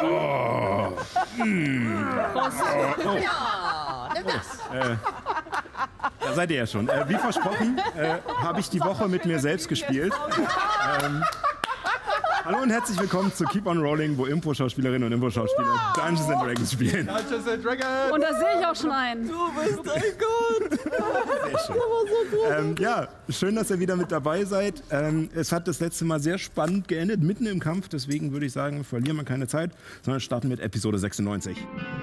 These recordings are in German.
Oh. Ja, nimm das. Da seid ihr ja schon. Wie versprochen, habe ich die Woche mit mir selbst gespielt. Hallo und herzlich willkommen zu Keep on Rolling, wo Impro-Schauspielerinnen und Impro-Schauspieler Dungeons & Dragons spielen. Dungeons & Dragons! Und da sehe ich auch schon einen. Du bist ein Gott! Sehr schön. Ja, schön, dass ihr wieder mit dabei seid. Es hat das letzte Mal sehr spannend geendet, mitten im Kampf. Deswegen würde ich sagen, verlieren wir keine Zeit, sondern starten mit Episode 96.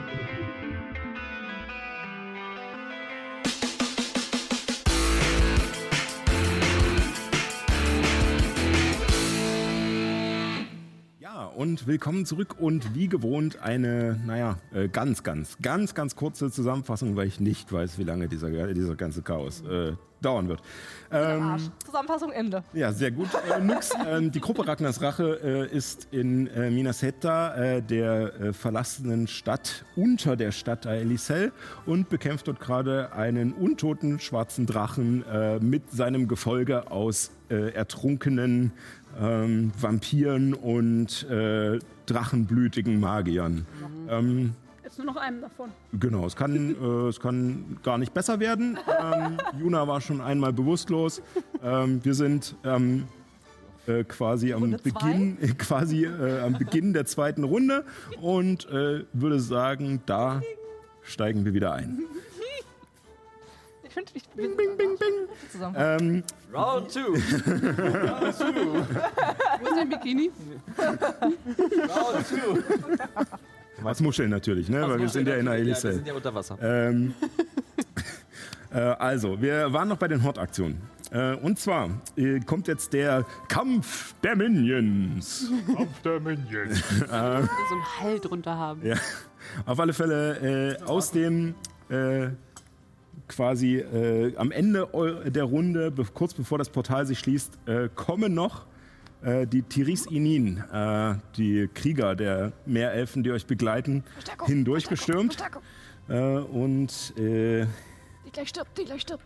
Und willkommen zurück und wie gewohnt eine, ganz kurze Zusammenfassung, weil ich nicht weiß, wie lange dieser ganze Chaos dauern wird. Zusammenfassung Ende. Ja, sehr gut. Nix. Die Gruppe Ragnars Rache ist in Minas Hetta, der verlassenen Stadt unter der Stadt Aelisel, und bekämpft dort gerade einen untoten schwarzen Drachen mit seinem Gefolge aus ertrunkenen Vampiren und drachenblütigen Magiern. Jetzt nur noch einem davon. Genau, es kann gar nicht besser werden. Juna war schon einmal bewusstlos. Wir sind quasi am Beginn der zweiten Runde und würde sagen, da steigen wir wieder ein. Ich finde, bing, bing, bing, bing. Round 2. Wo ist dein Bikini? Round 2. Als Muscheln natürlich, ne? Weil wir sind ja in Aelisel. Wir sind ja unter Wasser. Also, wir waren noch bei den Hort-Aktionen. Und zwar kommt jetzt der Kampf der Minions. Kampf der Minions. So einen Hall drunter haben. Ja, auf alle Fälle aus dem quasi am Ende der Runde, kurz bevor das Portal sich schließt, kommen noch die Tiris Inin, die Krieger der Meerelfen, die euch begleiten, hindurchgestürmt. Und Die gleich stirbt.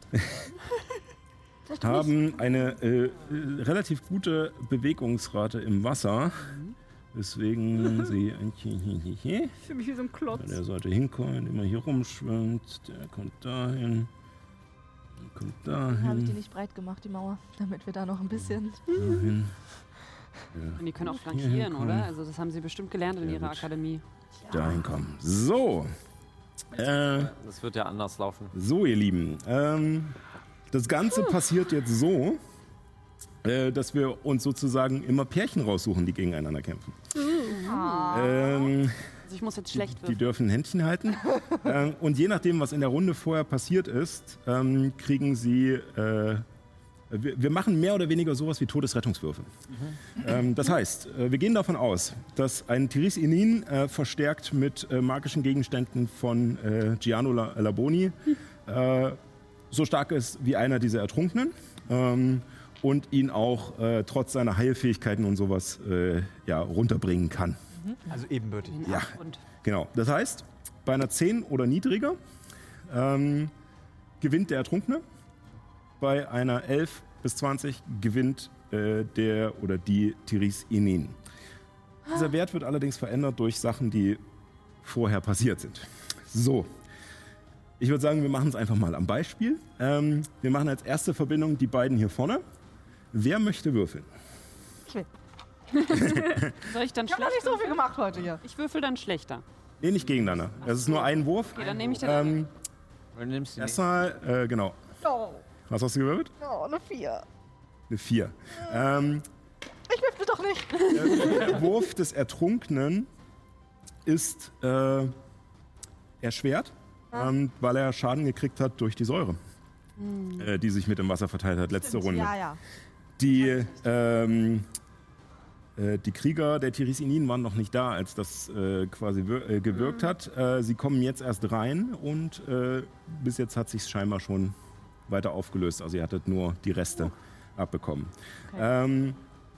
haben eine relativ gute Bewegungsrate im Wasser. Deswegen sie... Ich fühle mich wie so ein Klotz. Der sollte hinkommen, indem er hier rumschwimmt. Der kommt dahin. Der kommt dahin. Habe ich die nicht breit gemacht, die Mauer, damit wir da noch ein bisschen... Dahin. Und die können auch flankieren, oder? Also das haben sie bestimmt gelernt in ihrer Akademie. Dahin kommen. So. Das wird ja anders laufen. So, ihr Lieben. Das Ganze passiert jetzt so, dass wir uns sozusagen immer Pärchen raussuchen, die gegeneinander kämpfen. Also ich muss jetzt schlecht Die würfeln. dürfen Händchen halten. Und je nachdem, was in der Runde vorher passiert ist, kriegen sie... Wir machen mehr oder weniger sowas wie Todesrettungswürfe. Das heißt, wir gehen davon aus, dass ein Tiris Inin verstärkt mit magischen Gegenständen von Giano Laboni so stark ist wie einer dieser Ertrunkenen und ihn auch trotz seiner Heilfähigkeiten und sowas runterbringen kann. Also ebenbürtig. Ja, genau. Das heißt, bei einer 10 oder niedriger gewinnt der Ertrunkene. Bei einer 11 bis 20 gewinnt der oder die Tiris Inin. Dieser Wert wird allerdings verändert durch Sachen, die vorher passiert sind. So, ich würde sagen, wir machen es einfach mal am Beispiel. Wir machen als erste Verbindung die beiden hier vorne. Wer möchte würfeln? Ich will. Soll ich dann Ich habe noch nicht so viel gemacht heute hier. Ich würfel dann schlechter. Nee, nicht gegeneinander. Das ist nur ein Wurf. Okay, dann nehme ich den. Du nimmst die nicht. Erstmal, genau. Oh, Was hast du gewürfelt? eine 4. Eine 4. Ich würfel doch nicht. Der Wurf des Ertrunkenen ist erschwert, weil er Schaden gekriegt hat durch die Säure, die sich mit dem Wasser verteilt hat, letzte Runde. Ja. Die Krieger der Tiris Inin waren noch nicht da, als das quasi gewirkt hat. Sie kommen jetzt erst rein und bis jetzt hat sich scheinbar schon weiter aufgelöst. Also ihr hattet nur die Reste abbekommen. Okay.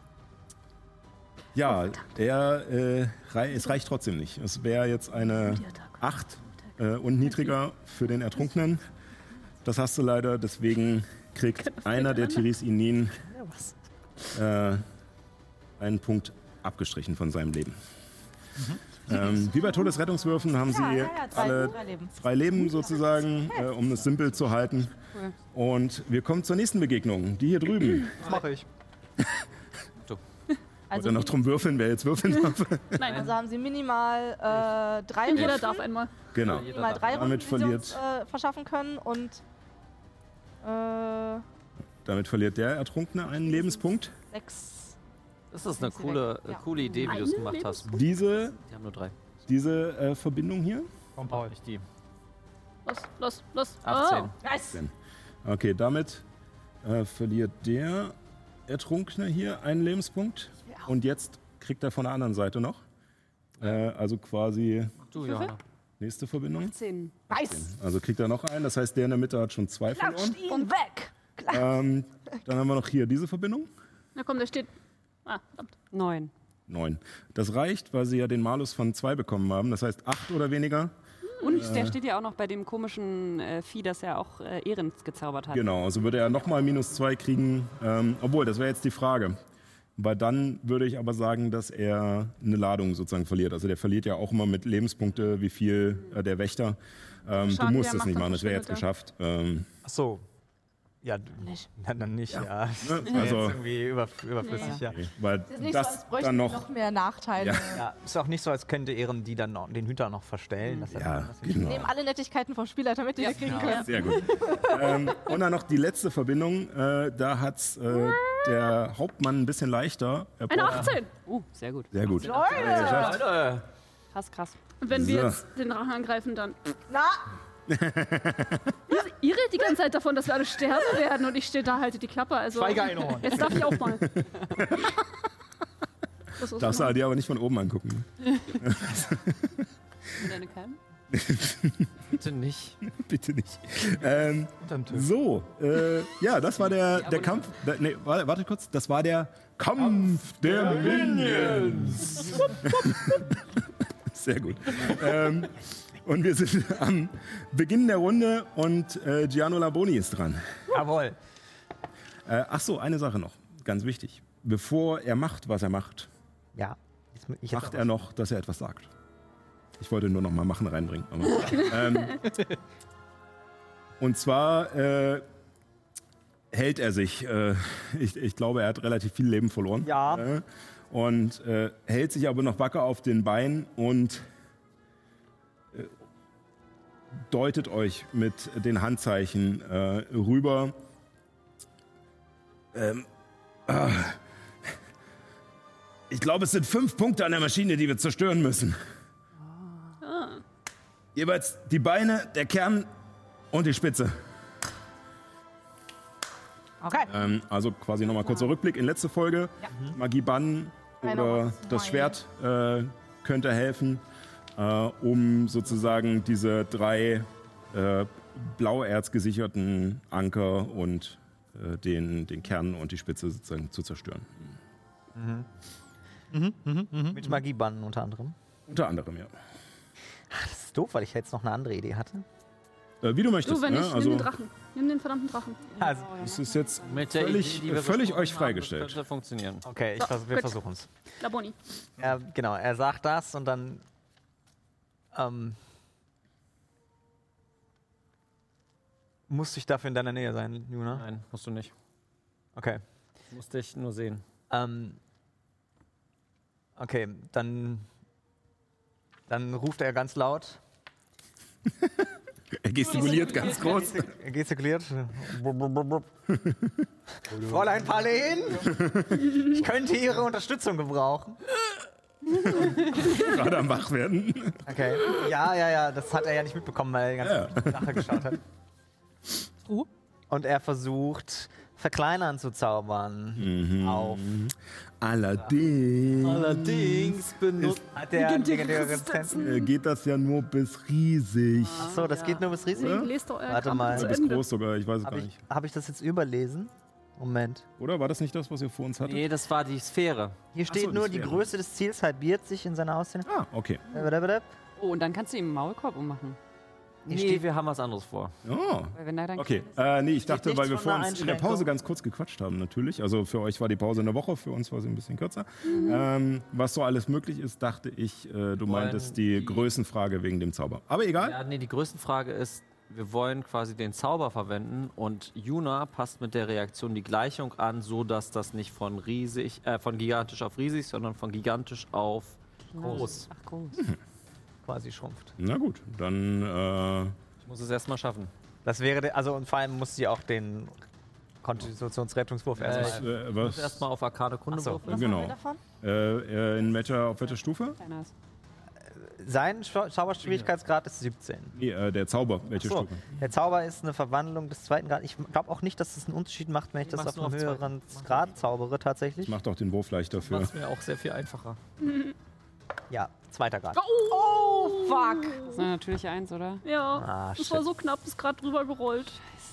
Es reicht trotzdem nicht. Es wäre jetzt eine 8 und niedriger für den Ertrunkenen. Das hast du leider, deswegen kriegt einer der Tiris Inin einen Punkt abgestrichen von seinem Leben. Wie bei Todesrettungswürfen haben sie alle 3 Leben sozusagen, um es simpel zu halten. Cool. Und wir kommen zur nächsten Begegnung, die hier drüben. Das mache ich. Wollt ihr noch drum würfeln, wer jetzt würfeln darf? Nein, also haben sie minimal 3 Jeder Runden. darf einmal. Genau. Minimal 3 Runden, Damit die sie verliert- uns verschaffen können. Und Damit verliert der Ertrunkene einen Lebenspunkt. 6. Das ist eine Sind sie weg. Ja. coole Idee, wie du es gemacht hast. Diese Die haben nur 3. Verbindung hier. Komm, Paul. Nicht die. Los. 18. Oh. Nice. Okay, damit verliert der Ertrunkene hier einen Lebenspunkt. Und jetzt kriegt er von der anderen Seite noch. Also quasi Du, Johanna. nächste Verbindung. 10. Nice. Also kriegt er noch einen. Das heißt, der in der Mitte hat schon 2 verloren. Klatscht ihn weg. Dann haben wir noch hier diese Verbindung. Na komm, der steht. Ah, verdammt. 9. 9. Das reicht, weil sie ja den Malus von 2 bekommen haben. Das heißt 8 oder weniger. Und der steht ja auch noch bei dem komischen Vieh, das er auch Ehrens gezaubert hat. Genau, also würde er nochmal -2 kriegen. Obwohl, das wäre jetzt die Frage. Weil dann würde ich aber sagen, dass er eine Ladung sozusagen verliert. Also der verliert ja auch immer mit Lebenspunkte, wie viel der Wächter. Du Schaden, musst der es nicht macht, machen, das wäre jetzt verschwindet geschafft. Ach so. Ja, dann nicht, ja. Das Ne? wäre Also, jetzt irgendwie überflüssig, ja. weil Das ist nicht so, das als bräuchten dann die noch. noch mehr Nachteile. Ja. Ja, ist auch nicht so, als könnte Ehren die dann noch, den Hüter noch verstellen. Das Ja, Wir genau. nehmen alle Nettigkeiten vom Spielleiter mit, die wir kriegen können. Sehr gut. Und dann noch die letzte Verbindung. Da hat der Hauptmann ein bisschen leichter. Er Eine braucht- 18. Sehr Sehr gut. gut. Leute! Geschafft. Alter. Krass. Und wenn wir So. jetzt den Drachen angreifen, dann. Na, Ihr redet die ganze Zeit davon, dass wir alle sterben werden und ich stehe da, halte die Klappe. Also, Schweigeeinhorn. jetzt darf ich auch mal. Das ist Darfst du immer- dir aber nicht von oben angucken. Mit deiner Cam? Bitte nicht. Bitte nicht. Unterm Tisch. So, ja, das war der Kampf. Nee, warte kurz. Das war der Kampf der Minions. Sehr gut. Und wir sind am Beginn der Runde und Gianno Laboni ist dran. Jawohl. Ach so, eine Sache noch, ganz wichtig. Bevor er macht, was er macht, Ja. Ich macht er noch, dass er etwas sagt. Ich wollte nur noch mal Machen reinbringen. Aber, und zwar hält er sich. Ich glaube, er hat relativ viel Leben verloren. Ja. Und hält sich aber noch wacker auf den Beinen und deutet euch mit den Handzeichen rüber. Ich glaube, es sind 5 Punkte an der Maschine, die wir zerstören müssen. Jeweils die Beine, der Kern und die Spitze. okay. Also quasi nochmal kurzer Rückblick in letzte Folge. Magie bannen oder das Schwert könnte helfen, um sozusagen diese 3 Blauerz gesicherten Anker und den Kern und die Spitze sozusagen zu zerstören. Mit Magiebannen unter anderem. Unter anderem, ja. Das ist doof, weil ich jetzt noch eine andere Idee hatte. Wie du möchtest. Du, wenn ne? ich, nimm den Drachen. Nimm den verdammten Drachen. Also, Es ist jetzt Mit der völlig, Idee, die wir völlig besprochen euch haben, freigestellt. Das könnte funktionieren. okay, So, wir gut. versuchen es. Laboni. Genau, er sagt das und dann musste ich dafür in deiner Nähe sein, Juna? Nein, musst du nicht. Okay. Musst dich nur sehen. Okay, dann ruft er ganz laut. Er gestikuliert ganz groß. Er gestikuliert. Fräulein Palen, ich könnte Ihre Unterstützung gebrauchen. Gerade am Wach werden. Okay. Ja, das hat er ja nicht mitbekommen, weil er die ganze Sache geschaut hat. Und er versucht, Verkleinern zu zaubern. Auf. Allerdings benutzt. Hat der legendäre Resistenzen? geht das ja nur bis riesig. Achso, das geht nur bis riesig? Deswegen lest doch euer Warte Kram mal. zu Bis Ende. groß sogar, ich weiß es gar nicht. Hab ich das jetzt überlesen? Moment. Oder war das nicht das, was ihr vor uns hattet? Nee, das war die Sphäre. Hier steht so, die nur, die Sphäre. Größe des Ziels halbiert sich in seiner Ausdehnung. Ah, okay. Oh, und dann kannst du ihm einen Maulkorb ummachen. Nee, wir haben was anderes vor. Oh. Weil wenn er dann Okay, nee, ich dachte, nichts weil wir von einer vor uns in der Pause Einschränkung? ganz kurz gequatscht haben, natürlich. Also für euch war die Pause eine Woche, für uns war sie ein bisschen kürzer. Was so alles möglich ist, dachte ich, du meintest die Größenfrage wegen dem Zauber. Aber egal. Ja, nee, die größte Frage ist, wir wollen quasi den Zauber verwenden und Yuna passt mit der Reaktion die Gleichung an, so dass das nicht von gigantisch auf riesig, sondern von gigantisch auf groß. Ach, groß. Quasi schrumpft. Na gut, dann Ich muss es erstmal schaffen. Das wäre, also und vor allem muss sie auch den Konstitutionsrettungswurf erstmal. Ich muss erstmal auf Arkane Kunde Ach so. würfeln. Was Genau. haben wir davon? Auf welcher Stufe? Kleiner ist. Sein Zauberschwierigkeitsgrad ist 17. Nee, der Zauber, welche So, Stufe? der Zauber ist eine Verwandlung des zweiten Grades. Ich glaube auch nicht, dass es einen Unterschied macht, wenn ich das mach's auf nur einem auf höheren zweiten. Grad zaubere tatsächlich. Macht auch den Wurf leichter für. Das wäre auch sehr viel einfacher. Ja, zweiter Grad. Oh, fuck. Das ist eine natürliche 1, oder? Ja, Ah, das shit. war so knapp, ist gerade drüber gerollt.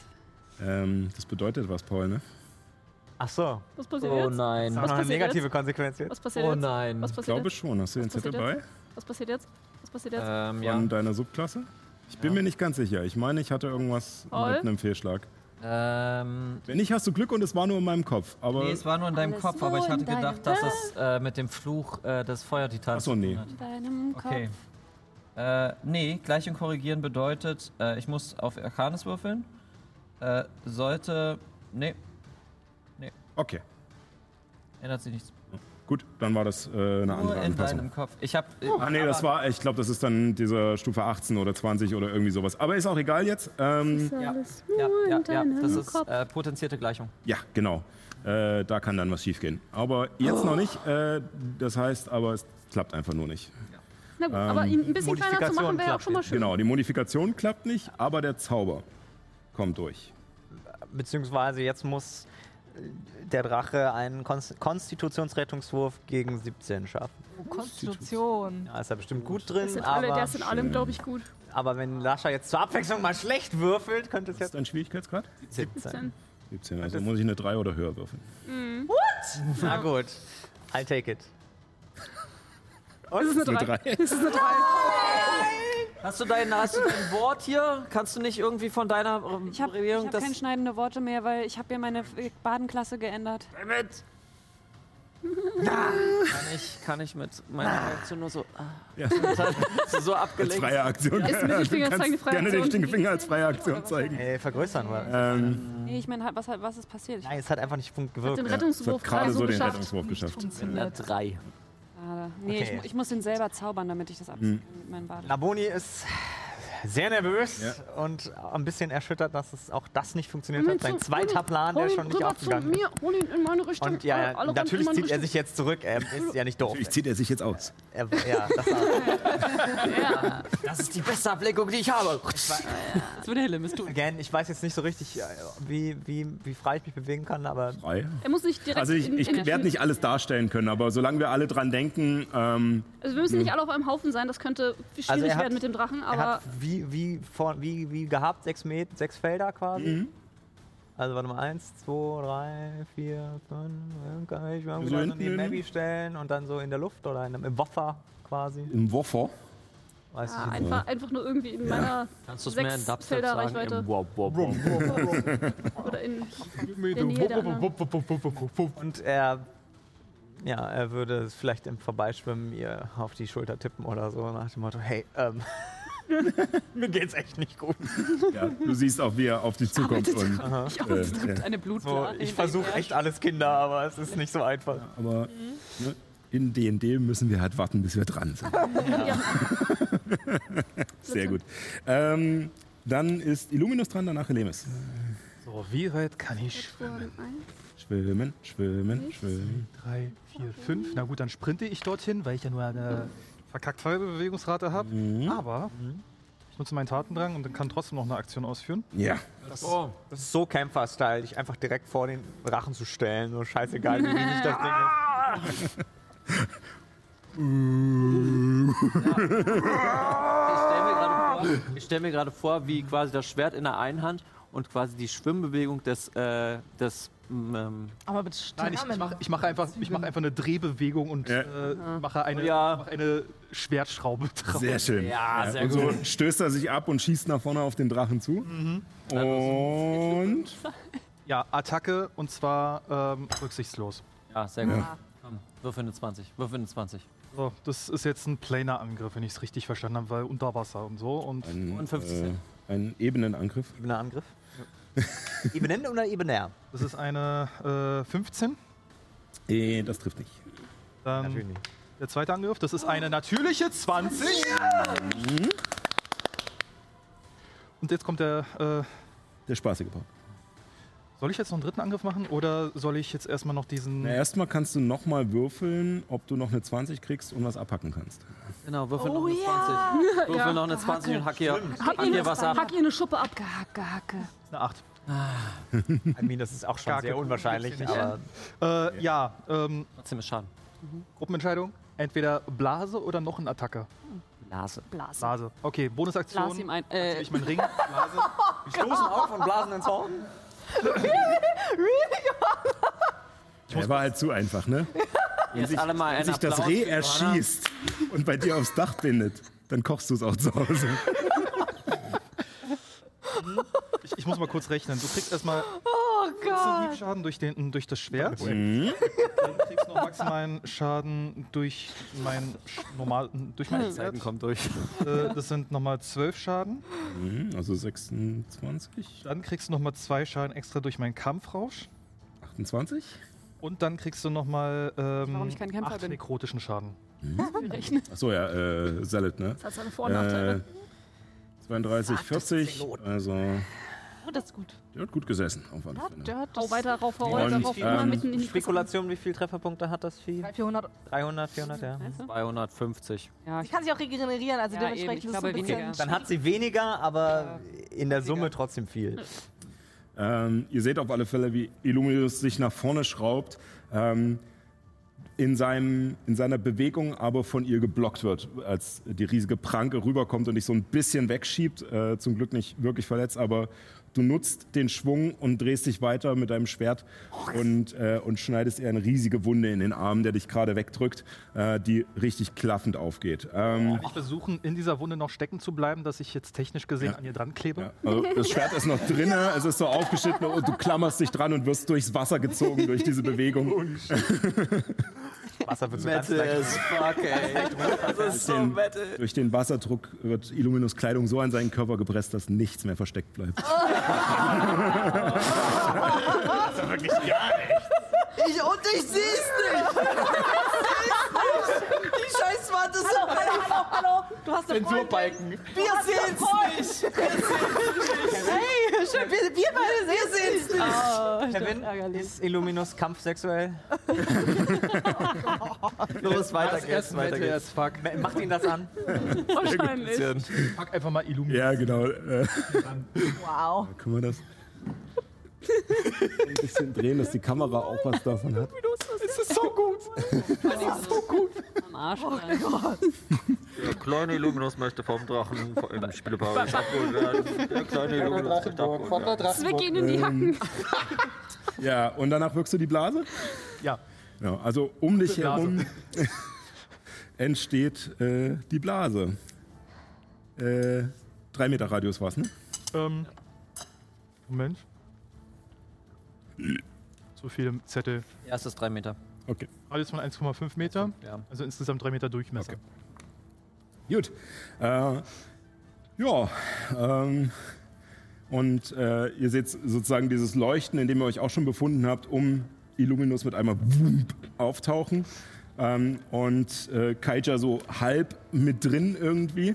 Das bedeutet was, Paul, ne? Ach so, Was passiert Oh jetzt? das nein. ist auch Was noch eine passiert negative Konsequenz jetzt. Was passiert Oh jetzt? nein. Was Ich passiert glaube jetzt? schon. Hast du den Was Zettel passiert bei? Was passiert jetzt? Was passiert jetzt? Ja. Von deiner Subklasse? Ich bin mir nicht ganz sicher. Ich meine, ich hatte irgendwas Paul? mit einem Fehlschlag. Ähm, Wenn nicht, hast du Glück und es war nur in meinem Kopf. Aber nee, es war nur in deinem Alles Kopf, nur aber ich in hatte deinem gedacht, dass es mit dem Fluch des Feuertitans Ach so, nee. zu tun hat. Deinem Kopf. Okay. Nee, Gleichung korrigieren bedeutet, ich muss auf Arcanis würfeln. Sollte. Nee, okay. ändert sich nichts. Gut, dann war das eine Nur andere in Anpassung. deinem Kopf. Ich hab. Ah nee, das war, ich glaube, das ist dann dieser Stufe 18 oder 20 oder irgendwie sowas. Aber ist auch egal jetzt. Ja, ja, das ist Kopf. potenzierte Gleichung. Ja, genau. Da kann dann was schiefgehen. Aber jetzt noch nicht. Das heißt, aber es klappt einfach nur nicht. Na gut, aber ihn ein bisschen kleiner zu Modifikation machen wäre auch klappt schon mal nicht. schön. Genau, die Modifikation klappt nicht, aber der Zauber kommt durch. Beziehungsweise jetzt muss der Drache einen Konstitutionsrettungswurf gegen 17 schaffen. Konstitution. Da ist er bestimmt gut drin, Der ist in allem, glaube ich, gut. aber wenn Lascha jetzt zur Abwechslung mal schlecht würfelt, könnte es Was ist jetzt dein Schwierigkeitsgrad? 17. 17, also muss ich eine 3 oder höher würfeln. Na gut, I'll take it. Das ist eine 3. Eine 3. Das ist eine 3. Hast du dein Wort hier? Kannst du nicht irgendwie von deiner Ich habe Regierung hab keine schneidende Worte mehr, weil ich habe ja meine Badenklasse geändert. Kann ich mit meiner Reaktion nur so. Ja. So Als abgelenkt. freie Aktion. Ist mit dem Finger Du zeigen, die kannst freie gerne den Aktion. Stinkefinger als freie Aktion zeigen. Vergrößern wir. Nee, ich meine, was ist passiert? Nein, es hat einfach nicht gewirkt. Den Es hat Rettungswurf gerade gerade so so den geschafft. Rettungswurf geschafft. Eine 3. Schade. Nee, Okay. ich muss den selber zaubern, damit ich das abziehen kann mit meinen Baden. Naboni ist sehr nervös Ja. und ein bisschen erschüttert, dass es auch das nicht funktioniert hat. Sein zweiter Plan, der schon nicht aufgegangen ist. Mir, hol ihn in meine Richtung. Und ja, alle natürlich in meine zieht er Richtung. sich jetzt zurück. Er ist ja nicht doof. Natürlich zieht er sich jetzt aus. Ja, das auch. Das ist die beste Ablenkung, die ich habe. Das würde Hellemis tun. Again, ich weiß jetzt nicht so richtig, wie frei ich mich bewegen kann, aber Frei. Er muss nicht direkt Also ich werde nicht alles darstellen können, aber solange wir alle dran denken, Also wir müssen nicht alle auf einem Haufen sein, das könnte schwierig Also er hat- werden mit dem Drachen, er aber hat wie gehabt 6 Felder quasi. Also warte mal, 1, 2, 3, 4, 5, kann ich mal So wieder so hinten neben hin? Abby stellen und dann so in der Luft oder im Woffer quasi. im Woffer. Weiß ja, ich jetzt einfach nur irgendwie in meiner Kannst du es mehr in 6 Dubstep Felder sagen? Reichweite. Im Wow, wow, wow. Oder in der Nähe der anderen. Und er würde vielleicht im Vorbeischwimmen ihr auf die Schulter tippen oder so nach dem Motto, hey, mir geht's echt nicht gut. Ja, du siehst auch, wie er auf dich zukommt. Und, Eine So, Blutblase. ich versuche echt alles Kinder, aber es ist nicht so einfach. aber ne, in D&D müssen wir halt warten, bis wir dran sind. Sehr gut. Dann ist Illuminus dran, danach Helemis. So, wie weit kann ich schwimmen? Schwimmen, schwimmen, schwimmen. 3, 4, 5. Na gut, dann sprinte ich dorthin, weil ich ja nur eine verkackt halbe Bewegungsrate habe. Aber ich nutze meinen Tatendrang und dann kann trotzdem noch eine Aktion ausführen. Ja. Das ist so Kämpfer-Style, dich einfach direkt vor den Rachen zu stellen. So scheißegal, wie riesig das Ding ist. Ich stell mir gerade vor, wie quasi das Schwert in der einen Hand und quasi die Schwimmbewegung des Aber mit Nein, ich mache einfach eine Drehbewegung und mache eine Schwertschraube drauf. Sehr schön. Ja, sehr und so stößt er sich ab und schießt nach vorne auf den Drachen zu. Und Ja, Attacke und zwar rücksichtslos. Ja, sehr gut. Komm, würfel eine 20. So, das ist jetzt ein Planer-Angriff, wenn ich es richtig verstanden habe, weil unter Wasser und so. Und Und 50 Cent. einen Ebenenangriff. Ebener Angriff. Ebenen oder ebener? das ist eine 15. Das trifft nicht. Dann Natürlich nicht. der zweite Angriff, das ist eine natürliche 20. Und jetzt kommt der. Der spaßige Part. Soll ich jetzt noch einen dritten Angriff machen oder soll ich jetzt erstmal noch diesen. Erstmal kannst du nochmal würfeln, ob du noch eine 20 kriegst und was abhacken kannst. Genau, würfel noch eine 20. Würfel noch eine 20 und hack hier was ab. Hack ihr eine Schuppe ab. Hacke. Eine 8. I mean, das ist auch schon sehr unwahrscheinlich, aber Trotzdem ist Schaden. Gruppenentscheidung. Entweder Blase oder noch eine Attacke. Blase. Blase. Okay, Bonusaktion. Blas ihm ein. Ich meinen Ring. Blase. wir stoßen auf und blasen ins Horn. Der war halt zu einfach, ne? Jetzt alle mal Wenn einen sich das Applaus Reh für Johanna. erschießt und bei dir aufs Dach bindet, dann kochst du es auch zu Hause. Ich muss mal kurz rechnen. Du kriegst erstmal Hiebschaden durch das Schwert. Du kriegst noch maximalen Schaden durch mein Seiten kommt durch. Das sind nochmal 12 Schaden. Also 26, Dann kriegst du nochmal 2 Schaden extra durch meinen Kampfrausch. 28. Und dann kriegst du nochmal Warum ich kein Kämpfer 8 bin. nekrotischen Schaden. Achso, ja, Salad, ne? Das hat seine Vor- und Nachteile. 32, 40. Also, Oh, das ist gut. der hat gut gesessen. Auf alle Fälle. Hau weiter rauf, Und, immer mitten in die Spekulation, wie viele Trefferpunkte hat das Vieh? 400. 300, 400, ja. 250. Ja, Sie kann sich auch regenerieren, also Ja, dementsprechend eben, ich ist es glaube, so ein bisschen weniger. Dann hat sie weniger, aber in der Summe trotzdem viel. Ihr seht auf alle Fälle, wie Illuminus sich nach vorne schraubt, in seiner Bewegung aber von ihr geblockt wird, als die riesige Pranke rüberkommt und dich so ein bisschen wegschiebt. Zum Glück nicht wirklich verletzt, aber du nutzt den Schwung und drehst dich weiter mit deinem Schwert und schneidest ihr eine riesige Wunde in den Arm, der dich gerade wegdrückt, die richtig klaffend aufgeht. Kann ich versuchen, in dieser Wunde noch stecken zu bleiben, dass ich jetzt technisch gesehen an ihr dran klebe? Ja, also das Schwert ist noch drin, es ist so aufgeschnitten und du klammerst dich dran und wirst durchs Wasser gezogen durch diese Bewegung. Wasser wird so ganz Metal leicht. as fuck, ey. Das ist so Metal. Durch den Wasserdruck wird Illuminus Kleidung so an seinen Körper gepresst, dass nichts mehr versteckt bleibt. Ich seh's nicht! Die Scheißwand ist so Hallo, du hast eine Zensurbalken. Wir sehen's nicht! Hey, schön, wir beide sehen's nicht! Kevin, ist Illuminus kampfsexuell? Los, weiter geht's. Weiter geht's. Fuck. Macht ihn das an? wahrscheinlich. Pack einfach mal Illumina. Ja, genau. Wow. Können wir das ein bisschen drehen, dass die Kamera auch was davon hat? Es ist so gut. Am Arsch. Der kleine Illuminus möchte vom Drachen im Spieleparadies abgeholt werden. Der kleine Illuminus möchte abgeholt werden. Zwick ihn in die Hacken. Ja, und danach wirkst du die Blase? Ja. Ja, also um dich Blase. herum entsteht die Blase. 3 Meter Radius war's, ne? Moment. So viele Zettel. Erstes 3 Meter. Okay. Alles von 1,5 Meter. Ja. Also insgesamt 3 Meter Durchmesser. Okay. Gut. Und ihr seht sozusagen dieses Leuchten, in dem ihr euch auch schon befunden habt, um Illuminus mit einmal auftauchen. Und Kaija so halb mit drin irgendwie.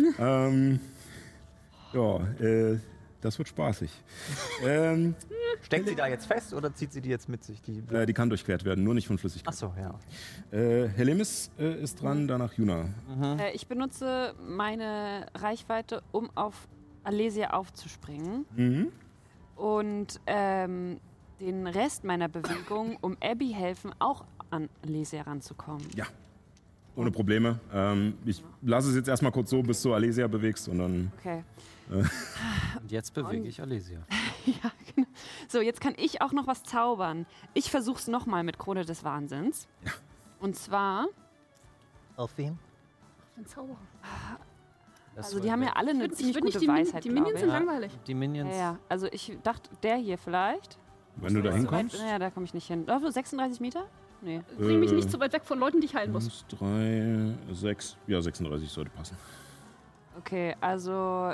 Das wird spaßig. Steckt sie da jetzt fest oder zieht sie die jetzt mit sich? Die kann durchquert werden, nur nicht von Flüssigkeit. Achso, ja. Helemis ist dran, danach Juna. Ich benutze meine Reichweite, um auf Alesia aufzuspringen. Und den Rest meiner Bewegung, um Abby helfen, auch an Alesia ranzukommen. Ja. ohne Probleme. Ich lasse es jetzt erstmal kurz so, bis du Alesia bewegst und dann... Okay. Und jetzt bewege ich Alesia. Ja, genau. So, jetzt kann ich auch noch was zaubern. Ich versuch's nochmal mit Krone des Wahnsinns. Ja. Und zwar, Auf wen? Ein Zauberer. also die haben ja alle eine Ich ziemlich würde gute nicht, Weisheit, die Minions sind glaube langweilig. Die Minions. ich. Ja. Also ich dachte, der hier vielleicht. Wenn du da hinkommst... Ja, da komme ich nicht hin. 36 Meter? Nee. Bring mich nicht so weit weg von Leuten, die ich heilen muss. 3, 6, ja 36 sollte passen. Okay, also,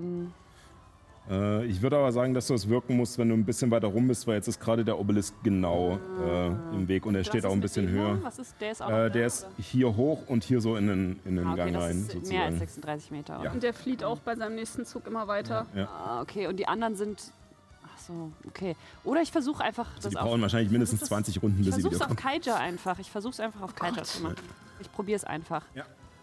Ich würde aber sagen, dass du es wirken musst, wenn du ein bisschen weiter rum bist, weil jetzt ist gerade der Obelisk genau im Weg und er steht auch ein bisschen höher. Was ist, der ist auch Der ist hier hoch und hier so in den Gang das rein, ist sozusagen. mehr als 36 Meter. Ja. Und der flieht auch bei seinem nächsten Zug immer weiter. Ah, okay, und die anderen sind... Ach so, okay. Oder ich versuche einfach... Also die brauchen wahrscheinlich mindestens 20 Runden, Ich bis sie versuche es auf wiederkommen. Kaija einfach. Ich versuche es einfach auf Kaija zu machen. Ich probiere es einfach. Ja.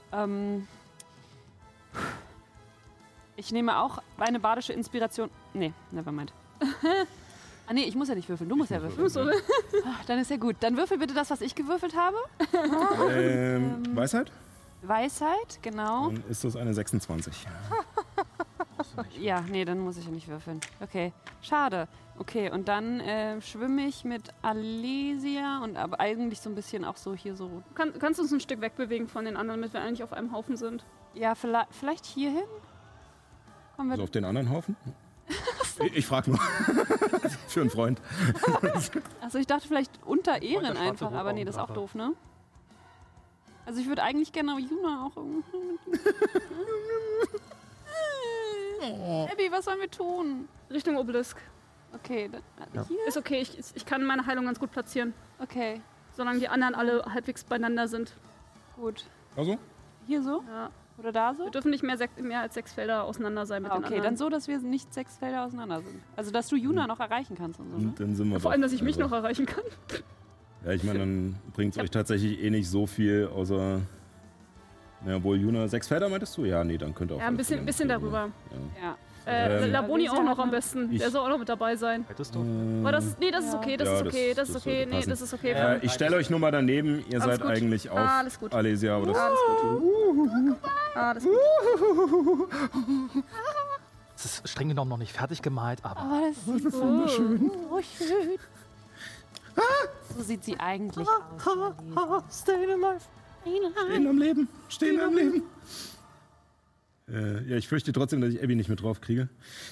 Ich nehme auch eine badische Inspiration... Nee, nevermind. Ah nee, ich muss ja nicht würfeln. Du musst ja würfeln. So, Ach, dann ist ja gut. Dann würfel bitte das, was ich gewürfelt habe. Weisheit? Weisheit, genau. Dann ist das eine 26. Ja, nee, dann muss ich ja nicht würfeln. Okay, schade. Okay, und dann schwimme ich mit Alesia und aber eigentlich so ein bisschen auch so hier so... kannst du uns ein Stück wegbewegen von den anderen, damit wir eigentlich auf einem Haufen sind? Ja, vielleicht hierhin? Kommen wir... Also auf den anderen Haufen? Ich frage nur. Für einen Freund. Also ich dachte vielleicht unter Ehren schwarze einfach, aber nee, das ist auch Rotaugendrache. doof, ne? Also ich würde eigentlich gerne Juna auch irgendwie... Abby, was sollen wir tun? Richtung Obelisk. Okay, dann, hier? Ist okay, ich kann meine Heilung ganz gut platzieren. Okay, Solange die anderen alle halbwegs beieinander sind. gut. Also? Hier so? Ja. Oder da so? Wir dürfen nicht mehr als 6 Felder auseinander sein mit den Okay, anderen. dann so, dass wir nicht 6 Felder auseinander sind. Also, dass du Juna noch erreichen kannst und so, ne? Und dann sind wir Vor doch. allem, dass ich mich Also, noch erreichen kann. Ja, ich meine, dann bringt es euch tatsächlich eh nicht so viel, außer. Naja, wohl Juna 6 Felder meintest du? Ja, nee, dann könnte auch. Ja, ein bisschen darüber. Ja. Laboni auch noch am hat besten. Ich- Der soll auch noch mit dabei sein. Hättest du? Aber das, nee, das ist Ja. okay, das Ja, ist okay, das das ist okay. sollte Nee, passen. das ist okay. Ich stelle euch nur mal daneben, ihr Alles seid gut. eigentlich auf Alles gut. Alesia, aber das Alles gut. Alles gut. Es ist streng genommen noch nicht fertig gemalt, aber Aber das sieht so schön. So schön. So sieht sie eigentlich aus. Stehen am Leben, stehen am Leben. Ja, ich fürchte trotzdem, dass ich Abby nicht mit drauf kriege.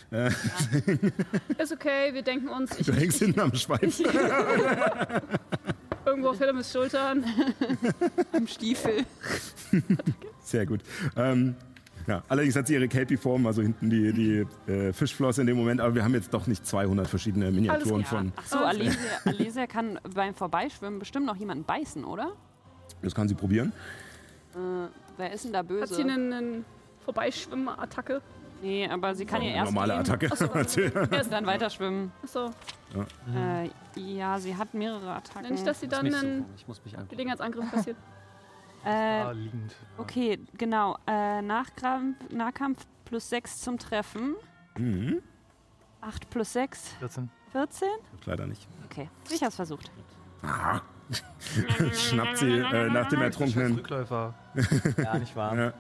Ist okay, wir denken uns, Du hängst hinten am Schweif. irgendwo auf Philips Schultern. Im Stiefel. Sehr gut. Ja, allerdings hat sie ihre Kelpie-Form, also hinten die Fischflosse in dem Moment, aber wir haben jetzt doch nicht 200 verschiedene Miniaturen gut. von. Ach so, Alesia kann beim Vorbeischwimmen bestimmt noch jemanden beißen, oder? Das kann sie probieren. Wer ist denn da böse? Hat sie eine Vorbeischwimmen-Attacke? Nee, aber sie kann ja erst Normale gehen, Attacke. erst dann weiter schwimmen. Achso. Ja, sie hat mehrere Attacken. Nicht, dass sie dann Nicht so, einen ich muss mich angucken. Gelegenheitsangriff passiert. liegend. Okay, genau. Nahkampf plus 6 zum Treffen. 8 plus 6, 14. 14? Leider nicht. Okay, ich hab's versucht. Schnappt sie nach dem Ertrunkenen. Rückläufer. Ja, nicht wahr?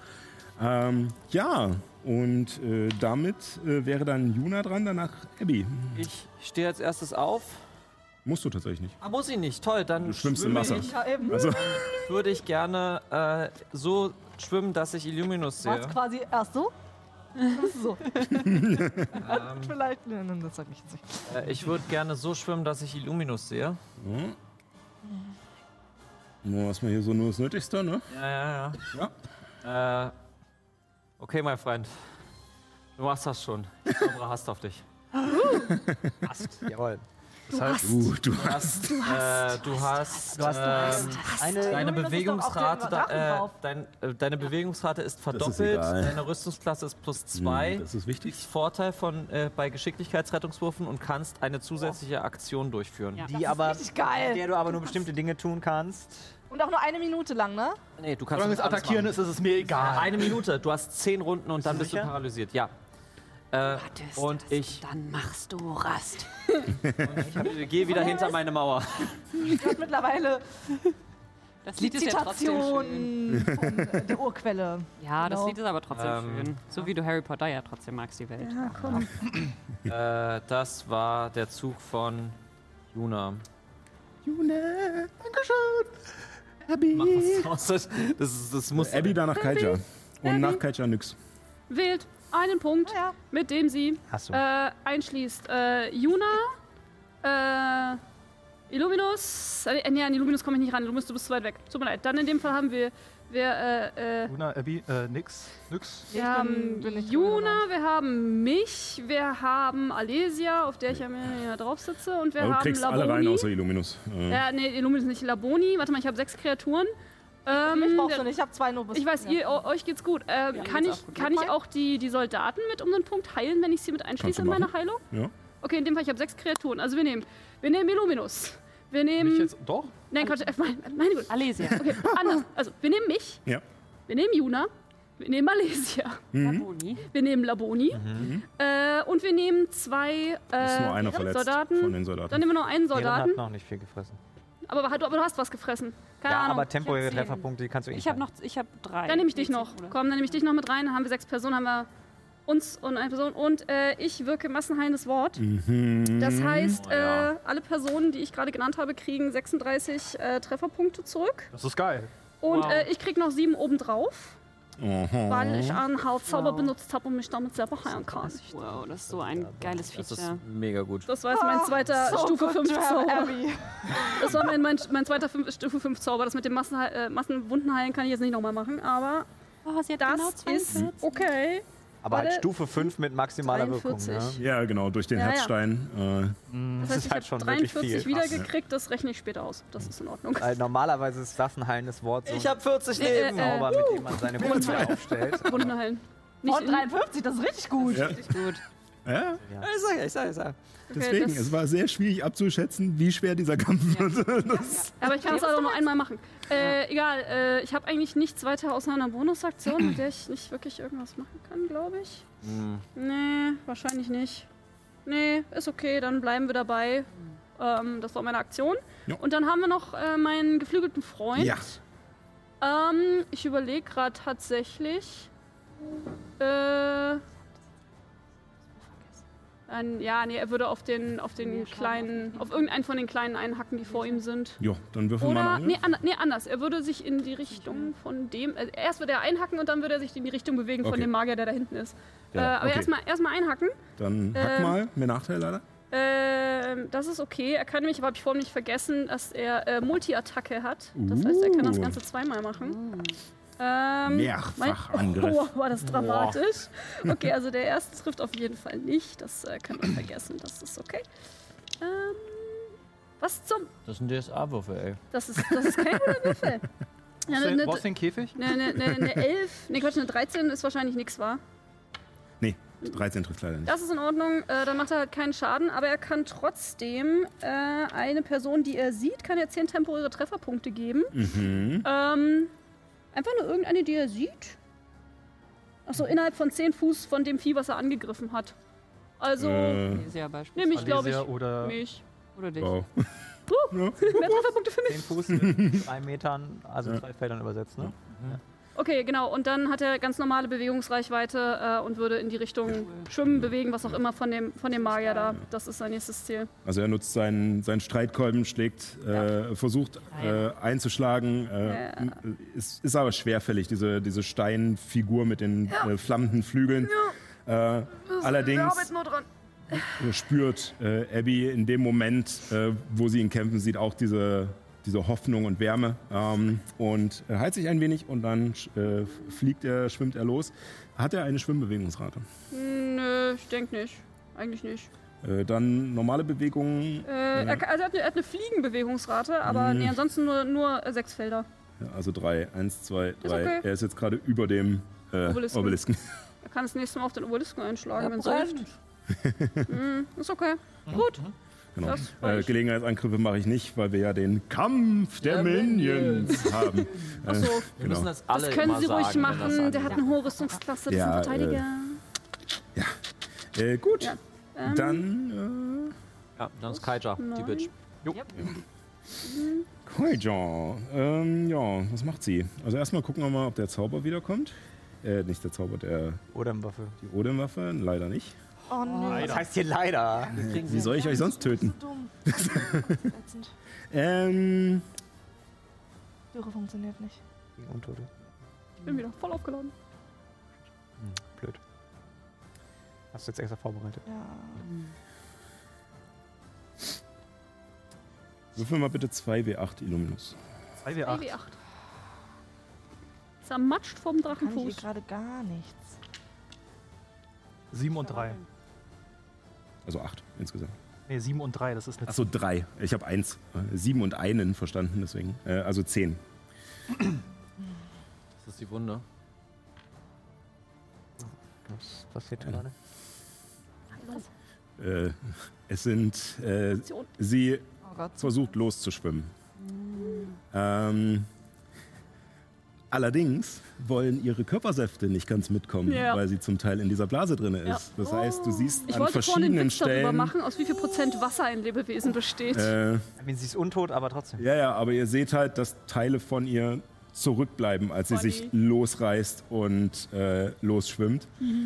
Ja, und damit wäre dann Juna dran, danach Abby. Ich stehe als erstes auf. Musst du tatsächlich nicht. Ah, muss ich nicht. Toll, dann Du schwimmst im schwimme Wasser. ich, Ja, eben. Also, würde ich gerne so schwimmen, dass ich Illuminus sehe. Was quasi erst so? So. Vielleicht. Nein, das sag ich jetzt nicht. Ich würde gerne so schwimmen, dass ich Illuminus sehe. nur erstmal hier so nur das Nötigste, ne? Ja. Okay, mein Freund. Du machst das schon. Ich glaube, hast auf dich. Jawohl. Das heißt, Du hast. Du hast Eine deine Illuminus ist doch auf Bewegungsrate, dem Drachen drauf. deine Bewegungsrate ist ist verdoppelt, egal. deine Rüstungsklasse ist plus 2. Das ist wichtig. Vorteil bei Geschicklichkeitsrettungswürfen und kannst eine zusätzliche Aktion durchführen. Ja. die aber, richtig geil. mit der du aber nur bestimmte Dinge tun kannst. Und auch nur 1 Minute lang, ne? Nee, du kannst solange es nicht alles attackieren machen. ist, ist es mir egal. Eine Minute, du hast 10 Runden und dann du bist du sicher? paralysiert. Ja. Und ich Dann machst du Rast. gehe wieder hinter meine Mauer. Ich glaub, mittlerweile. Das Lied ist ja trotzdem schön. Zitation von der Urquelle. Ja, das Genau. Lied ist aber trotzdem schön. So wie du Harry Potter ja trotzdem magst, die Welt. Ja, komm. Das war der Zug von Juna. Juna, Dankeschön. Abby. Mach was draus. Das muss. Abby dann nach Kaija. Und Abby. nach Kaija nix. Wählt einen Punkt, Ja. mit dem sie Hast du. einschließt Juna, Illuminus. Nee, an Illuminus komme ich nicht ran. Illuminus, du bist zu weit weg. Tut mir leid. Dann in dem Fall haben wir Luna, Abby, nix. wir haben Juna, wir haben mich, wir haben Alesia, auf der ich ja mehr drauf sitze, und wir Aber du haben kriegst Laboni. alle rein außer Illuminus. Nee, Illuminus nicht. Laboni. Warte mal, ich habe 6 Kreaturen. Mich brauchst du nicht, ich habe 2 nur bis. Ich weiß, euch geht's gut. Kann geht's auch gut. ich auch die Soldaten mit um den Punkt heilen, wenn ich sie mit Kannst einschließe du in meine machen. Heilung? Ja. Okay, in dem Fall, ich habe 6 Kreaturen. Also wir nehmen Illuminus. Wir Mich nehmen... jetzt, doch? Nein, Quatsch, meine Güte. Alesia. Okay, anders. Also, wir nehmen mich, Ja. wir nehmen Juna, wir nehmen Alesia, Laboni. wir nehmen Laboni und wir nehmen 2 Ist nur einer verletzt Soldaten. von den Soldaten. Dann nehmen wir noch einen Ehren Soldaten. hat noch nicht viel gefressen. Aber du hast was gefressen. Keine Ja, Ahnung. aber temporäre Ich hab 10. Trefferpunkte, die kannst du eh Ich habe 3. Dann nehme ich dich noch. Komm, dann nehme ich dich noch mit rein. Dann haben wir 6 Personen, haben wir uns und eine Person. Und ich wirke massenheilendes Wort. Das heißt, alle Personen, die ich gerade genannt habe, kriegen 36 Trefferpunkte zurück. Das ist geil. Und Wow. ich krieg noch 7 obendrauf, weil ich einen Hautzauber Wow. benutzt habe und mich damit selber heilen kann. Wow, das ist so ein geiles Das ist Feature. mega gut. Das war jetzt mein zweiter Stufe 5 Zauber. Das war mein zweiter Stufe 5 Zauber. Das mit dem Massenwunden heilen kann ich jetzt nicht nochmal machen, aber Oh, sie hat das genau ist 42. okay. Aber halt Warte. Stufe 5 mit maximaler 43. Wirkung. Ne? Ja, genau, durch den Ja, ja. Herzstein. Das heißt, ist ich halt habe schon wirklich 43 viel. wiedergekriegt, das rechne ich später aus. Das ist in Ordnung. Normalerweise ist das ein heilendes Wort. So Ich habe 40 Äh, Leben. Zauber, mit dem man seine Wunden aufstellt. Wunden heilen. Nicht Von 53, das ist richtig gut. Ja. Richtig gut. Ja, Ich sag. deswegen, das- es war sehr schwierig abzuschätzen, wie schwer dieser Kampf wird. Aber ich kann das auch nur einmal machen. Egal, ich habe eigentlich nichts weiter außer einer Bonusaktion, mit der ich nicht wirklich irgendwas machen kann, glaube ich. Nee, wahrscheinlich nicht. Nee, ist okay, dann bleiben wir dabei. Das war meine Aktion. Ja. Und dann haben wir noch meinen geflügelten Freund. Ja. Ich überlege gerade tatsächlich. Er würde auf den kleinen, auf irgendeinen von den kleinen einhacken, die vor ihm sind. Ja, dann würfeln wir Oder, mal. anders. Er würde sich in die Richtung von dem, also erst würde er einhacken und dann würde er sich in die Richtung bewegen von Okay. dem Magier, der da hinten ist. Ja, Aber okay. erstmal einhacken. Dann hack mal, mit Nachteil leider. Das ist okay. Er kann nämlich, aber habe ich vorhin nicht vergessen, dass er Multi-Attacke hat. Das heißt, er kann das Ganze zweimal machen. Mehrfachangriff. Oh, war das dramatisch. Okay, also der erste trifft auf jeden Fall nicht. Das können wir vergessen. Das ist okay. Was zum... Das ist ein DSA-Würfel, ey. Das ist kein guter Würfel. Ja, Brauchst du den Käfig? eine 11, nee Quatsch, eine 13 ist wahrscheinlich nichts, wahr? Nee, 13 trifft leider nicht. Das ist in Ordnung, dann macht er halt keinen Schaden, aber er kann trotzdem eine Person, die er sieht, kann er 10 temporäre Trefferpunkte geben. Einfach nur irgendeine, die er sieht. Achso, innerhalb von 10 Fuß von dem Vieh, was er angegriffen hat. Also Alesia beispielsweise. nehme ich, glaube ich, Alesia oder mich. Oder dich. Wow. Mehr Trefferpunkte für mich. 10 Fuß mit 3 Metern, also 2 Feldern übersetzt, ne? Okay, genau. Und dann hat er ganz normale Bewegungsreichweite und würde in die Richtung schwimmen, bewegen, was auch immer von dem Magier da. Das ist sein nächstes Ziel. Also er nutzt seinen Streitkolben, versucht einzuschlagen. Ist aber schwerfällig, diese Steinfigur mit den flammenden Flügeln. Allerdings Wir arbeiten nur dran. spürt Abby in dem Moment, wo sie ihn kämpfen, sieht auch diese Hoffnung und Wärme und heilt sich ein wenig und dann schwimmt er los. Hat er eine Schwimmbewegungsrate? Nö, ich denke nicht. Eigentlich nicht. Dann normale Bewegungen. Er hat eine Fliegenbewegungsrate, aber nee, ansonsten nur 6 Felder. Also 3. 1, 2, 3. okay. Er ist jetzt gerade über dem Obelisken. Er kann das nächste Mal auf den Obelisken einschlagen, wenn es hilft. Ist okay. Gut. Genau. Das war ich. Gelegenheitsangriffe mache ich nicht, weil wir ja den Kampf der Minions haben. Achso, Wir müssen das alle das können immer Sie ruhig sagen, wenn das machen. Der angeht. hat eine hohe Rüstungsklasse, das ist Ja, ein Verteidiger. Gut, Ja. dann Ja, dann ist Kaija, die neun. Bitch. Koijan. Ja, was macht sie? Also erstmal gucken wir mal, ob der Zauber wiederkommt. Nicht der Zauber, Odem-Waffe. die Odem-Waffe. Leider nicht. Oh nee. Das heißt hier leider. Wie soll ich euch sonst töten? So dumm. Ätzend. Ähm, Dürre funktioniert nicht. Gegen Untote. Ich bin wieder voll aufgeladen. Blöd. Hast du jetzt extra vorbereitet? Ja. würfel mal bitte 2W8 Illuminus. 2W8. W8. Zermatscht vom Kann ich hier Drachenfuß. gerade gar nichts. 7 und 3. Also 8 insgesamt. Ne, 7 und 3, das ist eine Achso, 3. Ich habe 1. 7 und einen verstanden, deswegen. Also 10. Das ist die Wunde. Was passiert hier gerade? Es sind. Sie Oh Gott. versucht loszuschwimmen. Allerdings wollen ihre Körpersäfte nicht ganz mitkommen, Ja. weil sie zum Teil in dieser Blase drin ist. Ja. Das heißt, du siehst Ich an wollte vorhin den verschiedenen Witz darüber Stellen. machen, aus wie viel Prozent Wasser ein Lebewesen besteht. Ich meine, sie ist untot, aber trotzdem. Ja, aber ihr seht halt, dass Teile von ihr zurückbleiben, als sie Funny. sich losreißt und losschwimmt.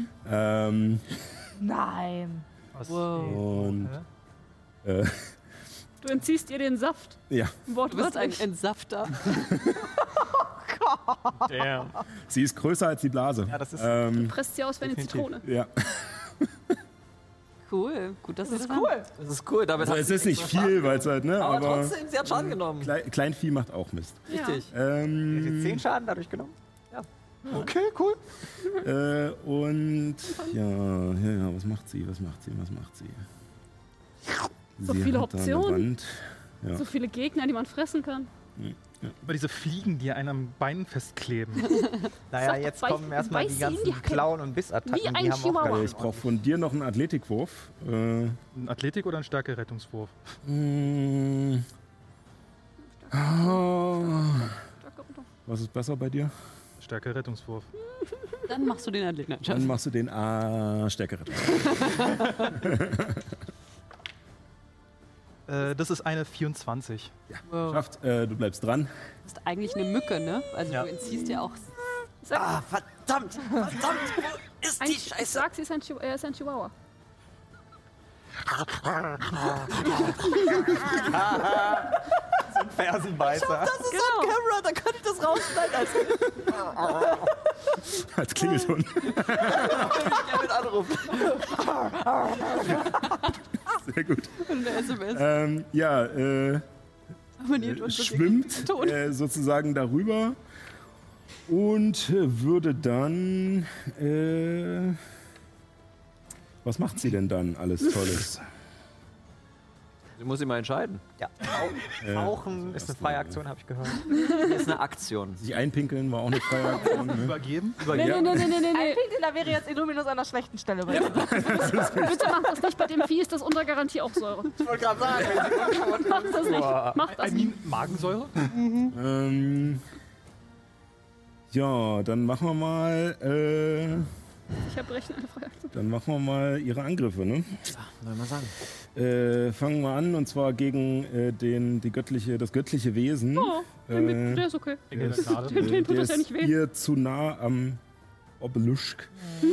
Nein. Was? Und Hä? Du entziehst ihr den Saft. ja, Du bist ein Wortwörtlich. Entsafter. Damn. sie ist größer als die Blase. Ja, das ist Presst sie aus wie eine Definitiv. Zitrone. Ja. Cool. Gut, dass Das du ist das cool. Das ist cool. Damit Also hat es sie ist nicht extra viel, Schaden weil es halt, ne? Aber Aber trotzdem, sie hat Schaden genommen. Kleinvieh macht auch Mist. Richtig. die 10 Schaden dadurch genommen. Okay, cool. Und ja, was macht sie? So Sie viele hat da eine Optionen. Wand. Ja. So viele Gegner, die man fressen kann. Über diese Fliegen, die einem am Bein festkleben. Naja, Sag doch, jetzt beiß- kommen erstmal beiß die sie in ganzen die Hacke. Klauen- und Bissattacken. Wie ein die haben auch Chihuahua. gerade- Ich brauche von dir noch einen Athletikwurf. Ein Athletik- oder ein Stärke-Rettungswurf? Was ist besser bei dir? Stärke-Rettungswurf. Dann machst du den Athleten. Dann machst du den Stärkerettung. Das ist eine 24. Schafft, du bleibst dran. Das ist eigentlich eine Mücke, ne? Also Ja. du entziehst ja auch. Verdammt! Wo ist die Ich Scheiße? sag, er ist ein Chihuahua. Fersenbeißer. Camera, da kann ich das rausschneiden als Als Klingelton. mit anrufen. Sehr gut. Eine SMS. Abonniert uns Schwimmt sozusagen darüber und würde dann. Was macht sie denn dann? Alles Tolles. Sie muss immer entscheiden. Ja. Tauchen ist eine freie Aktion, habe ich gehört. Das ist eine Aktion. Sich einpinkeln war auch eine freie Aktion. Ne? Übergeben? Nee. Ein Pinkler wäre jetzt Illuminus an der schlechten Stelle. Bei dir. Bitte mach das nicht. Bei dem Vieh ist das unter Garantie auch Säure. Ich wollte gerade sagen, Mach das nicht. Mach das nicht. Magensäure? Ja, dann machen wir mal. Ich erbreche eine freie Aktion. Dann machen wir mal ihre Angriffe, ne? Soll ich mal sagen. Fangen wir an und zwar gegen das göttliche Wesen. Oh, der ist okay. Dinge der Gnade. Den tut Der das ja ist nicht weh. ihr zu nah am Obelisk.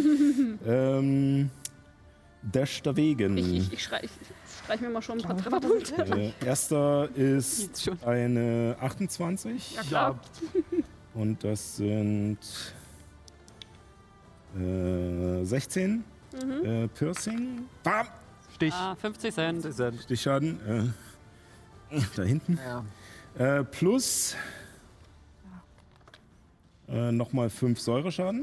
Dash dagegen. Ich streich mir mal schon ein paar Trefferpunkte. Erster ist Jetzt schon. eine 28 Ja, klar. und das sind 16 Piercing. Bam! Stich. 50 Cent. Stichschaden. Da hinten. Ja. Plus nochmal 5 Säureschaden.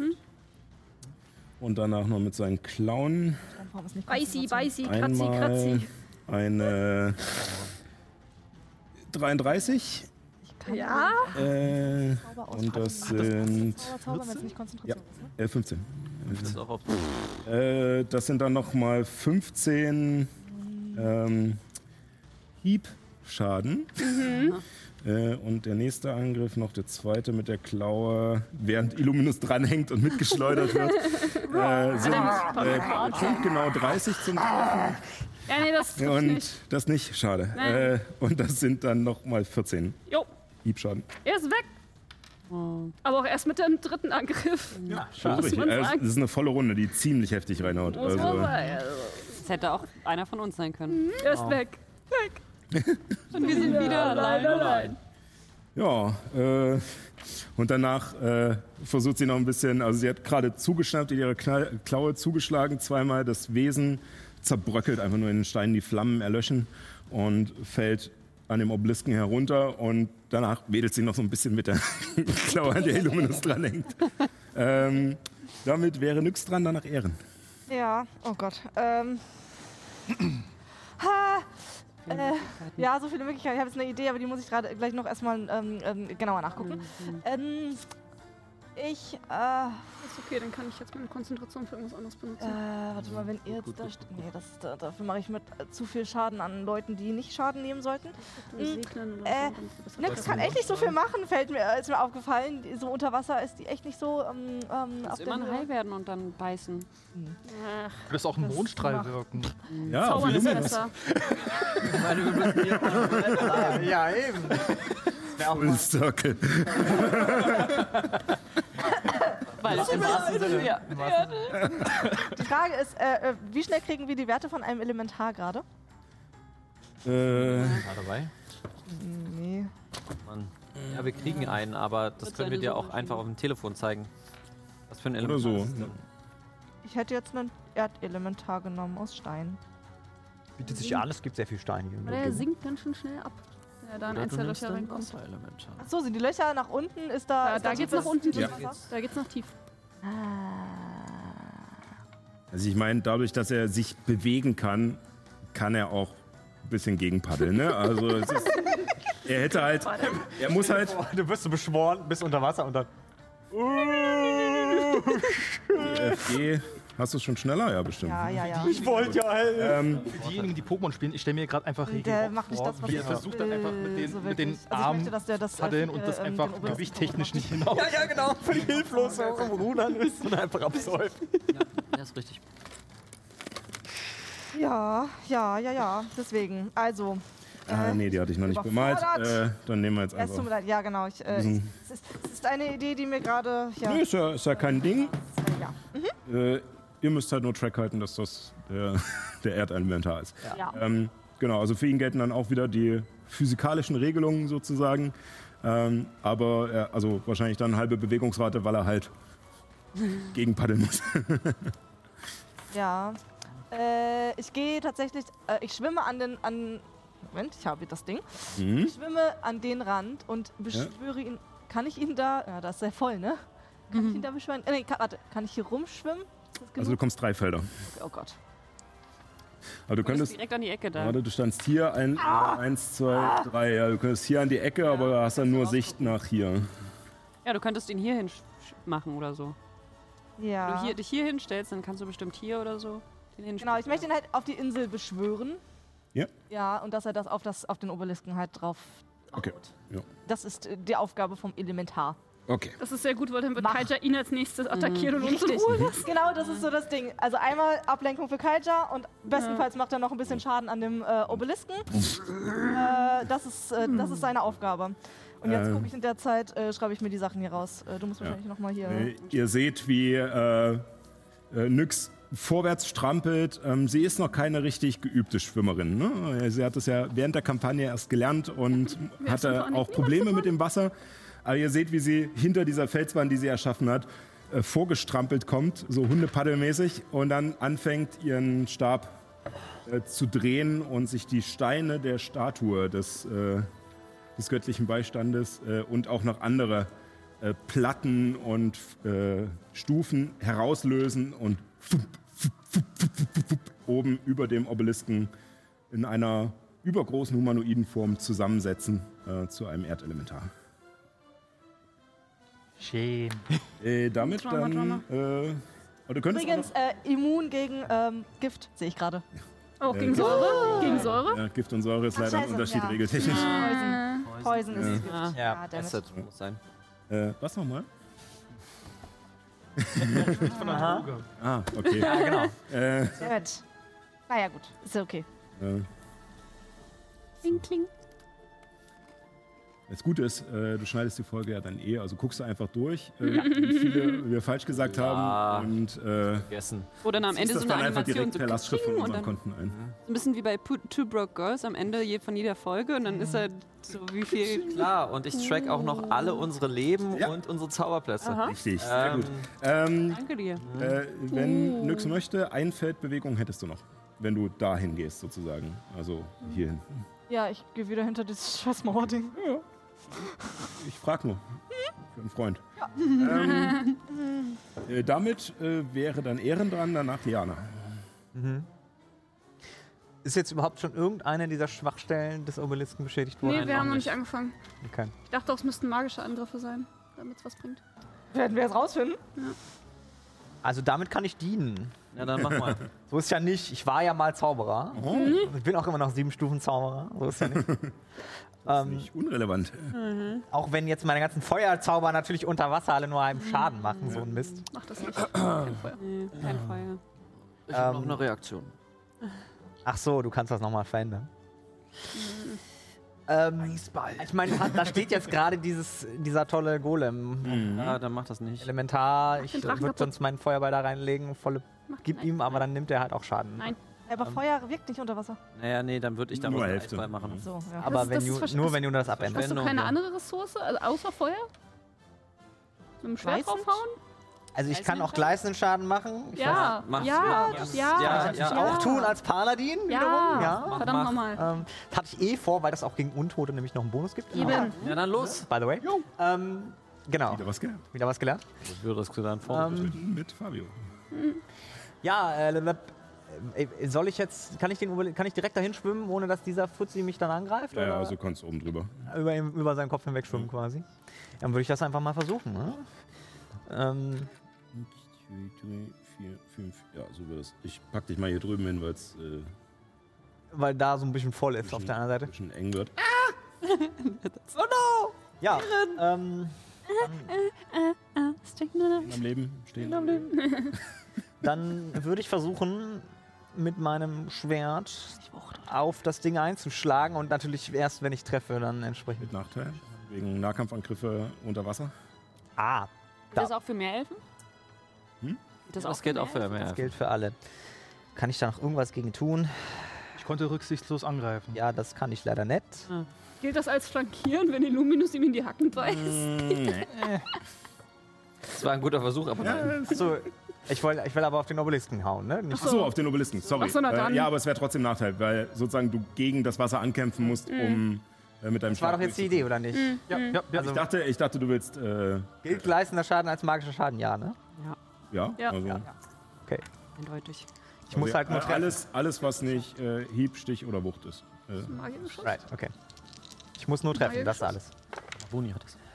Und danach noch mit seinen Klauen Beißi, kratzi, einmal kratzi. eine 33. Ja, Und das sind 15. Das ist auch auf Das sind dann nochmal 15 Hiebschaden. Und der nächste Angriff, noch der zweite mit der Klaue, während Illuminus dranhängt und mitgeschleudert wird, sind punktgenau 30 zum Treffen. Ja, nee, das trifft Und nicht. das nicht, schade. Nein. Und das sind dann nochmal 14 Jo, Hiebschaden. er ist weg. Aber auch erst mit dem dritten Angriff. Ja, Das schade. ist, richtig. man Das sagen. ist eine volle Runde, die ziemlich heftig reinhaut. Muss man Also, sagen. Das hätte auch einer von uns sein können. Er ist weg. Und wir sind wieder allein. ja, und danach versucht sie noch ein bisschen, also sie hat gerade zugeschnappt, in ihre Klaue zugeschlagen, zweimal. Das Wesen zerbröckelt einfach nur in den Steinen, die Flammen erlöschen und fällt an dem Obelisken herunter und danach wedelt sie noch so ein bisschen mit der Klaue, an der Illuminus dranhängt. Damit wäre Nyx dran, danach Ehren. Ja, oh Gott. Ja, so viele Möglichkeiten. Ich habe jetzt eine Idee, aber die muss ich gerade gleich noch erstmal genauer nachgucken. Ist okay, dann kann ich jetzt meine Konzentration für irgendwas anderes benutzen. Warte mal, wenn ihr jetzt da steht. Nee, dafür mache ich mit zu viel Schaden an Leuten, die nicht Schaden nehmen sollten. Segnen oder so. Nix kann echt nicht so viel machen, ist mir aufgefallen. So unter Wasser ist die echt nicht so auf Kannst der immer ein Höhe. Hai werden und dann beißen. Ach, Würde es auch ein Das Mondstrahl macht- wirken? Ja, auf Zaubern ist Illuminus. besser. Ich meine, wir müssen hier Ja, eben. Wäre auch Full mal Circle. Weil im wahrsten Sinne. Ja. Im wahrsten Sinne. Die Frage ist, wie schnell kriegen wir die Werte von einem Elementar gerade? War dabei? Nee. Mann. Ja, wir kriegen einen, aber das Wird können wir seine dir auch Suche einfach auf dem Telefon zeigen. Was für ein Oder Element so. ist denn? Ich hätte jetzt ein Erdelementar genommen aus Stein. Bietet sich ja an, es gibt sehr viel Steine hier. in der Aber der Umgebung. sinkt ganz schön schnell ab. Wenn er da in Oder eins du der nimmst Löcher ein reinkommt. Wasserelementar. Ach so, sind die Löcher nach unten? Ist da, Da, ist da das- geht's nach unten. Ja. Da geht's nach tief. Also ich meine, dadurch, dass er sich bewegen kann, kann er auch ein bisschen gegenpaddeln. Ne? Also es ist, er hätte halt, er muss halt, Du wirst so beschworen, bist unter Wasser und dann. FG, hast du es schon schneller? Ja, bestimmt. Ja. Ich wollte ja helfen. Für diejenigen, die Pokémon spielen, ich stelle mir gerade einfach Und Regie der auch macht nicht vor, das, was wie ich er versucht will, dann einfach mit den, so mit den wirklich. Also ich Armen möchte, dass der das, paddeln und das den einfach Obelisken gewichttechnisch kaputt nicht hinaus. Ja, genau. Völlig hilflos so am Rudern ist und einfach absäufen. Ja, ist richtig. Ja. Deswegen. Also. Nee, die hatte ich noch nicht bemalt. Überfordert. Dann nehmen wir jetzt Es tut einfach. mir leid, ja genau. Es ist eine Idee, die mir gerade. Ja. Nö, ist ja kein Ding. Ja. Ihr müsst halt nur Track halten, dass das der Erdelementar ist. Ja. Genau, also für ihn gelten dann auch wieder die physikalischen Regelungen sozusagen. Aber er, also wahrscheinlich dann halbe Bewegungsrate, weil er halt gegen paddeln muss. Ja. Ich gehe tatsächlich. Ich schwimme Moment, ich habe das Ding. Mhm. Ich schwimme an den Rand und beschwöre ihn. Kann ich ihn da. Ja, das ist sehr voll, ne? Kann ich ihn da beschwören? Nee, warte, kann ich hier rumschwimmen? Ist das Also genug? du kommst 3 Felder. Oh Gott. Aber du Du bist könntest. direkt an die Ecke da. Warte, du standst hier 1, 2, 3. Ja, du könntest hier an die Ecke, aber hast dann nur Sicht nach hier. Ja, du könntest ihn hier hin machen oder so. Ja. Wenn du dich hier hinstellst, dann kannst du bestimmt hier oder so den hinstellen. Genau, ich möchte ihn halt auf die Insel beschwören. Ja. Ja, und dass er das auf den Obelisken halt drauf. Okay. Ja. Das ist die Aufgabe vom Elementar. Okay. Das ist sehr gut, weil dann wird Mach. Kaija ihn als nächstes attackieren und uns in Richtig. Ruhe lassen. Genau, das ist so das Ding. Also einmal Ablenkung für Kaija und bestenfalls macht er noch ein bisschen Schaden an dem Obelisken. Das ist seine Aufgabe. Und jetzt gucke ich in der Zeit, schreibe ich mir die Sachen hier raus. Du musst wahrscheinlich noch mal hier... Ihr seht, wie Nyx vorwärts strampelt. Sie ist noch keine richtig geübte Schwimmerin. Ne? Sie hat es ja während der Kampagne erst gelernt und hatte auch Probleme mit dem Wasser. Aber ihr seht, wie sie hinter dieser Felswand, die sie erschaffen hat, vorgestrampelt kommt, so hundepaddelmäßig, und dann anfängt, ihren Stab zu drehen und sich die Steine der Statue des göttlichen Beistandes und auch noch andere Platten und Stufen herauslösen und oben über dem Obelisken in einer übergroßen humanoiden Form zusammensetzen zu einem Erdelementar. Schön. Damit Drama, Drama. dann. Du könntest Übrigens immun gegen Gift, sehe ich gerade. Auch gegen Säure? Gegen Säure? ja, Gift und Säure ist leider ein scheiße, Unterschied ja. regeltechnisch. Poison ist Gift. Ja. Ja, damit. Acid muss sein. Was nochmal? Von der Droge. Ah, okay. Ja, genau. Gut. Naja, gut. Ist ja okay. Kling, kling. Das Gute ist, du schneidest die Folge ja dann also guckst du einfach durch, wie viele wir falsch gesagt haben und Vergessen. Wo dann am Ende ziehst so das eine dann einfach Animation direkt so per Lastschrift von kling und unseren dann Konten ein. so ein bisschen wie bei Two Broke Girls am Ende von jeder Folge und dann ist halt so wie viel. Klar, und ich track auch noch alle unsere Leben und unsere Zauberplätze. Aha. Richtig, sehr gut. Danke dir. Wenn Nyx möchte, ein Feldbewegung hättest du noch, wenn du dahin gehst sozusagen, also hier hinten. Ja, ich gehe wieder hinter dieses scheiß Mauerding. Ja. Ich frag nur. Für einen Freund. Damit wäre dann Ehren dran, danach Liana. Ist jetzt überhaupt schon irgendeine dieser Schwachstellen des Obelisken beschädigt worden? Nee, wir haben noch nicht angefangen. Okay. Ich dachte auch, es müssten magische Angriffe sein, damit es was bringt. Werden wir jetzt rausfinden? Also damit kann ich dienen. Ja, dann mach mal. So ist ja nicht. Ich war ja mal Zauberer. Ich bin auch immer noch 7 Stufen Zauberer. So ist ja nicht. Nicht unrelevant. Auch wenn jetzt meine ganzen Feuerzauber natürlich unter Wasser alle nur einen Schaden machen, so ein Mist. Mach das nicht. Kein Feuer. Nee, kein Feuer. Ich hab noch eine Reaktion. Ach so, du kannst das nochmal verändern. Ich meine, da steht jetzt gerade dieser tolle Golem. Ja, dann mach das nicht. Elementar. Ich den Drachen würde kaputt. sonst meinen Feuerball da reinlegen. Gib ihm, aber dann nimmt er halt auch Schaden. Nein. Aber Feuer wirkt nicht unter Wasser. Naja, nee, dann würde ich da Nur mal Hälfte. Eisball machen. So, ja. Aber Das ist nur wenn du das abänderst. Hast du Verschwendung, keine ja. andere Ressource, also außer Feuer? Mit dem Schwert Gleißend? draufhauen? Also ich kann auch gleißenden Schaden machen. Ich Ja, Mach's. ja, Ja, weiß, auch tun als Paladin wiederum. Ja. Verdammt nochmal. Das hatte ich vor, weil das auch gegen Untote nämlich noch einen Bonus gibt. Eben. Ja, dann los. By the way. Genau. Wieder was gelernt. Wieder was gelernt. Ich würde das dann vorne. Mit Fabio. Ja, soll ich jetzt, kann ich direkt dahin schwimmen, ohne dass dieser Fuzzi mich dann angreift? Ja, oder? also kannst du oben drüber. Über seinen Kopf hinweg schwimmen quasi. Dann würde ich das einfach mal versuchen. Ne? 2, 3, 4, 5. Ja, so wird es. Ich pack dich mal hier drüben hin, weil es Weil da so ein bisschen voll ist auf der anderen Seite. ein bisschen eng wird. Oh no! Ja, Am Leben stehen. dann würde ich versuchen, mit meinem Schwert auf das Ding einzuschlagen und natürlich erst, wenn ich treffe, dann entsprechend. Mit Nachteil. Wegen Nahkampfangriffe unter Wasser. Ah, Das auch für mehr Elfen? Das geht auch für mehr. das gilt für alle. Kann ich da noch irgendwas gegen tun? Ich konnte rücksichtslos angreifen. Ja, das kann ich leider nicht. Gilt das als Flankieren, wenn Illuminus ihm in die Hacken beißt? Das war ein guter Versuch, aber nein. Achso, ich will aber auf den Obelisken hauen, ne? Nicht Ach so, auf den Obelisken, sorry. Ach so, na dann. Ja, aber es wäre trotzdem ein Nachteil, weil sozusagen du gegen das Wasser ankämpfen musst, um mit deinem das war Schlag doch jetzt die Idee, oder nicht? Ja, Also Ich dachte, du willst. gilt gleißender Schaden als magischer Schaden, ja, ne? Ja, Ja. also. Okay. Eindeutig. Ich muss halt nur treffen. alles, was nicht Hieb, Stich oder Wucht ist. Magiegeschoss? Right, okay. Ich muss nur treffen, das ist alles. Boni hat das.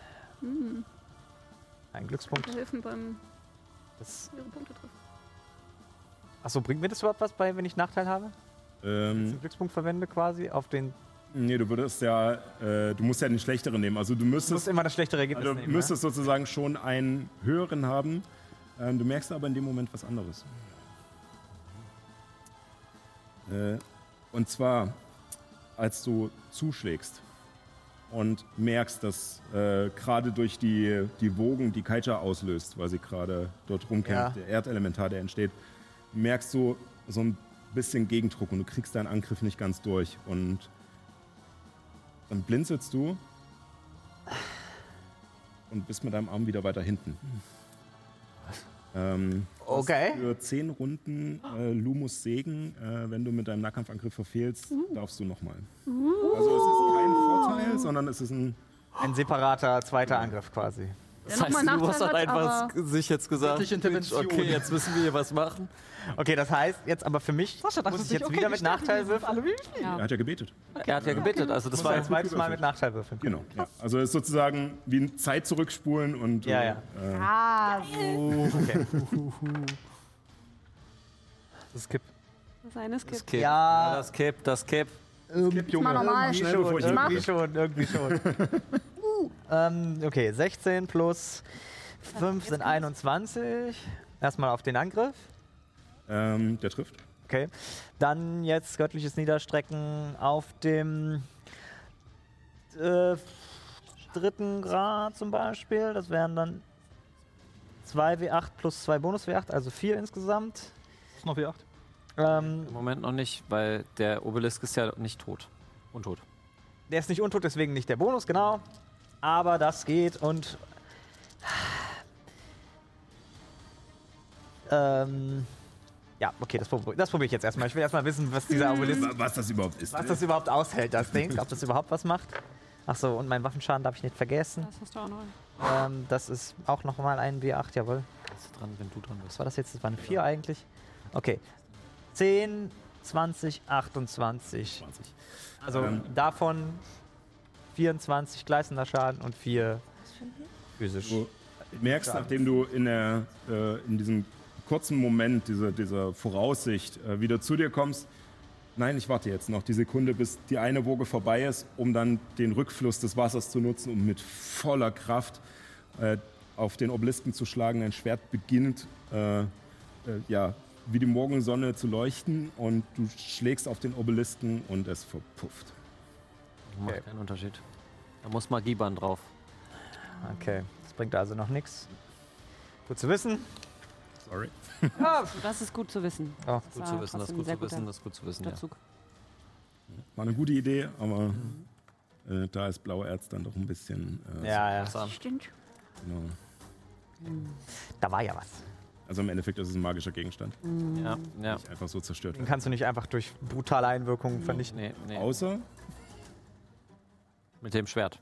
Ein Glückspunkt. Helfen beim Das, ihre Punkte treffen. achso, bringt mir das überhaupt was bei, wenn ich Nachteil habe? Den Glückspunkt verwende quasi auf den. Nee, du würdest ja. Du musst ja den schlechteren nehmen. Also du Du musst müsstest. immer das schlechtere Ergebnis Also du nehmen. müsstest sozusagen schon einen höheren haben. Du merkst aber in dem Moment was anderes. Und zwar, als du zuschlägst und merkst, dass gerade durch die Wogen, die Kaija auslöst, weil sie gerade dort rumkämpft, Ja. der Erdelementar, der entsteht, merkst du so ein bisschen Gegendruck und du kriegst deinen Angriff nicht ganz durch. Und dann blinzelst du und bist mit deinem Arm wieder weiter hinten. Okay. Für 10 Runden Lumus Segen, wenn du mit deinem Nahkampfangriff verfehlst, darfst du nochmal. Also es ist kein Vorteil, sondern es ist ein... Ein separater zweiter Angriff quasi. Das heißt, nochmal du hast Nachteil halt hat, einfach sich jetzt gesagt, Göttliche Intervention. okay, jetzt müssen wir hier was machen. Okay, das heißt jetzt aber für mich, muss ich jetzt wieder mit Nachteil würfeln? Er hat ja gebetet. Er hat ja gebetet, also das Das war war ein jetzt zweites Mal mit Nachteil würfeln. Genau. Ja. Also es ist sozusagen wie ein Zeit zurückspulen und... Ja, ja. Ah, Okay. Das ist Kipp. Das eine ist das Kipp. Kipp. Ja. Das Kipp. mal normal. Schnell, bevor ich Irgendwie schon. Okay, 16 plus 5 sind 21. Erstmal auf den Angriff. Der trifft. Okay. Dann jetzt göttliches Niederstrecken auf dem 3. Grad zum Beispiel. Das wären dann 2 W8 plus 2 Bonus W8, also 4 insgesamt. Ist noch W8? Im Moment noch nicht, weil der Obelisk ist ja nicht tot. Untot. Der ist nicht untot, deswegen nicht der Bonus, genau. Aber das geht und... ja, okay, das probiere ich jetzt erstmal. Ich will erstmal wissen, was dieser Obelisk... Was das überhaupt ist. Was das überhaupt aushält, das Ding. Ob das überhaupt was macht. Achso, und meinen Waffenschaden darf ich nicht vergessen. Das hast du auch noch. Das ist auch nochmal ein W8, jawohl. Bist du dran, wenn du dran bist. Was war das jetzt? Das waren 4 eigentlich. Okay. 10, 20, 28. 20. Also davon 24 gleißender Schaden und 4 physisch. Du merkst, nachdem du in diesem kurzen Moment dieser Voraussicht wieder zu dir kommst, nein, ich warte jetzt noch die Sekunde, bis die eine Woge vorbei ist, um dann den Rückfluss des Wassers zu nutzen, um mit voller Kraft auf den Obelisken zu schlagen. Dein Schwert beginnt wie die Morgensonne zu leuchten und du schlägst auf den Obelisken und es verpufft. Macht keinen Unterschied. Da muss Magieband drauf. Okay, das bringt also noch nichts. Gut zu wissen. Sorry. Das ist gut zu wissen. Oh. Gut zu wissen, das ist gut zu wissen, das ist gut zu wissen. Ja. War eine gute Idee, aber da ist Blauerz dann doch ein bisschen... Ja. Stimmt. Genau. Da war ja was. Also im Endeffekt ist es ein magischer Gegenstand. Ja. Nicht einfach so zerstört Den werden. kannst du nicht einfach durch brutale Einwirkungen vernichten. Nee. Außer... Mit dem Schwert.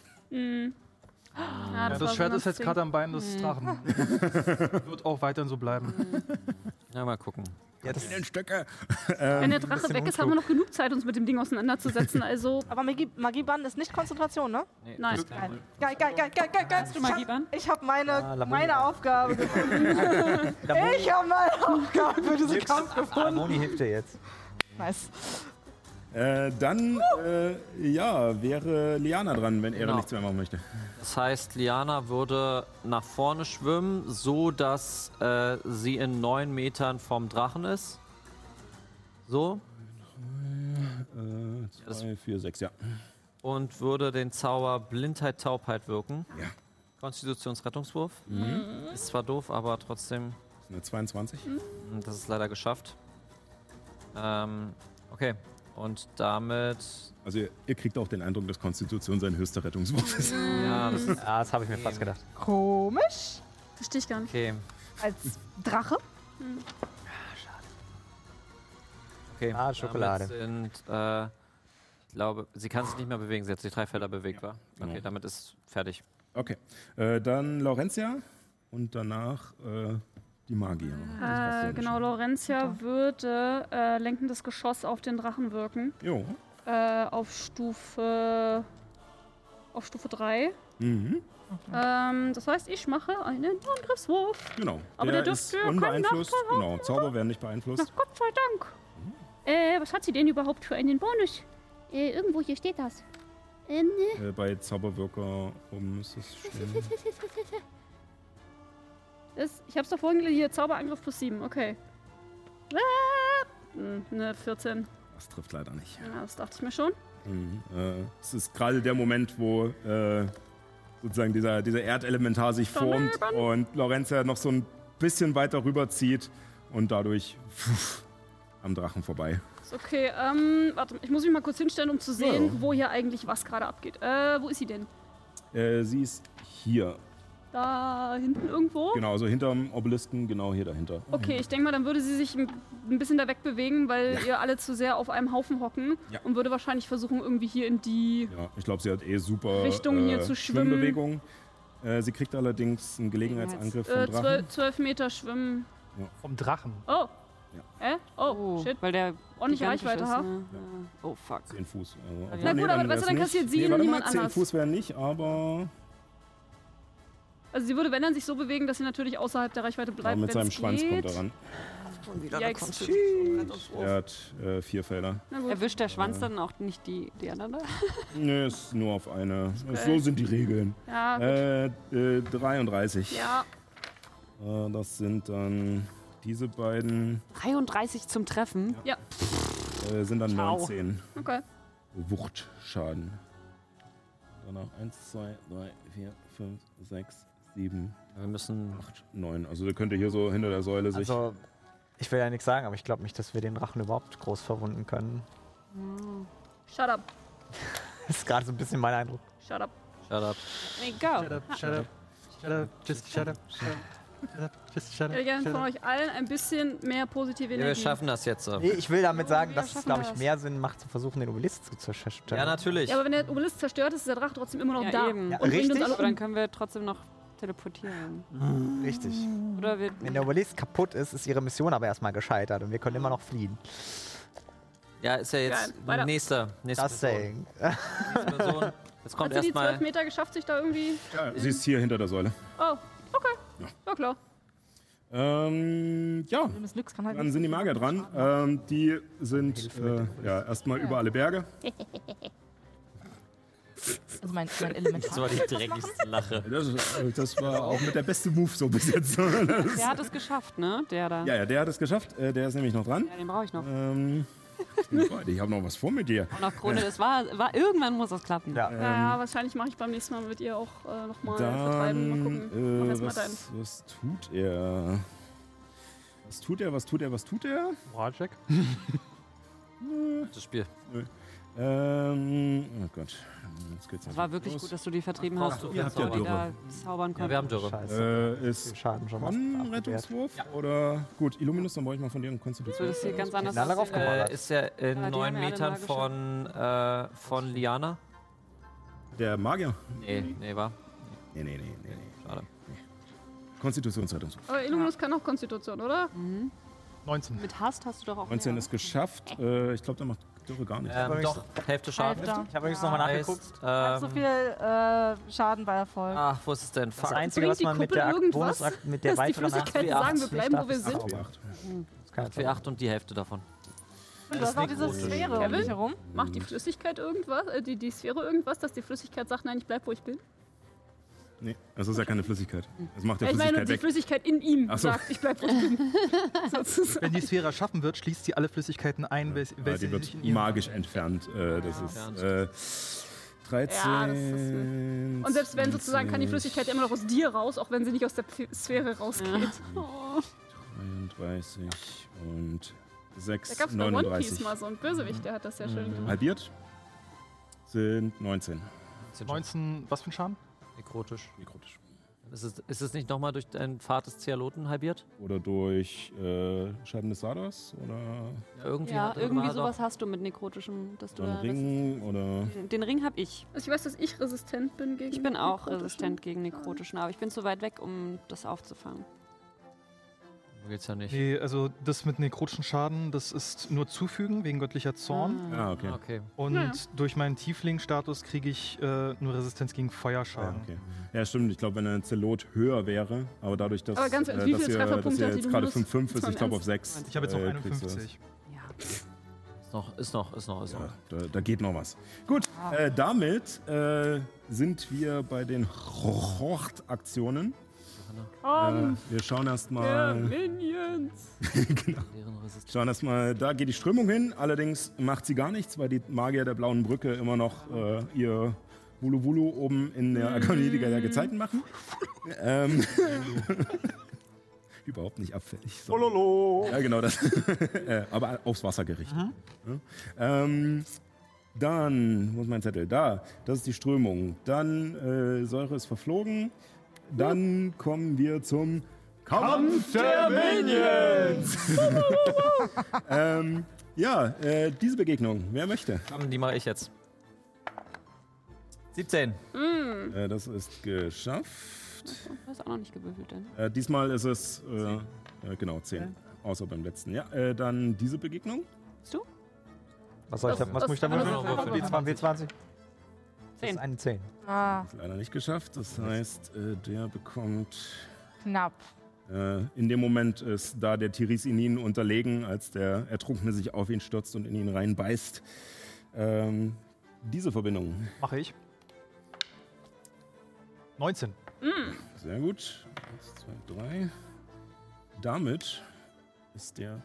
Ja, Das Schwert ist jetzt gerade am Bein des Drachen. Wird auch weiterhin so bleiben. Ja, mal gucken. Ja, das Stöcke! Wenn der Drache weg ist, haben wir noch genug Zeit, uns mit dem Ding auseinanderzusetzen. Also, Aber Magieband ist nicht Konzentration, ne? Nee, Nein. das ist kein- Geil. hast du Magieband? Ich habe Laboni. meine Aufgabe gefunden. Ich habe meine Aufgabe für diesen Kampf gefunden. Moni hilft dir jetzt. Nice. Dann wäre Liana dran, wenn er Genau. nichts mehr machen möchte. Das heißt, Liana würde nach vorne schwimmen, so dass sie in 9 Metern vom Drachen ist. So. 2, 4, 6, ja. Und würde den Zauber Blindheit, Taubheit wirken. Ja. Konstitutionsrettungswurf. Ist zwar doof, aber trotzdem, Das ist eine 22. das ist leider geschafft. Okay. Und damit. Also ihr kriegt auch den Eindruck, dass Konstitution sein höchster Rettungswurf ist. Ja, das ist Ja, das habe ich mir fast gedacht. Komisch. Verstehe ich gar nicht. okay. Als Drache? Okay. Ah, Schokolade. Damit sind, ich glaube, sie kann sich nicht mehr bewegen. Sie hat sich 3 Felder bewegt, war. Okay, genau. damit ist fertig. Okay. Dann Laurentia und danach die Magier. Genau, Laurentia würde lenkendes Geschoss auf den Drachen wirken. Jo. Auf Stufe 3. Mhm. Das heißt, ich mache einen Angriffswurf. Genau. Aber der ist dürfte keinen unbeeinflusst. Nachteil haben, Genau, Zauber werden nicht beeinflusst. Na Gott sei Dank. Was hat sie denn überhaupt für einen Bonus? Irgendwo hier steht das. Ne. Bei Zauberwirker ist es stehen. Ich hab's doch vorhin gelesen, hier Zauberangriff plus 7, okay. Ne, 14. Das trifft leider nicht. Ja, das dachte ich mir schon. Es ist gerade der Moment, wo sozusagen dieser Erdelementar sich formt und Laurentia noch so ein bisschen weiter rüberzieht und dadurch am Drachen vorbei. Ist okay, warte, ich muss mich mal kurz hinstellen, um zu sehen, wo hier eigentlich was gerade abgeht. Wo ist sie denn? Sie ist hier. Da hinten irgendwo? Genau, also hinterm Obelisken, genau hier dahinter. Okay, ich denke mal, dann würde sie sich ein bisschen da wegbewegen, weil ihr alle zu sehr auf einem Haufen hocken und würde wahrscheinlich versuchen, irgendwie hier in die... Ja, ich glaube, sie hat super Richtung hier zu schwimmen. Schwimmbewegung. Sie kriegt allerdings einen Gelegenheitsangriff vom Drachen. 12 Meter schwimmen. Vom Drachen. Oh. Ja. Oh, shit. Weil der Ordentliche gigantisch Reichweite ist, hat. ne? Oh, fuck. 10 Fuß. Na gut, aber wär's dann nicht. kassiert sie und warte niemand mal, 10 anders. Fuß wären nicht, aber Also sie würde, wenn dann, sich so bewegen, dass sie natürlich außerhalb der Reichweite bleibt, mit seinem wenn's Schwanz geht. kommt er ran. Yikes. Er hat 4 Felder. Na gut. Erwischt der Schwanz dann auch nicht die anderen da? Nö, ist nur auf eine. Okay. So sind die Regeln. Ja, gut. 33. Ja, Das sind dann diese beiden 33 zum Treffen. Ja. sind dann Ciao. 19 Okay. Wuchtschaden. Danach 1, 2, 3, 4, 5, 6, 7, Wir müssen. 8, 9. Also der könnte hier so hinter der Säule sich... Also, ich will ja nichts sagen, aber ich glaube nicht, dass wir den Drachen überhaupt groß verwunden können. Shut up. Das ist gerade so ein bisschen mein Eindruck. Shut up. Shut up. Hey, go. Shut up, shut up, shut up, just shut up, shut up, shut up, just shut Ich up. hätte gerne shut von up. euch allen ein bisschen mehr positive Ja, wir Energie. schaffen das jetzt. Nee, ich will damit sagen, wir dass es, schaffen glaube ich, das. mehr Sinn macht, zu versuchen, den Obelisk zu zerstören. Ja, natürlich. Ja, aber wenn der Obelisk zerstört ist, ist der Drache trotzdem immer noch Ja, da. eben. Ja, Und bringt uns richtig. alle Aber dann um. können wir trotzdem noch teleportieren. Richtig. Oder wir. Wenn der Obelisk kaputt ist, ist ihre Mission aber erstmal gescheitert und wir können immer noch fliehen. Ja, ist ja jetzt Geil, weiter. nächste Das Person. saying. Nächste Person. Jetzt kommt Hat sie die 12 erstmal. Meter geschafft, sich da irgendwie... Ja, sie ist hier hinter der Säule. Oh, okay. Ja, klar. Ja, Das Lux kann halt dann nicht sind die so viel Magier dran. schaden. Die sind erstmal über alle Berge. Also mein Elementar. Das war die dreckigste Lache. Das war auch mit der beste Move so bis jetzt. Der hat es geschafft, ne? Der da. Ja, der hat es geschafft. Der ist nämlich noch dran. Ja, den brauche ich noch. Ich habe noch was vor mit dir. Und auf Krone, das war irgendwann muss das klappen. Ja. Ja, wahrscheinlich mache ich beim nächsten Mal mit ihr auch nochmal vertreiben. Mal gucken. Mach erst mal deinen. was tut er? Was tut er? Moralcheck. Das Spiel. Oh Gott. Jetzt geht's Das war wirklich gut, dass du die vertrieben Was hast. brauchst du Ihr für habt ja Zauber? Dürre. Zaubern Ja, konnten. wir haben Dürre. Scheiße. Ist Viel Schaden schon mal. Von abgewehrt. Rettungswurf? Oder gut, Illuminus, dann brauche ich mal von dir einen Jetzt wird Konstitution. es hier ganz anders alle aussehen. raufgeballert. Ist er in Ja, die 9 haben ja alle Metern magische. von Liana? Der Magier? Nee, war. Nee. Schade. Konstitutionsrettungswurf. Aber Illuminus kann auch Konstitution, oder? 19. Mit Hast hast du doch auch 19 mehr, ist geschafft. Ich glaube, der macht Dürre gar nicht. Doch, Hälfte Schaden. Hälfte. Ich habe übrigens nochmal nachgeguckt. Heißt, So viel Schaden bei Erfolg. ach, wo ist es denn? Das Fuck. Einzige, was die man mit Kuppel der irgendwas? Bonusakt, mit der Dass die weiteren Flüssigkeit Ach, sagen, wir nicht bleiben, darf, wo wir ist sind. 8. 8. W8 und die Hälfte davon. Und du hast auch diese nekrotisch. Sphäre um dich herum. Macht die Flüssigkeit irgendwas, die Sphäre irgendwas, dass die Flüssigkeit sagt, nein, ich bleib, wo ich bin? Nee, das ist ja keine Flüssigkeit. Das macht der Ich meine, Flüssigkeit die weg. Flüssigkeit in ihm Ach so. sagt, ich bleib, wo ich bin. Sozusagen. Wenn die Sphäre erschaffen wird, schließt sie alle Flüssigkeiten ein, Ja, die wird magisch entfernt. Das ist 13. Ja, das ist und selbst wenn sozusagen kann die Flüssigkeit immer noch aus dir raus, auch wenn sie nicht aus der Sphäre rausgeht. 33 und 6, Da gab es bei One Piece 39. mal so einen Bösewicht, der hat das ja schön gemacht. Halbiert sind 19. 19, was für ein Schaden? Nekrotisch. Nekrotisch. Ist es nicht nochmal durch den Pfad des Zealoten halbiert? Oder durch Scheiben des Sardas? Oder Ja, irgendwie, Ja, hat irgendwie doch- sowas hast du mit nekrotischem, dass du einen da Ring? Oder Den Ring habe ich. Also ich weiß, dass ich resistent bin gegen Ich bin auch nekrotischen. resistent gegen nekrotischen, aber ich bin zu weit weg, um das aufzufangen. So geht's ja nicht. Nee, also das mit nekrotischen Schaden, das ist nur zufügen wegen göttlicher Zorn. okay. Ah, okay. Und Ja. durch meinen Tiefling-Status kriege ich nur Resistenz gegen Ja, Feuerschaden. okay. Ja, stimmt. Ich glaube, wenn ein Zelot höher wäre, aber dadurch, dass, Aber ganz ehrlich, wie dass viele ihr, Trefferpunkte dass ihr hat die jetzt gerade Luminus? 5,5 ist, Jetzt ich glaube mal auf 6. Ich habe jetzt noch 51. Ja. Ist noch. Ja, da geht noch was. Gut, damit sind wir bei den Hort-Aktionen. Wir schauen erstmal. Minions! Deren Resistenz. Schauen erstmal, da geht die Strömung hin. Allerdings macht sie gar nichts, weil die Magier der blauen Brücke immer noch ihr Wulu-Wulu oben in der Akademie der Gezeiten machen. Überhaupt nicht abfällig. So. Ja, genau das. Aber aufs Wasser gerichtet. Ja. Dann, wo ist mein Zettel? Da, das ist die Strömung. Dann Säure ist verflogen. Dann kommen wir zum Kampf der Minions. Diese Begegnung. Wer möchte? Komm, die mache ich jetzt. 17. Das ist geschafft. Du hast auch noch nicht gewürfelt, denn. Diesmal ist es genau 10. Außer beim letzten. Ja, dann diese Begegnung. Bist du? Was muss ich da würfeln? W20? Das ist eine 10. Ah, Ist leider nicht geschafft. Das heißt, der bekommt. knapp. In dem Moment ist da der Tirisinin unterlegen, als der Ertrunkene sich auf ihn stürzt und in ihn reinbeißt. Diese Verbindung. Mache ich. 19. Sehr gut. 1, 2, 3. Damit ist der.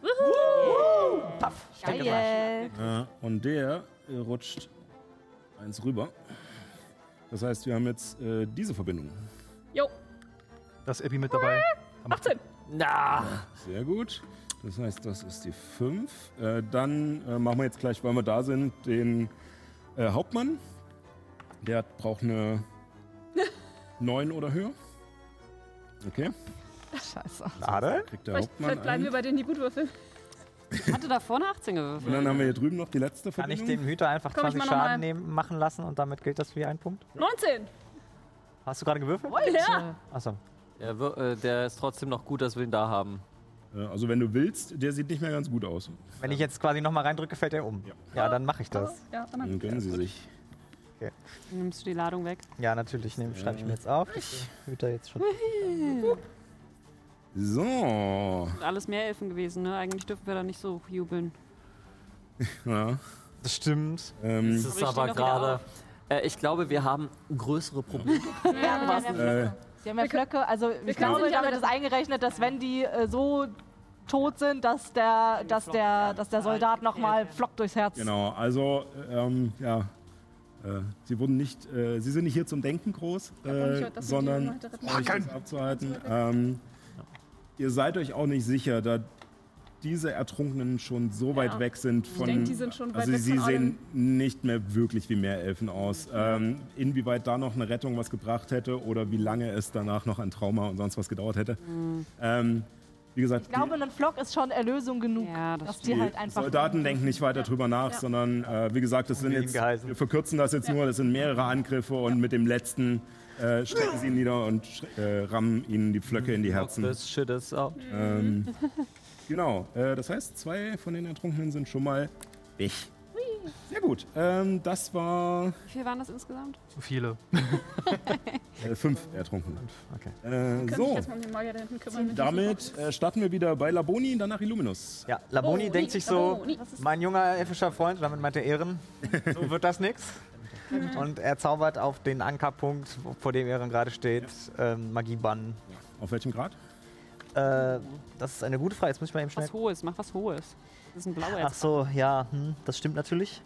Geil. Und der rutscht eins rüber. Das heißt, wir haben jetzt diese Verbindung. Jo, Da ist Abby mit dabei. 18. Na, Sehr gut. Das heißt, das ist die 5. Dann machen wir jetzt gleich, weil wir da sind, den Hauptmann. Der braucht eine 9 oder höher. Okay. Scheiße. Schade. Kriegt der Vielleicht Hauptmann bleiben wir einen. bei denen, die gut würfeln. Ich hatte da vorne 18 Und gewürfelt. dann haben wir hier drüben noch die letzte Kann ich Verbindung. dem Hüter einfach Komm, ich 20 mach noch Schaden machen lassen und damit gilt das wie ein Punkt? 19. Hast du gerade gewürfelt? Ja. Achso. der ist trotzdem noch gut, dass wir ihn da haben. Also wenn du willst, der sieht nicht mehr ganz gut aus. Wenn ich jetzt quasi nochmal reindrücke, fällt er um. Ja. Ja, dann mache ich das. Ja, Dann gönnen sie sich. Nimmst du die Ladung weg? Ja, natürlich. Schreibe ich mir jetzt auf. dass der Hüter jetzt schon. So. Alles Meerelfen gewesen, ne? Eigentlich dürfen wir da nicht so jubeln. Ja. Das stimmt. Das Aber ist ich steh aber noch gerade. Ich glaube, wir haben größere Probleme. Sie haben ja Flöcke, also ich glaube, nicht damit alle- ist eingerechnet, dass wenn die so tot sind, dass der Soldat nochmal Flock durchs Herz. Genau, also sie wurden nicht, sie sind nicht hier zum Denken groß, auch nicht, dass sie sondern die Leute retten. um euch das abzuhalten. Ihr seid euch auch nicht sicher, da diese Ertrunkenen schon so weit weg sind von. denke, die sind schon weit also weg sie von sehen nicht mehr wirklich wie Meerelfen aus. Inwieweit da noch eine Rettung was gebracht hätte oder wie lange es danach noch ein Trauma und sonst was gedauert hätte. Wie gesagt, Ich glaube, ein Flock ist schon Erlösung genug, Ja, das dass stimmt. die halt einfach. Soldaten denken nicht weiter drüber nach, sondern wie gesagt, das sind Leben jetzt, geheißen. wir verkürzen das jetzt nur, das sind mehrere Angriffe und mit dem letzten strecken sie ihn nieder und rammen ihnen die Pflöcke in die Herzen. This shit is out. Genau, das heißt, 2 von den Ertrunkenen sind schon mal weg. Sehr gut, das war Wie viel waren das insgesamt? Zu viele. 5 Ertrunkene. Okay. Kann ich So, jetzt mal um den Magier da hinten kümmern? damit starten wir wieder bei Laboni, danach Illuminus. Ja, Laboni Oh, denkt sich so, Laboni. Was ist- mein junger elfischer Freund, damit meint er Ehren, so wird das nix. Und er zaubert auf den Ankerpunkt, vor dem Ehren gerade steht, Magiebann. Auf welchem Grad? Das ist eine gute Frage, jetzt muss ich mal eben schnell... Was Hohes, mach was Hohes. Das ist ein blauer Ach so, ja, das stimmt natürlich.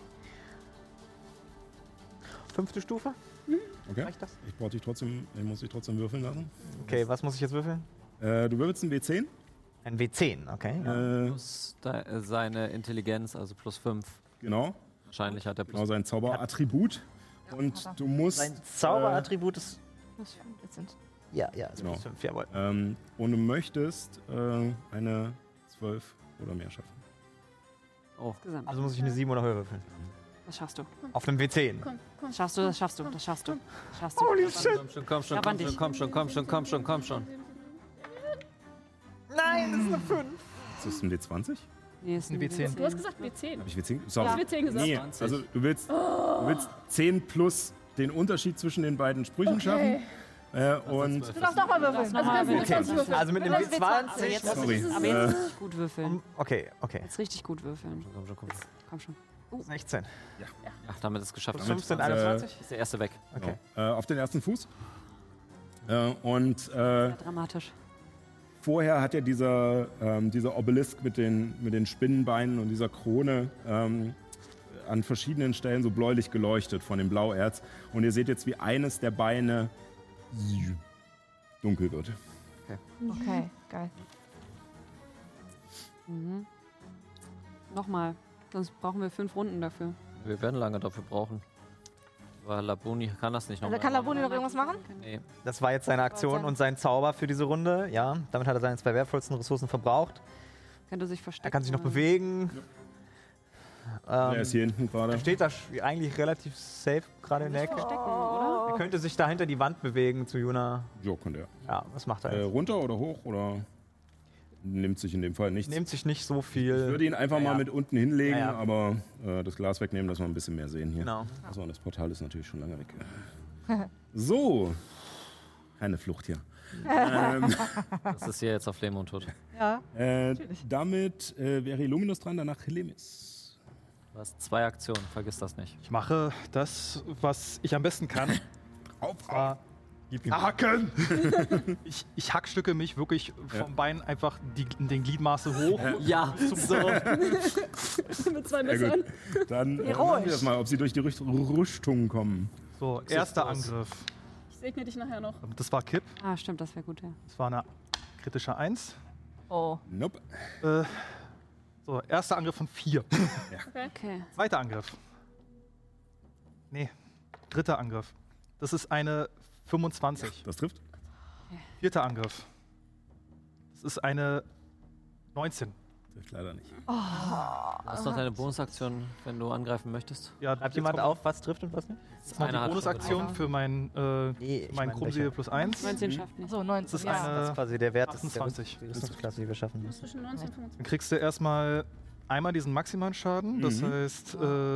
5. Stufe? Okay. Reicht das? Ich muss dich trotzdem würfeln lassen. Okay, was muss ich jetzt würfeln? Du würfelst einen W10. Ein W10, okay. Plus seine Intelligenz, also plus 5. Genau. Wahrscheinlich hat er Genau, plus. sein Zauberattribut. Und du musst. Sein Zauberattribut ist... Jetzt sind Ja, ist Genau. plus 5, jawohl. Und du möchtest eine 12 oder mehr schaffen. Oh, Gesamt. Also muss ich eine 7 oder höher würfeln. Das schaffst du. Auf einem W10. Komm, Das schaffst du, das schaffst du, das schaffst du. Das schaffst du. Holy shit! komm schon, Ja, komm wann schon, dich? komm schon, komm schon, komm schon, komm schon. Nein, das ist eine 5. Ist das ein D20? Nee, ist ein W10. Du hast gesagt W10. Habe ich W10? Ja. Sorry. W10 gesagt. Nee, also du willst 10 plus den Unterschied zwischen den beiden Sprüchen schaffen. Und Du darfst nochmal würfeln. Also kannst du mit 20 würfeln. Also mit einem Das ist W20. Aber jetzt, Sorry. aber jetzt richtig gut würfeln. Okay. Jetzt richtig gut würfeln. Komm schon, komm schon. Komm schon. 16. Ach, damit ist es geschafft. Plus Damit 15, 21. ist der erste weg. Okay. genau, auf den ersten Fuß. Und Ja, dramatisch. vorher hat ja dieser Obelisk mit den Spinnenbeinen und dieser Krone an verschiedenen Stellen so bläulich geleuchtet von dem Blauerz. Und ihr seht jetzt, wie eines der Beine dunkel wird. Okay, geil. Nochmal. Sonst brauchen wir 5 Runden dafür. Wir werden lange dafür brauchen. Weil Laboni kann das nicht Also nochmal. kann Labuni noch irgendwas machen? Nee. Das war jetzt seine Aktion und sein Zauber für diese Runde. Ja, damit hat er seine 2 wertvollsten Ressourcen verbraucht. Könnte sich verstecken. Er kann sich noch oder? bewegen. Er ist hier hinten gerade. Er steht da eigentlich relativ safe gerade in der Ecke. Verstecken, oder? Er könnte sich da hinter die Wand bewegen zu Juna. Jo, könnte er. Ja, was macht er jetzt? Runter oder hoch oder nimmt sich in dem Fall nichts? Nimmt sich nicht so Ich viel. würde ihn einfach mal mit unten hinlegen, Ja, ja. aber das Glas wegnehmen, dass wir ein bisschen mehr sehen hier. Genau. Also, und das Portal ist natürlich schon lange weg. So. Keine Flucht hier. Das ist hier jetzt auf Leben und Tod. Ja. Damit wäre Illuminus dran, danach Helemis. Du hast 2 Aktionen, vergiss das nicht. Ich mache das, was ich am besten kann. Auf, Zwar Gib ihm. Haken! ich hackstücke mich wirklich vom Bein einfach den Gliedmaße hoch. Ja, so. Mit 2 Sehr Messern. gut. Dann machen wir das mal, ob sie durch die Rüstung kommen. So, erster Angriff. Ich segne dich nachher noch. Das war Kipp. Ah, stimmt, das wäre gut, ja. Das war eine kritische 1. Oh. Nope. So, erster Angriff von 4. Okay. Zweiter Angriff. Nee, dritter Angriff. Das ist eine 25. Das trifft. Vierter Angriff. Das ist eine 19. Trifft leider nicht. Du hast noch deine Bonusaktion, wenn du angreifen möchtest. Ja, Schreibt jemand auf, was trifft und was nicht? Das ist noch die Einer hat Bonusaktion schon für mein Nee, ich mein meine, Chromsäbel plus 1. 19 schafft nicht. So, 19. Das ist ja. Das ist quasi der Wert des 28. der Rüstungsklasse, die wir schaffen müssen. Zwischen 19 und 25. Dann kriegst du erstmal einmal diesen maximalen Schaden. Das heißt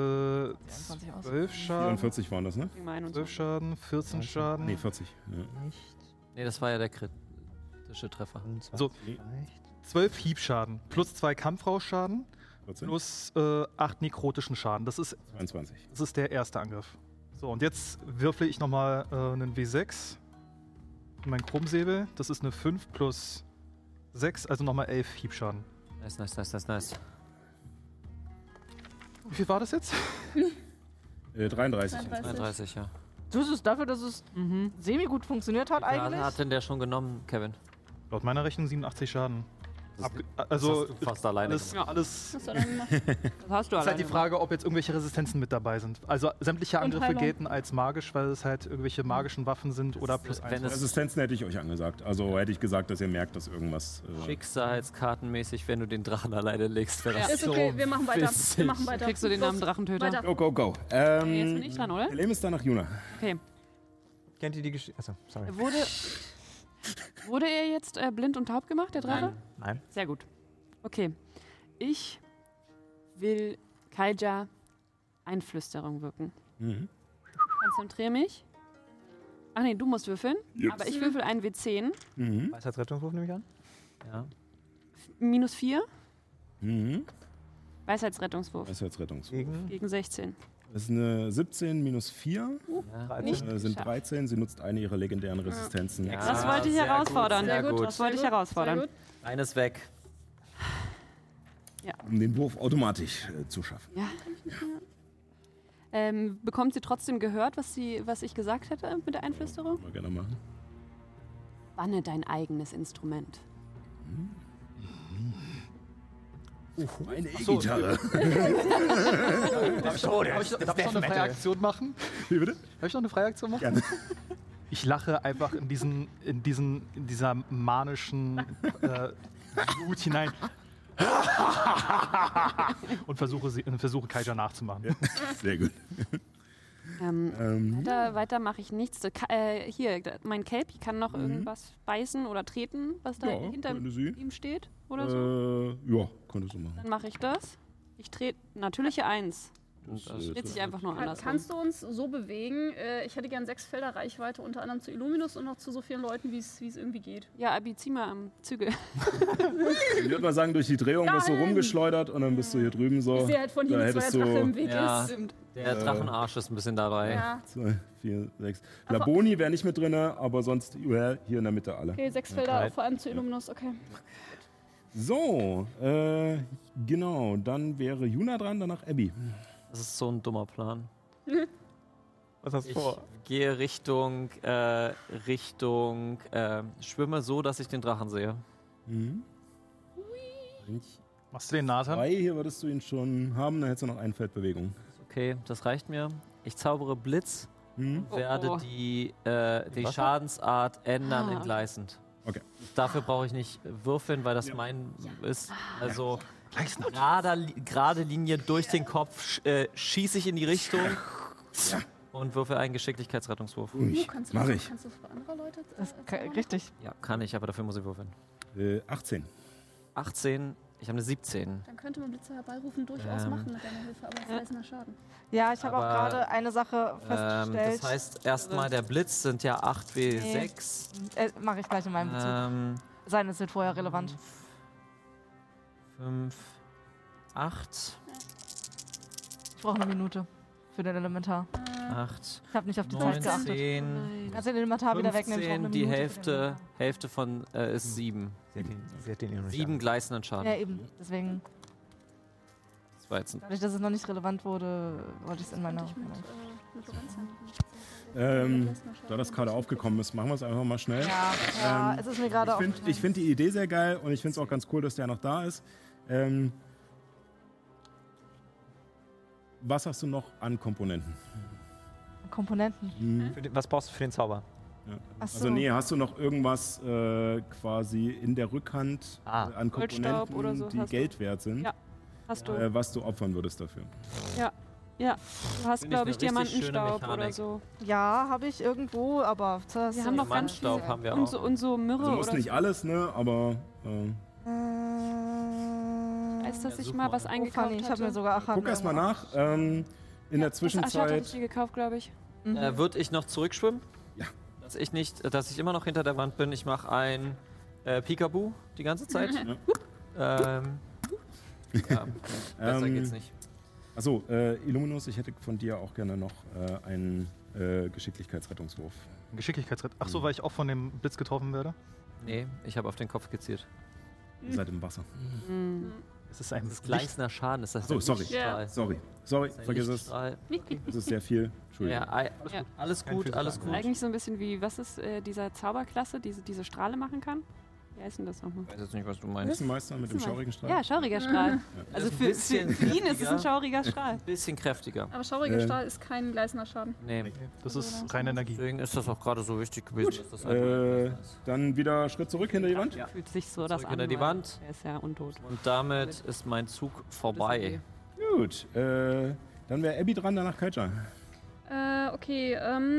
12 Schaden. 44 waren das, ne? 12 Schaden, 14 Schaden. Nee, 40. Ja. Nicht. Nee, das war ja der kritische Treffer. 25 So. reicht. 12 Hiebschaden plus 2 Kampfrausschaden 14? plus 8 nekrotischen Schaden. Das ist 22. der erste Angriff. So, und jetzt würfle ich nochmal einen W6. Mein Chromsäbel. Das ist eine 5 plus 6, also nochmal 11 Hiebschaden. Nice. Wie viel war das jetzt? 33. 33, ja. Du ist dafür, dass es semi-gut funktioniert hat Wie viel eigentlich. hat denn der schon genommen, Kevin? Laut meiner Rechnung 87 Schaden. Das Also hast du fast alleine alles, gemacht. alles. Was soll er denn machen? Das hast du ist halt alleine die Frage, ob jetzt irgendwelche Resistenzen mit dabei sind. Also sämtliche Und Angriffe Heilung. gelten als magisch, weil es halt irgendwelche magischen Waffen sind oder plus 1. wenn es- Resistenzen hätte ich euch angesagt. Also hätte ich gesagt, dass ihr merkt, dass irgendwas. Schicksalskartenmäßig, wenn du den Drachen alleine legst, wäre das Ist so okay, wir machen weiter. witzig. Wir machen weiter. Kriegst du den Namen Drachentöter? Weiter. Go, go, go. Jetzt bin ich dran, oder? Der Leben ist da nach Juna. Okay. Kennt ihr die Geschichte? Achso, sorry. Wurde er jetzt blind und taub gemacht, der Drache? Nein. Sehr gut. Okay. Ich will Kaija Einflüsterung wirken. Konzentriere mich. Ach nee, du musst würfeln. Yep. Aber ich würfel einen W10. Weisheitsrettungswurf nehme ich an. Ja. -4. Mhm. Weisheitsrettungswurf. Weisheitsrettungs. Gegen 16. Das ist eine 17 minus 4. Nicht Sind geschafft. 13. Sie nutzt eine ihrer legendären Resistenzen. Ja. Das wollte ich sehr herausfordern. gut, sehr gut. Das wollte ich herausfordern. Eines weg. Um den Wurf automatisch zu schaffen. Ja. Bekommt sie trotzdem gehört, was ich gesagt hätte mit der Einflüsterung? Mal gerne machen. Banne dein eigenes Instrument. Eine E-Gitarre. Darf ich noch eine freie Aktion machen? Wie bitte? Darf ich noch eine freie Aktion machen? Gerne. Ich lache einfach in dieser manischen Wut hinein. Und versuche Kaija nachzumachen. Sehr gut. Weiter mache ich nichts. Hier, mein Cape kann noch irgendwas beißen oder treten, was da Ja, hinter könnte sie. ihm steht oder so. Ja, könntest du machen. Dann mache ich das. Ich trete natürliche 1. Das, Dreht sich einfach nur anders. Kannst du uns so bewegen? Ich hätte gern 6 Felder Reichweite, unter anderem zu Illuminus und noch zu so vielen Leuten, wie es irgendwie geht. Ja, Abi, zieh mal am Zügel. Ich würde mal sagen, durch die Drehung wirst du rumgeschleudert und dann bist du hier drüben so. Ich sehe halt von hier, Da wie zwei hättest Drache du im Weg Ja. ist. Der Drachenarsch ist ein bisschen dabei. Ja. 2, 4, 6. Laboni wäre nicht mit drin, aber sonst hier in der Mitte alle. Okay, 6 Felder, vor allem zu Illuminus, okay. So, genau, dann wäre Juna dran, danach Abby. Das ist so ein dummer Plan. Was hast du Ich vor? gehe Richtung schwimme so, dass ich den Drachen sehe. Mhm. Machst du den Nathan? 3, hier würdest du ihn schon haben, dann hättest du noch eine Feldbewegung. Okay, das reicht mir. Ich zaubere Blitz Mhm. und werde Oh. die Wasser? Schadensart ändern in gleißend. Okay. Dafür brauche ich nicht würfeln, weil das mein ist. Also Gleißend. gerade Linie durch den Kopf schieße ich in die Richtung und würfel einen Geschicklichkeitsrettungswurf. Mach ich. Kannst du für andere Leute? Richtig. Ja, kann ich, aber dafür muss ich würfeln. 18. 18, ich habe eine 17. Dann könnte man Blitze herbeirufen durchaus machen mit deiner Hilfe, aber es ist leisender Schaden. Ja, ich habe auch Aber, gerade eine Sache festgestellt. Das heißt, erstmal der Blitz sind ja 8W6. Mache ich gleich in meinem Bezug. Seines wird vorher relevant. 5, 8. Ich brauche eine Minute für den Elementar. 8, Ich habe nicht auf die 9, Zeit geachtet. 10, Kannst du den Inventar wieder wegnehmen? Ich brauch 15, eine die Minute für den Hälfte von ist 7. Sie hat den noch nicht 7 an. gleißenden Schaden. Ja, eben. Deswegen, Das war jetzt ein dadurch, dass es noch nicht relevant wurde, wollte ich es in meiner... Da das gerade aufgekommen ist, machen wir es einfach mal schnell. Ja, es ist mir gerade auch... Ich find die Idee sehr geil und ich finde es auch ganz cool, dass der noch da ist. Was hast du noch an Komponenten? Komponenten. Was brauchst du für den Zauber? Ja. Ach so. Also nee, hast du noch irgendwas quasi in der Rückhand an Goldstaub Komponenten, oder so die hast du. Geld wert sind, Ja. Hast du. was du opfern würdest dafür? Ja. Du hast, Finde ich glaube ich, eine richtig schöne Diamantenstaub oder Mechanik. so. Ja, habe ich irgendwo, aber... Wir haben noch ganz viel. Diamantstaub haben wir Und auch. so Myrrhe Also muss oder nicht so. alles, ne? Aber Als dass Ja, ich such mal mal. was Oh, eingekauft funny, ich habe hatte. mir sogar Achan... guck erst mal nach. In der Das Aschat hatte Zwischenzeit. ich dir gekauft, glaube ich. Würde ich noch zurückschwimmen? Ja. Dass ich immer noch hinter der Wand bin. Ich mache ein Peekaboo die ganze Zeit. Ja, besser geht's nicht. Achso, Illuminus, ich hätte von dir auch gerne noch einen Geschicklichkeitsrettungswurf. Geschicklichkeitsrett. Ach so, weil ich auch von dem Blitz getroffen werde? Nee, ich habe auf den Kopf gezielt. Ihr seid im Wasser. Es ist ein Das gleißender Schaden ist das. So, der sorry. Lichtstrahl. Sorry, Das ist ein vergiss es. Lichtstrahl. Das ist sehr viel. Entschuldigung. Ja, Ja. alles gut, alles gut. Eigentlich so ein bisschen wie, was ist dieser Zauberklasse, diese Strahle machen kann? Wie heißt denn das nochmal? Ich weiß jetzt nicht, was du meinst. Hexenmeister mit dem schaurigen Strahl? Ja, schauriger Strahl. Also Ist ein für bisschen ihn ist es ein kräftiger. schauriger Strahl. Ein bisschen kräftiger. Aber schauriger Stahl ist kein gleißender Schaden. Nee, Das ist reine Energie. deswegen ist das auch gerade so wichtig gewesen, dass das einfach ist. Dann wieder Schritt zurück hinter die Wand. Ja. Fühlt sich so das Zurück an. hinter die weil Wand. Er ist ja untot. Und damit ist mein Zug vorbei. Gut, dann wäre Abby dran, danach Kaija. Okay,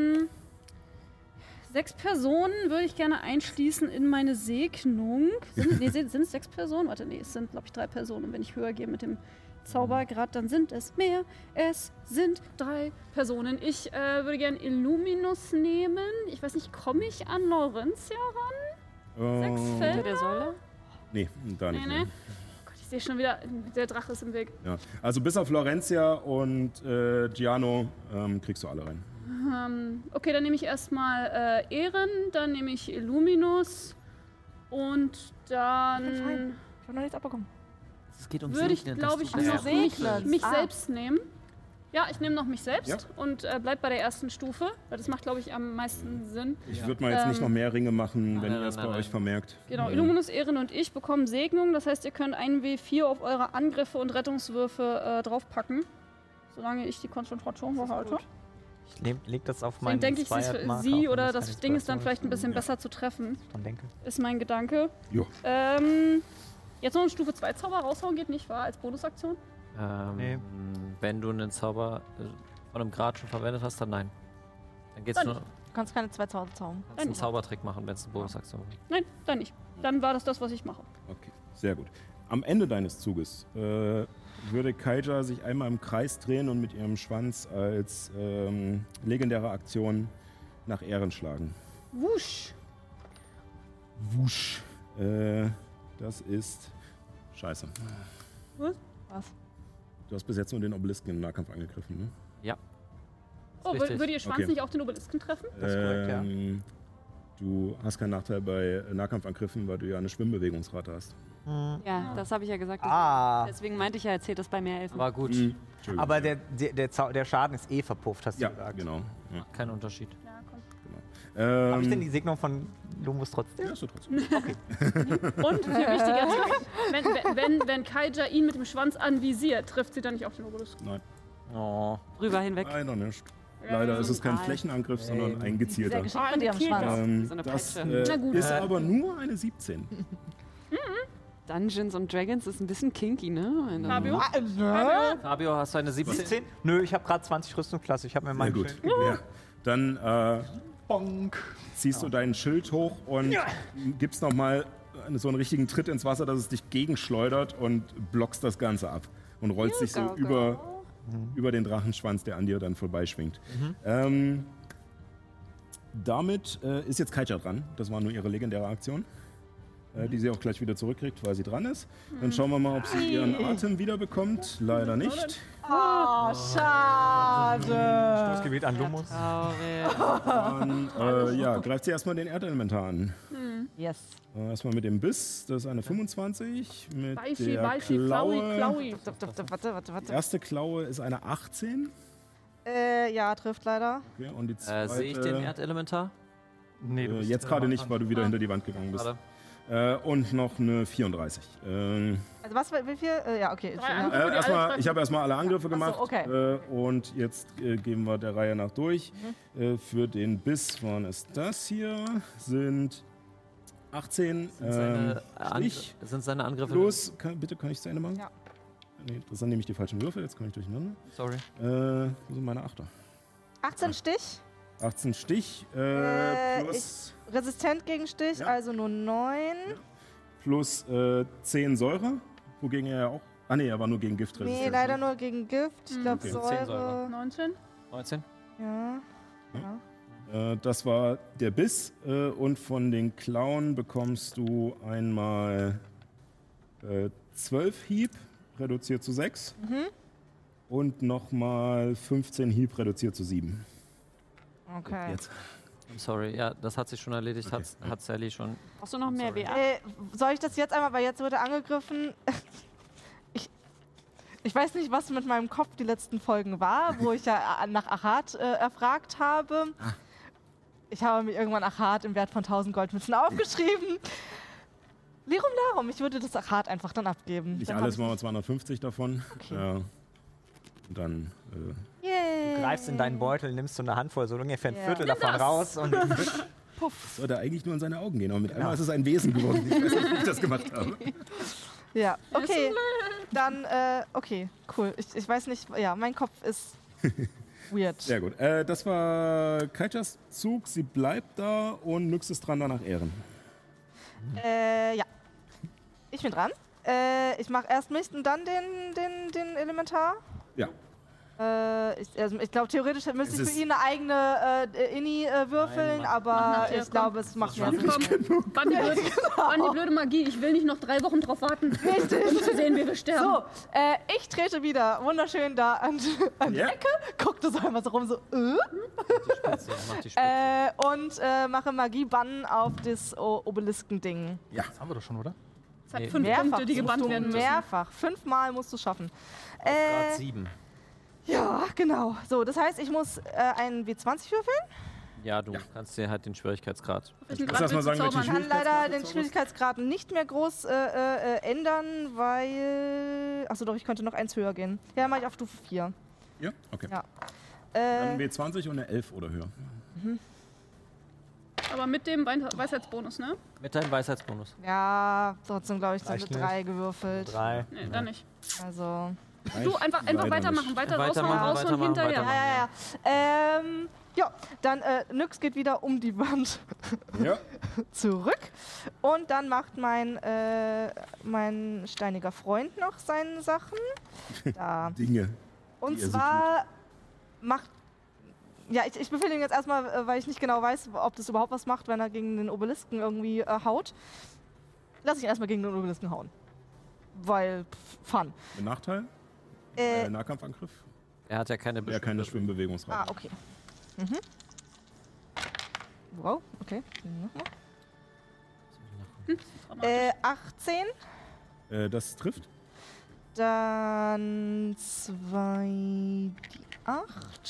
6 Personen würde ich gerne einschließen in meine Segnung. Sind es 6 Personen? Warte, nee, es sind, glaube ich, 3 Personen. Und wenn ich höher gehe mit dem Zaubergrad, dann sind es mehr. Es sind 3 Personen. Ich würde gerne Illuminus nehmen. Ich weiß nicht, komme ich an Laurentia ran? 6 Oh, Felder? Hinter der Säule? nee, da nicht. Nee. mehr. Gott, ich sehe schon wieder, der Drache ist im Weg. Ja. Also bis auf Florencia und Giano kriegst du alle rein. Okay, dann nehme ich erstmal Ehren, dann nehme ich Illuminus und dann Ich habe noch nichts abbekommen. Es geht um würde ich, Segnen, glaube das ich, tut mir noch sehr gut. Segnen. mich Ah. selbst nehmen. Ja, ich nehme noch mich selbst Ja. und bleib bei der ersten Stufe, weil das macht, glaube ich, am meisten Sinn. Ich würde mal jetzt nicht noch mehr Ringe machen, wenn Nein, ihr es bei nein, euch nein. vermerkt. Genau, Illuminus, Ehren und ich bekommen Segnung, das heißt, ihr könnt einen W4 auf eure Angriffe und Rettungswürfe draufpacken, solange ich die Konzentration behalte. Ich leg das auf Deswegen meinen denke ich, sie ist für Zweiermarker, sie auch wenn oder das das keine Ding ist dann Inspiration vielleicht ein bisschen Ja. besser zu treffen, Dran denke. ist mein Gedanke. Jo. Jetzt noch einen Stufe 2 Zauber raushauen geht nicht, wahr? Als Bonusaktion? Nee. Wenn du einen Zauber von einem Grad schon verwendet hast, dann nein. Dann geht's Dann nur. Du kannst keine 2 Zauber zaubern. Kannst einen Zaubertrick machen, wenn es eine Bonusaktion ist. Nein, dann nicht. Dann war das, was ich mache. Okay, sehr gut. Am Ende deines Zuges würde Kaija sich einmal im Kreis drehen und mit ihrem Schwanz als legendäre Aktion nach Ehren schlagen. Wusch! Wusch. Das ist scheiße. Was? Du hast bis jetzt nur den Obelisken im Nahkampf angegriffen, ne? Ja. Oh, Richtig. würde ihr Schwanz Okay. nicht auch den Obelisken treffen? Das ist korrekt, ja. Du hast keinen Nachteil bei Nahkampfangriffen, weil du ja eine Schwimmbewegungsrate hast. Ja, das habe ich ja gesagt. Ah, Deswegen meinte ich ja, erzählt das bei mehr Elfen. War gut. Entschuldigung. aber der Schaden ist eh verpufft, hast du ja, gesagt. genau. Ja, Kein Unterschied. Ja, komm. Habe ich denn die Segnung von Lumus trotzdem? Ja, ist so trotzdem. Und viel wichtiger, wenn Kaija ihn mit dem Schwanz anvisiert, trifft sie dann nicht auf den Obelisken. Nein, Oh. Drüber hinweg. leider nicht. Leider ist es kein Egal. Flächenangriff, sondern ein gezielter. Sehr geschickt mit dir am Schwanz. So eine Das Peitsche. Na gut. ist aber nur eine 17. Dungeons and Dragons ist ein bisschen kinky, ne? Fabio? Fabio, hast du eine 17? 17? Nö, ich habe gerade 20 Rüstungsklasse. Ich habe mir Sehr meinen gut. Schild gegeben. Ja. Dann Bonk. ziehst du dein Schild hoch und gibst nochmal so einen richtigen Tritt ins Wasser, dass es dich gegenschleudert und blockst das Ganze ab. Und rollst dich so über den Drachenschwanz, der an dir dann vorbeischwingt. Damit ist jetzt Kaija dran. Das war nur ihre legendäre Aktion. die sie auch gleich wieder zurückkriegt, weil sie dran ist. Dann schauen wir mal, ob sie ihren Atem wiederbekommt. Leider nicht. Oh, schade. Stoßgebiet an Lumos. Dann greift sie erstmal den Erdelementar an. Yes. Erstmal mit dem Biss, das ist eine 25. Mit Beißi, der Beißi, Klaue. Klaui. Warte. Die erste Klaue ist eine 18. Ja, trifft leider. Okay, und die zweite, Sehe ich den Erdelementar? Nee, du bist jetzt gerade nicht, weil du wieder hinter die Wand gegangen bist. Und noch eine 34. Also was, wie viel? Ja, okay. Ich habe erstmal alle Angriffe gemacht. Ach so, okay. Und jetzt gehen wir der Reihe nach durch. Für den Biss waren es das hier. Sind 18 Stich. Sind seine Angriffe... Plus, bitte, kann ich zu Ende machen? Ja. Nee, das sind nämlich die falschen Würfel. Jetzt komme ich durcheinander. Sorry. Wo sind meine Achter? 18 Stich. 18 Stich plus... Resistent gegen Stich, Ja. also nur 9. Plus 10 Säure, wogegen er ja auch... Ah nee, er war nur gegen Gift resistent. Nee, leider nur gegen Gift. Ich glaube, Okay. 10 Säure. 19? 19? Ja. Das war der Biss und von den Klauen bekommst du einmal 12 Hieb, reduziert zu 6. Und nochmal 15 Hieb, reduziert zu 7. Okay. Jetzt. I'm sorry, ja, das hat sich schon erledigt, Okay. hat Sally schon. Brauchst du noch mehr WA? Soll ich das jetzt einmal, weil jetzt wird er angegriffen. Ich weiß nicht, was mit meinem Kopf die letzten Folgen war, wo ich ja nach Achat erfragt habe. Ich habe mir irgendwann Achat im Wert von 1000 Goldmünzen aufgeschrieben. Lirum Larum, ich würde das Achat einfach dann abgeben. Nicht Dann alles, hab machen wir 250 davon. Okay. Ja. Und dann... ich- Yay. Du greifst in deinen Beutel, nimmst so eine Handvoll, so ungefähr ein Ja. Viertel davon raus und sollte eigentlich nur in seine Augen gehen, aber mit einmal ist es ein Wesen geworden. Ich weiß nicht, wie ich das gemacht habe. Ja, okay. Dann, okay, cool. Ich weiß nicht, ja, mein Kopf ist weird. Sehr gut. Das war Kaijas Zug. Sie bleibt da und Nyx ist dran, danach Ehren. Ja. Ich bin dran. Ich mache erst mich und dann den Elementar. Ja. Ich glaube, theoretisch müsste Es ich ist- für ihn eine eigene Inni würfeln, aber nach dir, ich glaube, es macht mehr Sinn. Komm, wann die blöde Magie? Ich will nicht noch 3 Wochen drauf warten, um zu sehen, wie wir sterben. So, ich trete wieder wunderschön da an die Ja. Ecke, guckte so einmal so rum, so, Macht die Spitze. und mache Magie-Bannen auf das Obelisken-Ding. Das haben wir doch schon, oder? Es hat Nee. 5 Punkte, die musst gebannt du werden müssen. mehrfach. 5-mal musst du schaffen. Grad 7. Ja, genau. So, das heißt, ich muss einen W20 würfeln. Ja, du kannst dir halt den Schwierigkeitsgrad. Welchen muss Grad erst mal willst du sagen, welchen zaubern? Ich kann leider den Schwierigkeitsgrad Schwierigkeitsgrad nicht mehr groß ändern, weil... Achso, doch, ich könnte noch eins höher gehen. Ja, mache ich auf Stufe 4. Ja? Okay. Ja. Dann W20 und eine 11 oder höher. Aber mit dem Weisheitsbonus, ne? Mit deinem Weisheitsbonus. Ja, trotzdem glaube ich, so eine Reicht nicht. 3 gewürfelt. 3. Nee, dann nicht. Also... Du, einfach Leider weitermachen. nicht. Weiter Weitermachen, raushauen und weitermachen, hinterher. weitermachen. Ja, dann Nyx geht wieder um die Wand Ja. zurück. Und dann macht mein steiniger Freund noch seine Sachen. Da. Dinge. Und die er so zwar macht. Ja, ich befehle ihn jetzt erstmal, weil ich nicht genau weiß, ob das überhaupt was macht, wenn er gegen den Obelisken irgendwie haut. Lass ich ihn erstmal gegen den Obelisken hauen. Weil, Fun. Mit Nachteil? Nahkampfangriff? Er hat ja keine Ja, keine Schwimmbewegungsrate. Ah, okay. Wow, okay. Nochmal. 18. Das trifft. Dann 2 8.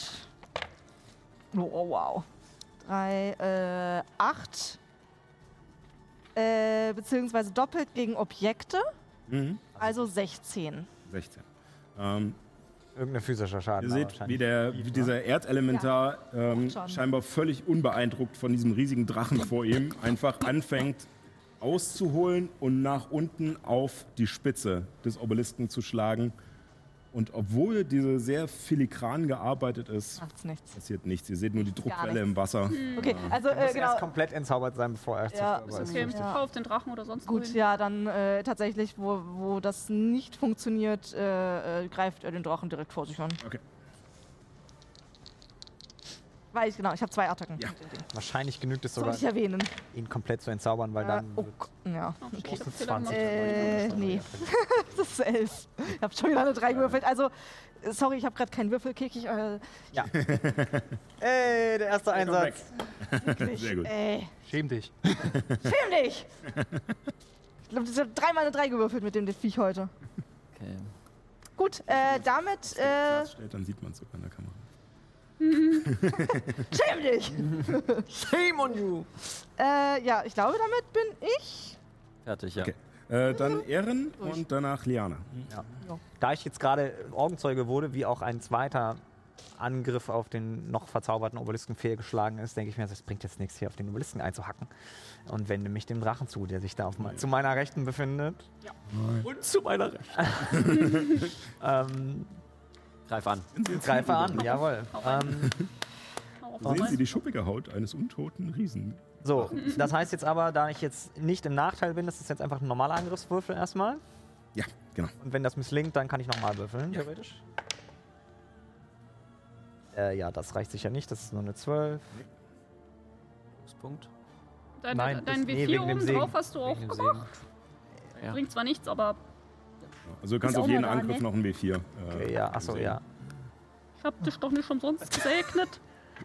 Oh, wow. 3, 8. Beziehungsweise doppelt gegen Objekte. Also 16. 16. Irgendein physischer Schaden. Ihr seht, wahrscheinlich. wie dieser Erdelementar schon. scheinbar völlig unbeeindruckt von diesem riesigen Drachen vor ihm einfach anfängt auszuholen und nach unten auf die Spitze des Obelisken zu schlagen. Und obwohl diese sehr filigran gearbeitet ist, Macht's nichts. passiert nichts. Ihr seht nur die Druckwelle nichts. im Wasser. Okay, also Er muss genau. erst komplett entzaubert sein, bevor er Ja, zerstörbar ist. Okay, Ja. auf den Drachen oder sonst Gut, wohin. ja, dann tatsächlich, wo das nicht funktioniert, greift er den Drachen direkt vor sich an. Okay. Weil ich habe 2 Attacken. Ja. Wahrscheinlich genügt es Soll sogar, ich erwähnen. ihn komplett zu entzaubern, weil dann... Ja. Okay. Kostet 20. Nee. Das ist 11. Ich habe schon wieder eine 3 gewürfelt. Also, sorry, ich habe gerade keinen Würfelkick. Ja. Ey, der erste Einsatz. Sehr gut. Schäm dich. Schäm dich! Ich glaube, das hat 3 mal eine 3 gewürfelt mit dem Viech heute. Okay. Gut, damit... Stellt, dann sieht man es sogar in der Kamera. Schäm dich! Shame on you! Ja, ich glaube, damit bin ich... Fertig, ja. Okay. Dann Ehren und danach Liana. Ja. Da ich jetzt gerade Augenzeuge wurde, wie auch ein zweiter Angriff auf den noch verzauberten Obelisken fehlgeschlagen ist, denke ich mir, das bringt jetzt nichts, hier auf den Obelisken einzuhacken. Und wende mich dem Drachen zu, der sich da zu meiner Rechten befindet. Ja. Und zu meiner Rechten. Greif an. Greife an, jawohl. Sehen Sie die schuppige Haut eines untoten Riesen? So, das heißt jetzt aber, da ich jetzt nicht im Nachteil bin, das ist jetzt einfach ein normaler Angriffswürfel erstmal. Ja, genau. Und wenn das misslingt, dann kann ich nochmal würfeln, theoretisch. Ja, das reicht sicher nicht, das ist nur eine 12. Punkt. Nein, Dein nee, W4 wegen dem oben Segen. drauf hast du auch Wegen dem gemacht. Ja. Bringt zwar nichts, aber Also du kannst Ist auf auch jeden mal da, Angriff ne? noch ein W4. Okay, ja, achso, ja. ich hab dich doch nicht umsonst gesegnet.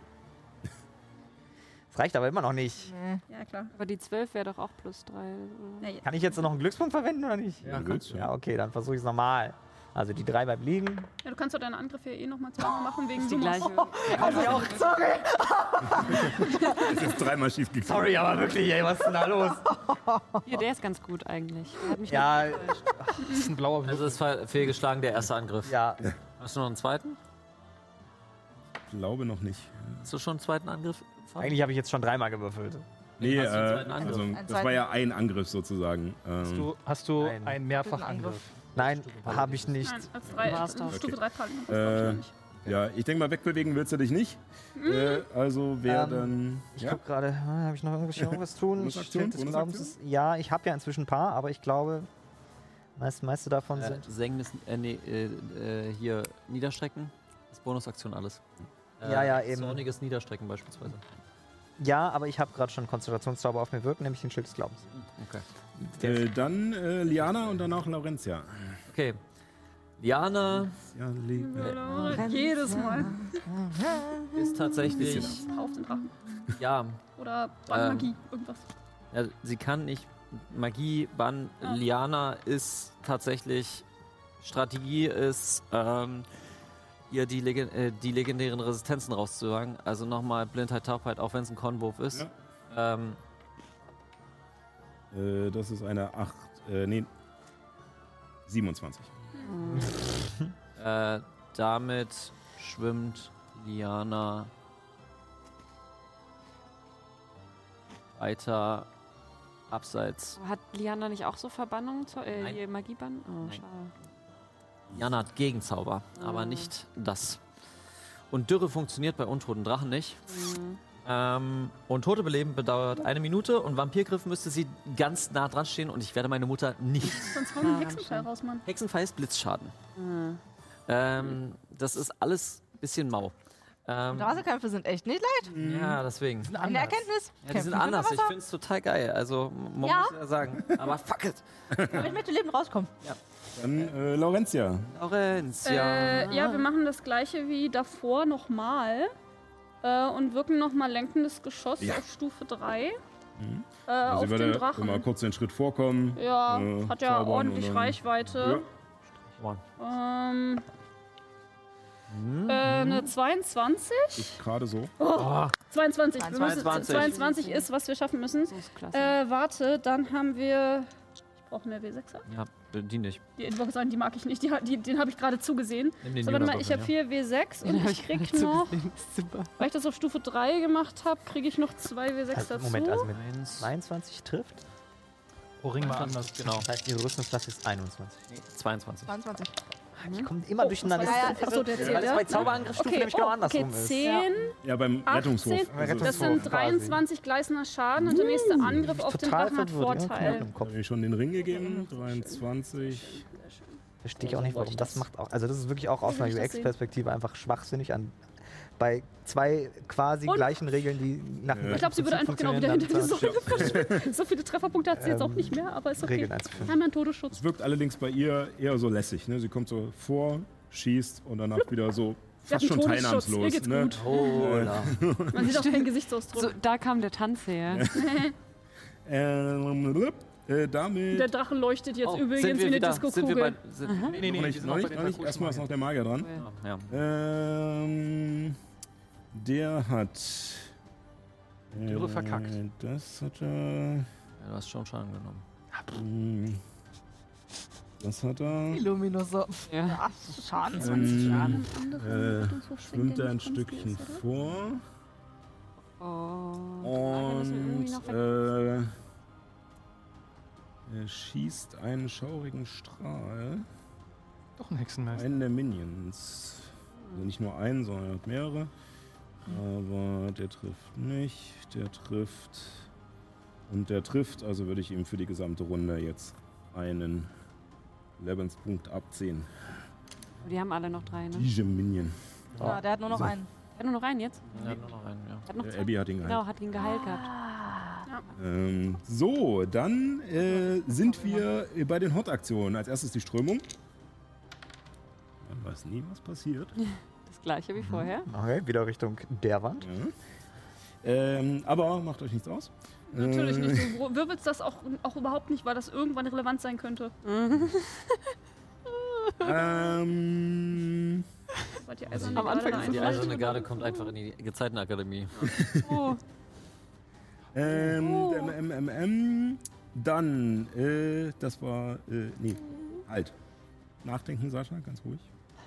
Das reicht aber immer noch nicht. Ja, klar. Aber die 12 wäre doch auch +3. Ja, ja. Kann ich jetzt noch einen Glückspunkt verwenden oder nicht? Ja, willst du. Ja, okay, dann versuche ich es nochmal. Also die 3 bleibt liegen. Ja, du kannst doch deine Angriffe ja eh nochmal zweimal machen, wegen Die Summas. gleiche. Also auch, sorry! Das ist jetzt 3-mal schief gegangen. Sorry, aber wirklich, ey, was ist denn da los? Hier, der ist ganz gut eigentlich. Der hat mich Ja, Das ist ein blauer Also Würfel. ist fehlgeschlagen, der erste Angriff. ja. Hast du noch einen zweiten? Ich glaube noch nicht. Hast du schon einen zweiten Angriff? Eigentlich habe ich jetzt schon 3-mal gewürfelt. Nee, Hast du einen zweiten Angriff? also, das war ja ein Angriff sozusagen. Hast du Nein. einen Mehrfachangriff? Nein, habe ich nicht. Nein, als 3, War's doch. Stufe 3 Paladin. Ja, ich denke mal, wegbewegen willst du dich nicht. Also wäre dann... Ich Ja? gucke gerade, habe ich noch irgendwas tun? Bonusaktion? Schild des Glaubens. Ja, ich habe ja inzwischen ein paar, aber ich glaube, meiste davon sind... Senken, hier Niederstrecken. Das ist Bonusaktion alles. Ja, eben. Zorniges Niederstrecken beispielsweise. Ja, aber ich habe gerade schon Konzentrationszauber auf mir wirken, nämlich den Schild des Glaubens. Okay. Dann Liana und danach Laurentia. Okay. Liana Ja, Jedes Mal. ist tatsächlich, Auf den Drachen. ja, Oder Magie, irgendwas. ja, sie kann nicht Magie bannen. Liana ist tatsächlich, Strategie ist, ihr die legendären Resistenzen rauszusagen. Also nochmal Blindheit, Taubheit, auch wenn es ein Kornwurf ist. Ja. Das ist eine 27. Damit schwimmt Liana weiter abseits. Hat Liana nicht auch so Verbannung? Nein. Hier Magiebann? Oh, Nein. schade. Liana hat Gegenzauber, aber nicht das. Und Dürre funktioniert bei untoten Drachen nicht. Und Tote beleben bedauert 1 Minute und Vampirgriff müsste sie ganz nah dran stehen und ich werde meine Mutter nicht. Sonst hauen wir einen Hexenpfeil raus, Mann. Hexenpfeil ist Blitzschaden. Das ist alles ein bisschen mau. Rasekämpfe sind echt nicht leicht. Ja, deswegen. Eine Erkenntnis. Ja, die sind anders. Ich finde es total geil. Also, man Ja. muss ja sagen. Aber fuck it. Aber ich möchte lebend rauskommen. Dann Laurentia. Laurentia. Ja, wir machen das gleiche wie davor nochmal. Und wirken nochmal lenkendes Geschoss Ja. auf Stufe 3. Also Auf sie den würde Drachen. immer kurz den Schritt vorkommen. Ja, hat ja zaubern ordentlich und dann- Reichweite. Ja. Eine 22. Ist gerade so. 22. Wir müssen, 22. 22 ist, was wir schaffen müssen. Das ist klasse. Warte, dann haben wir... Ich brauche mehr W6er. Ja, die nicht. Die mag ich nicht. Den habe ich gerade zugesehen. Nimm den So, warte mal, Juna ich habe Würfel, 4 W6 und ich krieg noch... Super. Weil ich das auf Stufe 3 gemacht habe, kriege ich noch 2 W6 Also, dazu. Moment, also mit Eins. 22 trifft. Oh, Ring mal anders. Genau. Das heißt, ihre Rüstungsklasse ist 21. Nee, 22. 22. Die kommt immer durcheinander. Ja, Das ist- Achso, der weil zählt, das ja. bei Zauberangriffsstufen nämlich genau andersrum okay, ist. 10, Ja, beim 18, Rettungswurf. das Rettungswurf. sind 23 gleißender Schaden und der nächste Angriff auf den Total Drachen hat verwirrt. Ja, Vorteil. im Kopf. Habe ich schon den Ring gegeben. 23. Verstehe ich auch nicht, warum das macht auch. Also, das ist wirklich auch aus einer Will ich das UX-Perspektive einfach schwachsinnig an bei 2 quasi gleichen Regeln, die nach dem Ich glaube, sie würde einfach genau wieder hinter die Säule verschwinden. So viele Trefferpunkte hat sie jetzt auch nicht mehr, aber ist okay. Regeln einzuführen. Einmal ein Todesschutz. Es wirkt allerdings bei ihr eher so lässig. Ne? Sie kommt so vor, schießt und danach wieder so Sie hat fast einen schon Todesschutz. Ihr teilnahmslos. geht's Ne? gut. Oh, ja. Man sieht auch keinen Gesichtsausdruck. So, da kam der Tanz her. Damit Der Drache leuchtet jetzt Oh, übrigens sind wie wir eine wieder? Sind wir bei, Disco-Kugel. sind, noch nicht. Erstmal ist noch der Magier dran. ja. Der hat. Dürre verkackt. Das hat er. Ja, du hast schon Schaden genommen. Das hat er. Illuminus. Ja. Schaden. Schwimmt er ein Stückchen vor. Und er schießt einen schaurigen Strahl. Doch ein Hexenmeister. Einen der Minions. Also nicht nur einen, sondern er hat mehrere. Aber der trifft nicht. Der trifft. Und der trifft, also würde ich ihm für die gesamte Runde jetzt einen Lebenspunkt abziehen. Die haben alle noch 3, ne? Diese Minion. Ja, der hat nur noch einen. Er hat nur noch einen jetzt? Ja, nur noch einen, ja. Hat noch Der Abby hat ihn Genau, geheilt. hat ihn geheilt gehabt. So, dann sind wir bei den Hot-Aktionen. Als erstes die Strömung. Man weiß nie, was passiert. Das gleiche wie vorher. Okay, wieder Richtung der Wand. Ja. Aber macht euch nichts aus. Natürlich nicht. Du wirbelst das auch überhaupt nicht, weil das irgendwann relevant sein könnte. Weil die Eiserne Am Anfang Garde ist Die einfach- Eiserne Garde kommt einfach in die Gezeitenakademie. Oh. Dann, das war, nee, halt. Nachdenken, Sascha, ganz ruhig.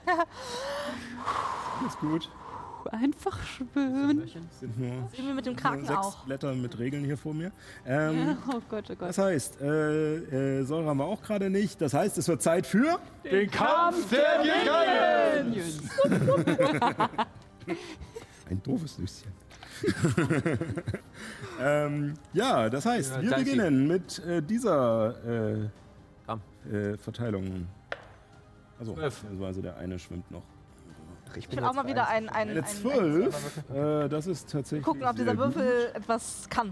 Alles gut. Einfach schwimmen. Es sind nur Wie mit dem Kraken 6 auch. Blätter mit Regeln hier vor mir. Oh Gott, oh Gott. Das heißt, Säure haben wir auch gerade nicht. Das heißt, es wird Zeit für Den Kampf der Giants! ein doofes Nüsschen. Ja, das heißt, Ja, wir danke. beginnen mit dieser Komm. Verteilung. Also, 12. beziehungsweise der eine schwimmt noch. Ich will auch mal wieder Eine 12, das ist tatsächlich. gucken, ob dieser sehr gut. Würfel etwas kann.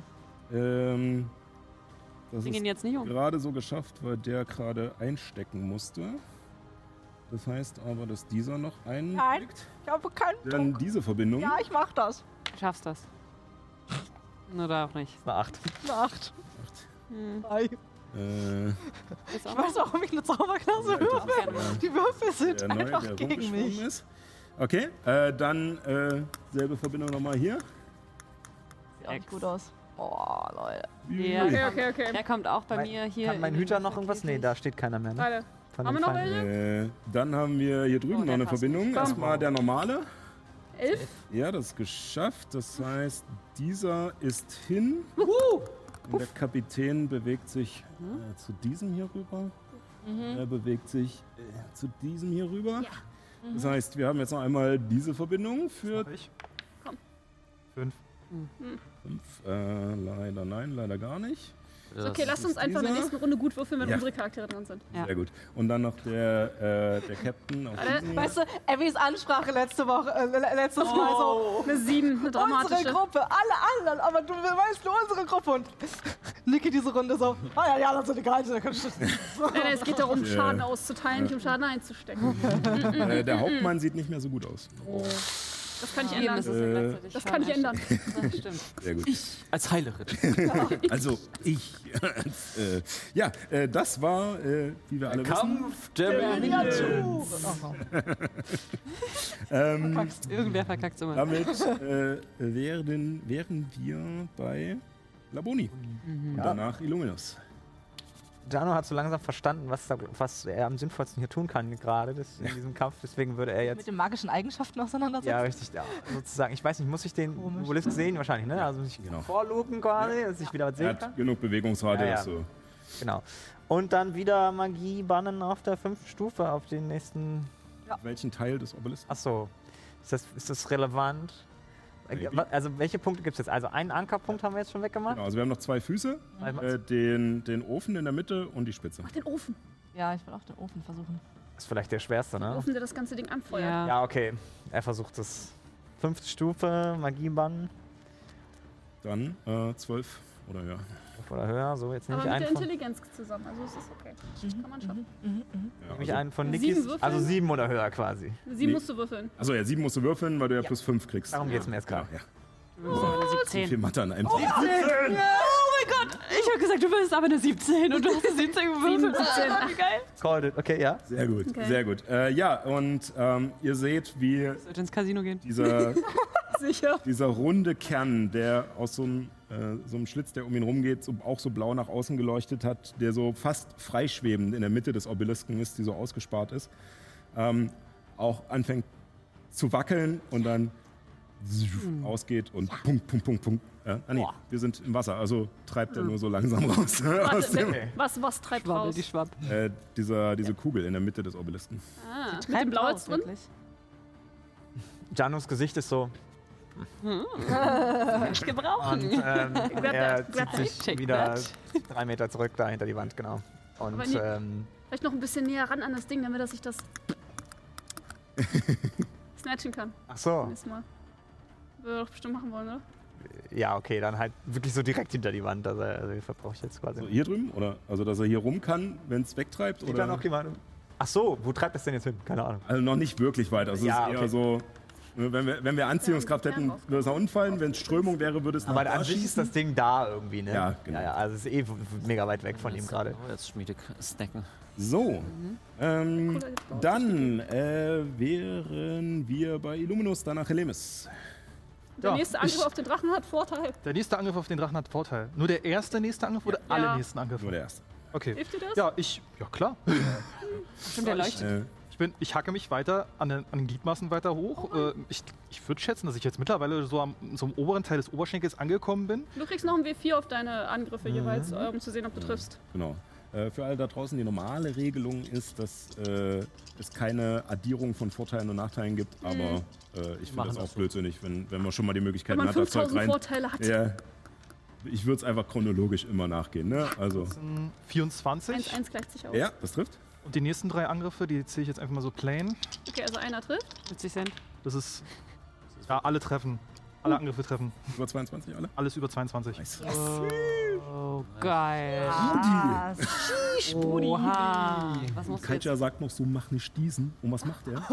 Das Bring ihn ist jetzt nicht um. gerade so geschafft, weil der gerade einstecken musste. Das heißt aber, dass dieser noch Nein. einklickt. Ich habe keinen Dann Druck. diese Verbindung. Ja, ich mach das. Du schaffst das. Oder auch nicht. Eine 8. Eine 8. Drei. Ist Ich auch weiß, warum ich eine Zauberklasse würfel. Die Würfel sind Der neue, einfach der gegen rumgeschwommen mich. ist. Okay, dann selbe Verbindung nochmal hier. Sieht auch nicht gut aus. Oh, Leute. Ja. Okay. Der kommt auch bei mir hier. Kann mein in Hüter den noch irgendwas? Nee, da steht keiner mehr. Ne? Beide. Von Haben den wir noch Feinden. welche? Dann haben wir hier drüben Oh, noch der eine passt Verbindung. nicht. Erstmal der normale. 11? Ja, das ist geschafft. Das heißt, dieser ist hin. Und der Kapitän bewegt sich zu diesem hier rüber. Er bewegt sich zu diesem hier rüber. Das heißt, wir haben jetzt noch einmal diese Verbindung für Ich. Komm. 5. 5. Leider nein, leider gar nicht. Okay, lasst uns einfach in der dieser. nächsten Runde gut würfeln, wenn Ja. unsere Charaktere dran sind. Ja. Sehr gut. Und dann noch der Captain auf diesem hier. Weißt du, Abbys Ansprache letztes Mal so. Eine 7, eine Unsere dramatische. Gruppe, alle anderen, aber du weißt nur unsere Gruppe. Und Niki diese Runde so, ja, das sind die Geheimnisse, da kannst du Nein, es geht darum, Schaden auszuteilen, nicht um Schaden einzustecken. Der Hauptmann sieht nicht mehr so gut aus. Das kann ich Eben ändern. ist es ja gleichzeitig Das kann ich ändern. Das stimmt. Sehr gut. Als Heilerin. Also ich. Ja, das war, wie wir alle wissen. Kampf der Minions. Irgendwer verkackt immer. Damit wären wir bei Laboni. Und danach Illuminus. Dano hat so langsam verstanden, was er am sinnvollsten hier tun kann gerade in diesem Kampf. Deswegen würde er mit jetzt... den magischen Eigenschaften auseinandersetzen. Ja, richtig, ja, sozusagen. Ich weiß nicht, muss ich den Obelisk sehen? Wahrscheinlich, ne? Also muss ich Genau. vorlupen quasi, dass ich wieder was Er sehen kann. hat genug Bewegungsrate. Ja, ja. So. Genau. Und dann wieder Magie bannen auf der 5. Stufe, auf den nächsten... Welchen Teil des Obelisks? Achso, ist das relevant? Maybe. Also welche Punkte gibt es jetzt? Also einen Ankerpunkt haben wir jetzt schon weggemacht. Genau, also wir haben noch 2 Füße. Den Ofen in der Mitte und die Spitze. Mach den Ofen. Ja, ich will auch den Ofen versuchen. Ist vielleicht der schwerste, Den ne? Ofen, der das ganze Ding anfeuert. Ja. Ja, okay. Er versucht es. 5. Stufe, Magiebann. Dann 12 oder höher. Oder höher, so jetzt nehme Aber ich mit der einen von, Intelligenz zusammen, also es ist okay. Kann man schaffen. Ja, nehme ich also, einen von 7 Nikis. würfeln? Also 7 oder höher quasi. 7 musst du würfeln. achso, ja, 7 musst du würfeln, weil du ja plus 5 kriegst. Darum geht's mir jetzt Genau, gerade. ja. Eine Viel 17. Mathe an einem. Oh mein Gott, ich habe gesagt, du willst aber eine 17 und du hast eine 17 gewürfelt. Wie geil. Called it. Okay, ja. Sehr gut, Okay. sehr gut. Ja, und ihr seht, wie Sollte ins Casino gehen. dieser Sicher. dieser runde Kern, der aus so einem Schlitz, der um ihn rumgeht, auch so blau nach außen geleuchtet hat, der so fast freischwebend in der Mitte des Obelisken ist, die so ausgespart ist, auch anfängt zu wackeln und dann ausgeht und Punkt, Punkt, Punkt, Punkt. Nee, wir sind im Wasser, also treibt er nur so langsam raus. aus dem, Was treibt raus? Die Schwabb. diese Kugel in der Mitte des Obelisken. Ah, mit dem Blau jetzt drin? Janus Gesicht ist so. Gebrauchen. Und er grab zieht sich Check wieder that. 3 Meter zurück da hinter die Wand, genau. Und Aber vielleicht noch ein bisschen näher ran an das Ding, damit er sich das snatchen kann. ach so, Nächstes Mal. Würde er doch bestimmt machen wollen, oder? ja, okay, dann halt wirklich so direkt hinter die Wand. Also verbrauche ich jetzt quasi. So hier drüben? Oder? Also, dass er hier rum kann, wenn es wegtreibt? Sieht Oder? da noch jemand? Ach so, wo treibt das denn jetzt hin? Keine Ahnung. Also noch nicht wirklich weit. Also Ja, es ist eher okay. so, wenn wir Anziehungskraft hätten, würde es nach unten fallen. Wenn es Strömung wäre, würde es nach Aber da an sich ist schießen. das Ding da irgendwie, ne? Ja, genau. Also es ist mega weit weg von ihm gerade. Oh, jetzt Schmiede snacken. So, Cooler gebaut. dann wären wir bei Illuminus, danach Helemis. Der Ja, nächste Angriff auf den Drachen hat Vorteil. Der nächste Angriff auf den Drachen hat Vorteil. Nur der erste nächste Angriff oder alle Ja. nächsten Angriffe? Nur der erste. Okay. Hilft dir das? Ja, ja klar. Stimmt, der leuchtet. Ich hacke mich weiter an den Gliedmaßen weiter hoch. Ich würde schätzen, dass ich jetzt mittlerweile so am oberen Teil des Oberschenkels angekommen bin. Du kriegst noch ein W4 auf deine Angriffe jeweils, um zu sehen, ob du triffst. Genau. Für alle da draußen, die normale Regelung ist, dass es keine Addierung von Vorteilen und Nachteilen gibt, aber ich finde das auch blödsinnig, wenn man schon mal die Möglichkeit Wenn man hat, das Zeug 5000 rein. Vorteile hat. Ja, ich würde es einfach chronologisch immer nachgehen, ne? Also, Das sind 24. 1-1 gleicht sich aus. ja, das trifft. Und die nächsten 3 Angriffe, die zähle ich jetzt einfach mal so plain. Okay, also einer trifft. 70 Cent. Das ist. Ja, alle treffen. Alle Angriffe treffen. Über 22 alle? Alles über 22. Nice. Oh, geil. Oha. Was musst du jetzt? Kaija sagt noch so, mach nicht diesen. Und was macht er?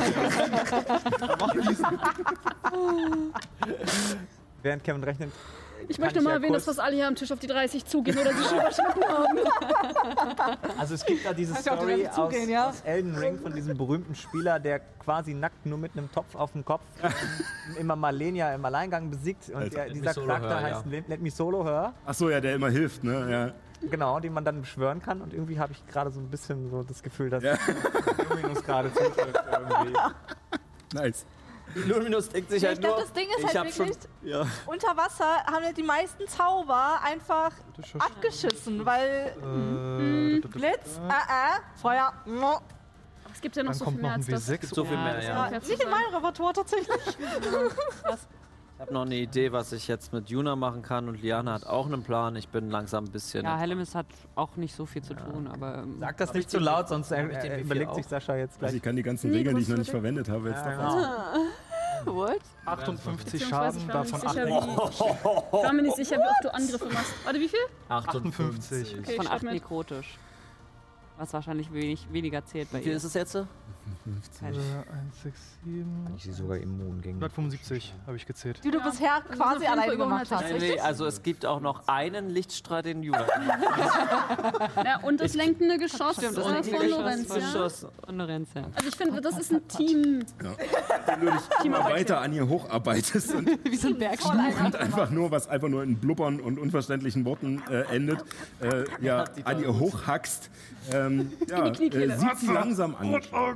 Während Kevin rechnet. Ich kann möchte mal ja erwähnen, dass kurz- fast alle hier am Tisch auf die 30 zugehen oder sie schon überschritten haben. Also es gibt da diese Kannst du auf die Story Leute zugehen, ja? aus Elden Ring von diesem berühmten Spieler, der quasi nackt nur mit einem Topf auf dem Kopf immer Malenia im Alleingang besiegt. Und Alter. dieser Solo Charakter Her, heißt Let Me Solo Her. Achso, ja, der immer hilft, ne? Ja. Genau, den man dann beschwören kann. Und irgendwie habe ich gerade so ein bisschen so das Gefühl, dass Ja. Illuminus gerade zutrifft irgendwie. Nice. Luminus denkt sich Ja, halt ich glaube, nur, das Ding ist ich halt hab schon, wirklich, ja. unter Wasser haben halt die meisten Zauber einfach abgeschissen, weil Blitz, Feuer, no. Aber es gibt ja noch Dann so kommt viel noch mehr ein als das. W6. So viel mehr, das ja. darf Ja, zu nicht in sein. meinem Repertoire tatsächlich. Ich habe noch eine Idee, was ich jetzt mit Juna machen kann und Liana hat auch einen Plan. Ich bin langsam ein bisschen. Ja, Helemis hat auch nicht so viel zu tun, aber. Sag das Hab nicht ich zu den- laut, sonst hab ich den wie überlegt viel sich Sascha jetzt Also gleich. ich kann die ganzen Nee, Regeln, die ich noch nicht großartig. verwendet habe, jetzt Ja, davon. What? 58 Beziehungsweise Schaden, ich war mir davon nicht sicher, 8 ich war mir nicht sicher, wie oft du Angriffe machst. Warte, wie viel? 58. Okay, Von ich 8 schreib mit. nekrotisch. Was wahrscheinlich weniger zählt bei Wie viel ihr. ist es jetzt? 1, 6, 7. Ich sie sogar immun gegen 175 habe ich gezählt. Die du bisher auf quasi jeden Fall alleine über gemacht hast. 160. Nee, also es gibt auch noch einen Lichtstrahl, den Juna Ja, und das lenkende Geschoss Stimmt, das von lenkende Geschoss Lorenz, von ja? Geschoss. Und Lorenz, ja. Also ich finde, das ist ein Team. Wenn du dich immer weiter an ihr hocharbeitest und Wie so ein Bergsteiger. einfach nur in Blubbern und unverständlichen Worten endet, an ihr hochhackst, sieht sie langsam an.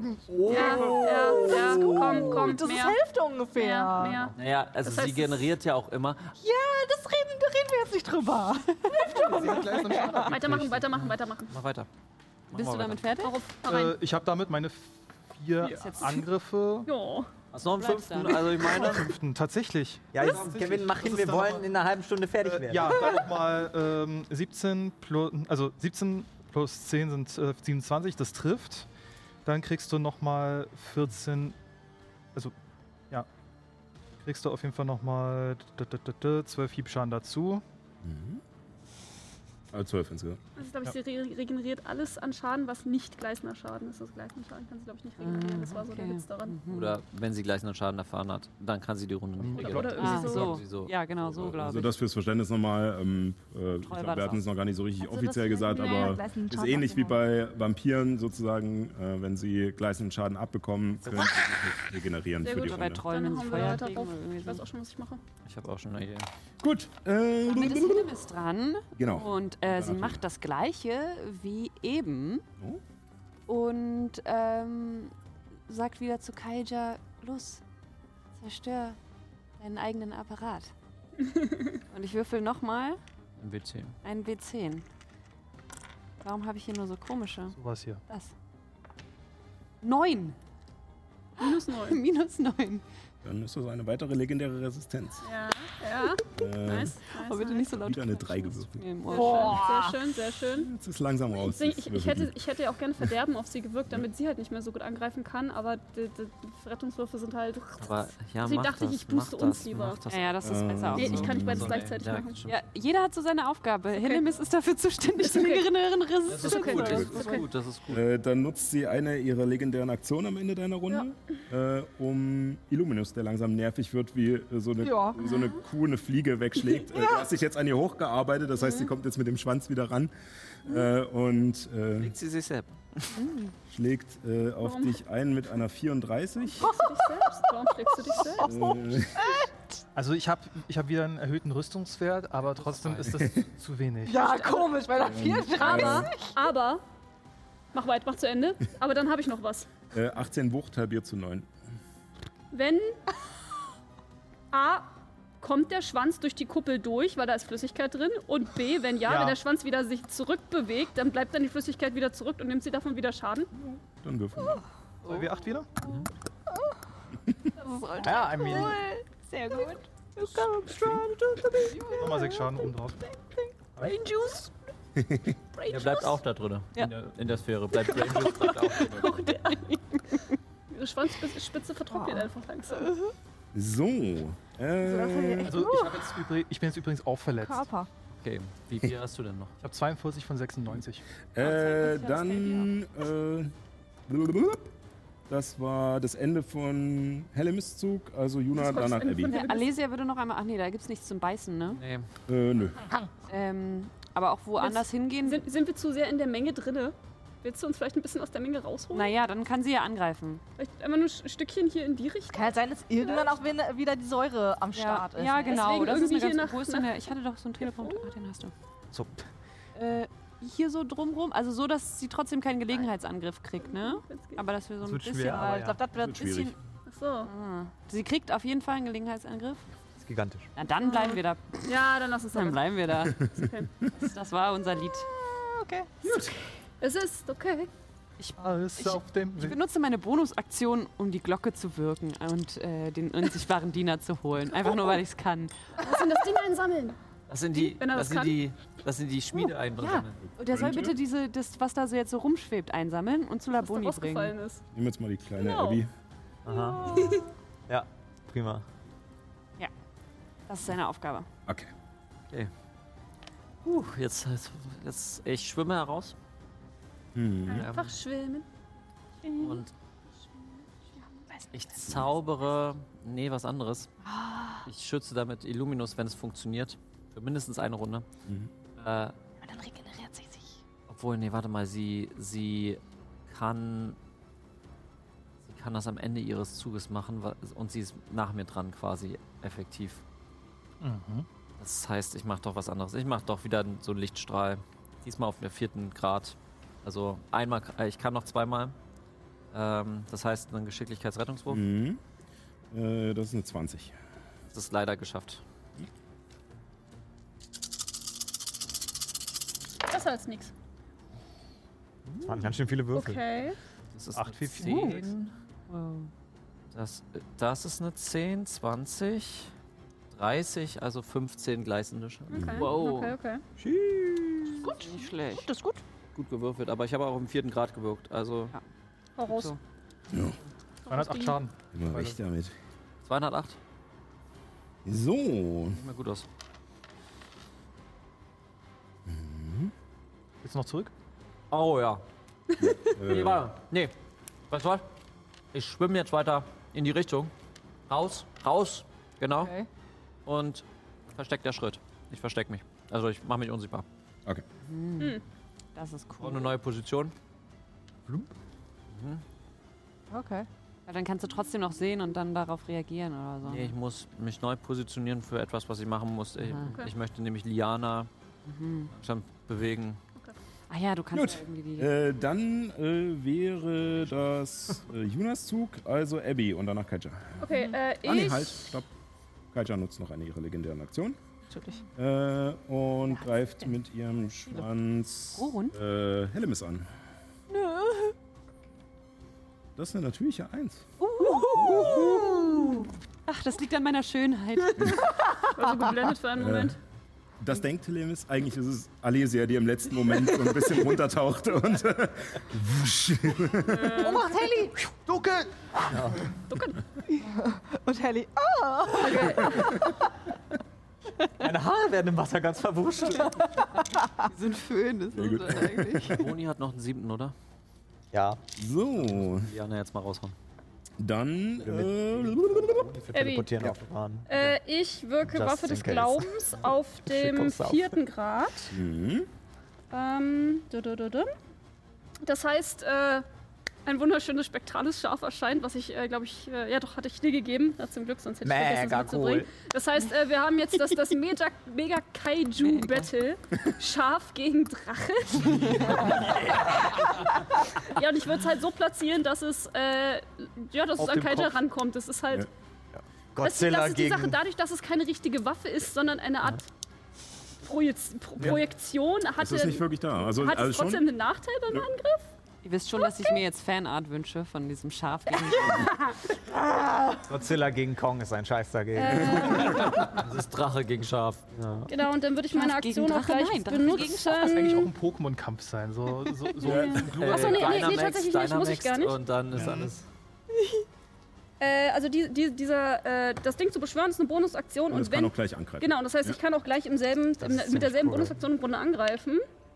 Ja, komm, Das ist mehr. Hälfte ungefähr. Mehr. Naja, also Das heißt, sie generiert ja auch immer. Ja, da reden wir jetzt nicht drüber. Weitermachen. Mach weiter. Bist du damit fertig? Hau rein. Ich habe damit meine 4 Angriffe. Jo. Hast noch einen Bleibst fünften? da. Also ich meine, Tatsächlich. Ja, jetzt, Kevin, mach hin, wir wollen in einer halben Stunde fertig werden. Ja, dann nochmal 17 plus 10 sind 27, das trifft. Dann kriegst du nochmal 14, also ja, kriegst du auf jeden Fall nochmal 12 Hiebschaden dazu. Also 12 insgesamt. Also, glaube ich, sie regeneriert alles an Schaden, was nicht gleißender Schaden ist. Das gleißender Schaden kann sie, glaube ich, nicht regenerieren. Das war so der Witz daran. Oder wenn sie gleichenden Schaden erfahren hat, dann kann sie die Runde nicht Oder irgendwie so. Ja, genau, so, glaube Also ich. das fürs Verständnis nochmal. Ich glaub, wir hatten es noch gar nicht so richtig Also offiziell das gesagt, wäre aber gleißenden ist Schaden ähnlich wie abgenommen. bei Vampiren sozusagen. Wenn sie gleißenden Schaden abbekommen, können sie sich nicht regenerieren Sehr für gut. die Oder bei Runde. Trollen, wenn Dann sie haben wir Feuer weiter kriegen drauf. oder irgendwie Ich weiß so. auch schon, was ich mache. Ich habe auch schon eine Idee. Gut. Damit ist Hillemis dran. Genau. Und dann sie Athena. macht das Gleiche wie eben. Oh. Und sagt wieder zu Kaija, los, zerstör deinen eigenen Apparat. Und ich würfel nochmal Ein W10. einen W10. Warum habe ich hier nur so komische? Sowas hier. Das. 9. -9. Minus 9. Dann ist das eine weitere legendäre Resistenz. Ja, ja. Nice. Oh, bitte nicht so laut. Wieder eine quatschen, 3 das gewürfelt. tut mir im Ohr. Sehr schön, sehr schön. Jetzt ist langsam raus. Deswegen, das ich Würfeln. hätte ja auch gerne Verderben auf sie gewirkt, damit sie halt nicht mehr so gut angreifen kann, aber die Rettungswürfe sind halt... Aber ja, Deswegen mach dachte ich, das, ich booste mach uns das, lieber. mach das. Ja, das ist besser auch Nee, so. ich kann nicht beides So, gleichzeitig ja, machen. schon. Ja, jeder hat so seine Aufgabe. Hillemis ist dafür zuständig, die geringeren Das ist Resistenz. gut, das ist Okay. gut, das ist gut. Dann nutzt sie eine ihrer legendären Aktionen am Ende deiner Runde, um Illuminus, der langsam nervig wird, wie so eine Kuh eine Fliege wegschlägt. Du hast dich jetzt an ihr hochgearbeitet, das heißt, sie kommt jetzt mit dem Schwanz wieder ran und Legt sie sich selbst. schlägt auf Warum? dich ein mit einer 34. Schlägst du dich selbst? Warum schlägst du dich selbst? Also ich hab wieder einen erhöhten Rüstungswert, aber trotzdem ist das zu wenig. Ja, komisch, weil da viel Aber, mach zu Ende, aber dann habe ich noch was. 18 Wucht halbiert zu 9. Wenn A, kommt der Schwanz durch die Kuppel durch, weil da ist Flüssigkeit drin, und B, wenn Ja. wenn der Schwanz wieder sich zurückbewegt, dann bleibt dann die Flüssigkeit wieder zurück und nimmt sie davon wieder Schaden. Dann würfeln. 2W8 wieder? Ja, I mean, Sehr gut. Nochmal 6 Schaden oben drauf. Er bleibt auch da drin. Ja. In der Sphäre. Bleibt Brain Juice bleibt auch da drin. Ihre Schwanzspitze vertrocknet einfach langsam. So. Also ich bin jetzt übrigens auch verletzt. Körper. Okay, wie viel hast du denn noch? Ich habe 42 von 96. Dann. Das war das Ende von Hellemis Zug, also Juna, Das war das danach Ende von Abby. Alesia würde noch einmal. Ach nee, da gibt's nichts zum Beißen, ne? Nee. Nö. Aber auch woanders hingehen. Sind wir zu sehr in der Menge drinne? Willst du uns vielleicht ein bisschen aus der Menge rausholen? Naja, dann kann sie ja angreifen. Vielleicht einfach nur ein Stückchen hier in die Richtung? Kann halt sein, dass irgendwann auch wieder die Säure am Start ist. Ja, ne? genau. Deswegen Das ist eine irgendwie ganz, hier wo ist denn der? Ich hatte doch so einen Telepunkt. Ah, den hast du. so. Hier so drumrum, also so, dass sie trotzdem keinen Gelegenheitsangriff kriegt, ne? Aber dass wir so ein wird bisschen. schwer, aber Ich glaube, das wird Wird schwierig. Achso. Sie kriegt auf jeden Fall einen Gelegenheitsangriff. Das ist gigantisch. Na, dann bleiben wir da. Ja, dann lass uns Dann damit. bleiben wir da. Okay. Das war unser Lied. Okay. Es ist okay. Alles auf dem Ich Weg. benutze meine Bonusaktion, um die Glocke zu wirken und den unsichtbaren Diener zu holen. Einfach nur, weil ich es kann. Lass ihn das Ding einsammeln. Das sind die, Wenn er das das sind die Schmiede Ja, und der soll bitte das, was da so jetzt so rumschwebt, einsammeln und zu Was da Laboni rausgefallen bringen. ist. Nehmen wir jetzt mal die kleine Genau. Abby. Aha. Ja, prima. Das ist seine Aufgabe. Okay. Jetzt, ich schwimme heraus Einfach schwimmen. und ich zaubere, was anderes. Ich schütze damit Illuminus, wenn es funktioniert. Für mindestens eine Runde. Mhm. Und dann regeneriert sie sich. Obwohl, warte mal, sie kann das am Ende ihres Zuges machen und sie ist nach mir dran quasi effektiv. Mhm. Das heißt, ich mache doch was anderes. Ich mache doch wieder so einen Lichtstrahl. Diesmal auf der 4. Grad. Also einmal, ich kann noch zweimal. Das heißt, ein Geschicklichkeitsrettungswurf. Mhm. Das ist eine 20. Das ist leider geschafft. Besser als nix. Das waren ganz schön viele Würfel. Okay. Das ist 8, eine 4, 4. 10. Das ist eine 10, 20, 30, also 15 gleißende Schaden. Okay. Wow. Okay. Nicht schlecht. Das ist gut. Gut gewürfelt, aber ich habe auch im 4. Grad gewirkt. Also Hau raus. So. 208 Schaden. Immer weg damit. 208. So. Sieht mal gut aus. Jetzt noch zurück? Oh ja. Nee. Weißt du was? Ich schwimme jetzt weiter in die Richtung. Raus. Genau. Okay. Und versteckt der Schritt. Ich verstecke mich. Also ich mache mich unsichtbar. Okay. Das ist Und cool. eine neue Position. Okay. Ja, dann kannst du trotzdem noch sehen und dann darauf reagieren oder so. Nee, ich muss mich neu positionieren für etwas, was ich machen muss. Ich möchte nämlich Liana langsam bewegen. Ah ja, du kannst Gut. ja irgendwie die... Dann wäre das Junas Zug, also Abby und danach Kaija. Okay, Nee, ich. halt, stopp. Kaija nutzt noch eine ihrer legendären Aktionen. Natürlich. Und greift mit ihrem Schwanz Rohhund? Hellemis an. Das ist eine natürliche 1. Ach, das liegt an meiner Schönheit. Also geblendet für einen Moment. Das denkt Hellemis. Eigentlich ist es Alesia, die im letzten Moment so ein bisschen runtertaucht und wusch. Obacht, Helly! Dunkel! Und Helly. Meine Haare werden im Wasser ganz verwuscht. Die sind Föhn, das Sehr gut. eigentlich. Moni hat noch einen 7., oder? Ja. So, Liana jetzt mal raushauen. dann Wir teleportieren auf den Bahn. Ich wirke Just Waffe in des case. Glaubens auf dem uns auf. 4. Grad. Mhm. Das heißt, ein wunderschönes spektrales Schaf erscheint, was ich, glaube ich, ja doch, hatte ich dir gegeben. Ja, zum Glück, sonst hätte ich vergessen, Mega es mitzubringen. cool. Das heißt, wir haben jetzt das Mega Kaiju Battle. Schaf gegen Drache. Ja, und ich würde es halt so platzieren, dass es, dass es Auf an dem Kaija Kopf. rankommt. Das ist halt... Ja. Godzilla das ist die Sache, gegen... dadurch, dass es keine richtige Waffe ist, sondern eine Art Projektion, das ist nicht wirklich da. Also, hat es also trotzdem schon. einen Nachteil beim Angriff? Ihr wisst schon, dass ich mir jetzt Fanart wünsche von diesem Schaf gegen... Godzilla gegen Kong ist ein Scheiß dagegen. Das ist Drache gegen Schaf. Genau, und dann würde ich meine Schaf gegen Aktion auch Drache? gleich Nein, Drache gegen benutzen. Schaf. Das kann eigentlich auch ein Pokémon-Kampf sein. So Achso, nee, tatsächlich nicht, muss ich gar nicht. Und dann ist alles... Also das Ding zu beschwören ist eine Bonusaktion. Und es kann auch gleich angreifen. Genau, das heißt, ich kann auch gleich mit derselben Bonusaktion im Grunde angreifen.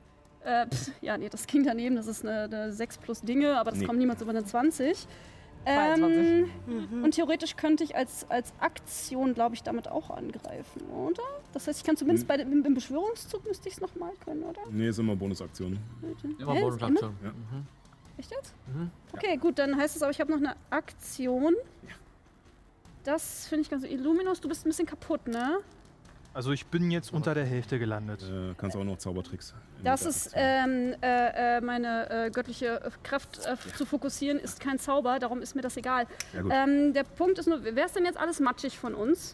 Ja, nee, das ging daneben. Das ist eine 6 plus Dinge, aber das kommt niemals über eine 20. 22. Und theoretisch könnte ich als Aktion, glaube ich, damit auch angreifen, oder? Das heißt, ich kann zumindest im Beschwörungszug müsste ich es nochmal können, oder? Nee, ist immer Bonusaktion. Immer Hä? Bonusaktion. Ja. Echt jetzt? Okay, gut, dann heißt es aber, ich habe noch eine Aktion. Das finde ich ganz... Illuminus, du bist ein bisschen kaputt, ne? Also ich bin jetzt unter der Hälfte gelandet. Kannst auch noch Zaubertricks. Das ist meine göttliche Kraft zu fokussieren, ist kein Zauber, darum ist mir das egal. Ja, gut. Der Punkt ist nur, wer ist denn jetzt alles matschig von uns?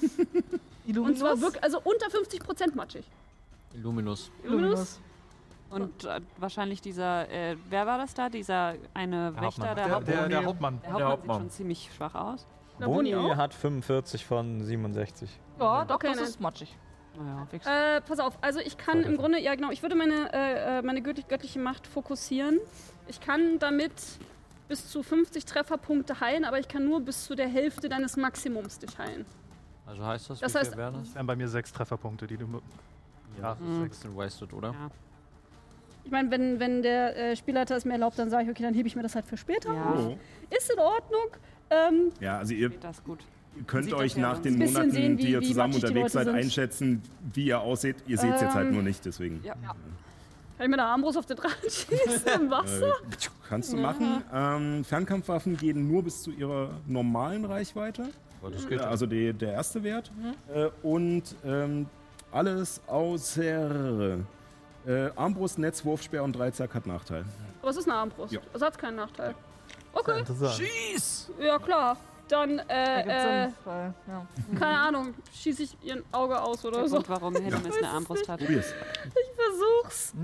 Und zwar wirklich, also unter 50% matschig. Illuminus. Illuminus? Und wahrscheinlich dieser, wer war das da? Dieser eine Wächter, der Hauptmann. Der Hauptmann. Der Hauptmann sieht schon ziemlich schwach aus. Na, Boni auch? hat 45 von 67. Ja, doch, Okay, das nein. ist matschig. Naja, fix. Pass auf, also ich kann im Grunde, ja genau, ich würde meine göttliche Macht fokussieren. Ich kann damit bis zu 50 Trefferpunkte heilen, aber ich kann nur bis zu der Hälfte deines Maximums dich heilen. Also heißt das, Das wie heißt- viel wären das? Das wären bei mir 6 Trefferpunkte, die du... Ja, das ist 6 wasted, oder? Ja. Ich meine, wenn der Spielleiter es mir erlaubt, dann sage ich, okay, dann hebe ich mir das halt für später Ja. auf. Oh. Ist in Ordnung. Ja, also ihr Das ist gut. könnt Sieht euch das ja nach aus. den Ein bisschen Monaten, sehen, die ihr wie zusammen matschig die unterwegs Leute seid, sind. einschätzen, wie ihr aussieht. Ihr seht es jetzt halt nur nicht, deswegen. Ja. Kann ich mit der Armbrust auf den Drachen schießen im Wasser? Kannst du machen. Fernkampfwaffen gehen nur bis zu ihrer normalen Reichweite. Aber das geht ja. Also der erste Wert. Und alles außer Armbrust, Netz, Wurfspeer und Dreizack hat Nachteil. Aber es ist eine Armbrust. Ja. Also hat keinen Nachteil. Okay, Interessant. ja klar. Dann, Weil, ja. keine Ahnung, schieße ich ihr ein Auge aus oder Der so. Grund, warum Hellemis eine Armbrust hat. Probier's. Versuch's.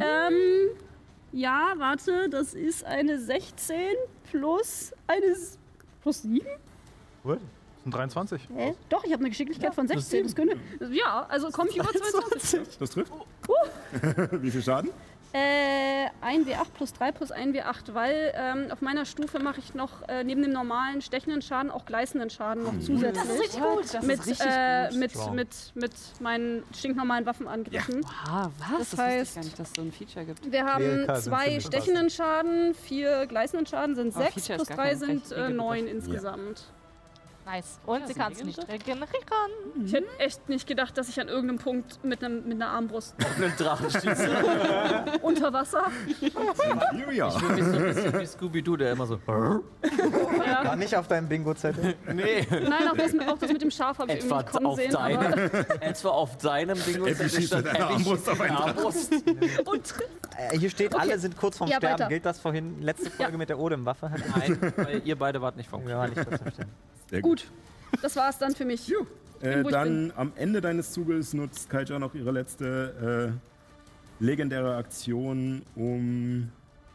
Ja, warte, das ist eine 16 plus plus 7? What? Das sind 23. Hä? Doch, ich habe eine Geschicklichkeit von 16. Das könnte, ja, also komme ich über 22. Das trifft. Wie viel Schaden? 1W8 plus 3 plus 1W8, weil auf meiner Stufe mache ich noch neben dem normalen stechenden Schaden auch gleißenden Schaden noch zusätzlich. Das ist richtig gut. Das Mit, ist richtig gut. mit meinen stinknormalen Waffenangriffen. Ah, was? Das wusste heißt- ich gar nicht, dass es so ein Feature gibt. Wir haben Kleriker sind 2 ziemlich stechenden Schaden, 4 gleißenden Schaden sind Aber 6, Feature ist plus gar 3 kein sind Regelbegriff. 9 insgesamt. Nice. Und sie ist kann es ein nicht Regenschritt. regenerieren. Ich hätte echt nicht gedacht, dass ich an irgendeinem Punkt mit einer Armbrust Einen Drachen schießen. unter Wasser. Julia. Ich fühle mich so ein bisschen wie Scooby-Doo, der immer so. War nicht auf deinem Bingo-Zettel. Nee. Nein, auch das mit dem Schaf habe ich Etwa irgendwie nicht kommen auf sehen. Aber deinem. Etwa auf deinem Ding. Abby schießt mit einer Armbrust auf einen Drachen. Armbrust. und Hier steht, alle sind kurz vorm Ja, Sterben. weiter. Gilt das vorhin, letzte Folge mit der Odem-Waffe? Nein, weil ihr beide wart nicht vom Ja, nicht kurz vorm Sterben. Sehr gut, das war's dann für mich. bin, wo ich Dann am Ende deines Zuges nutzt Kaija noch ihre letzte legendäre Aktion, um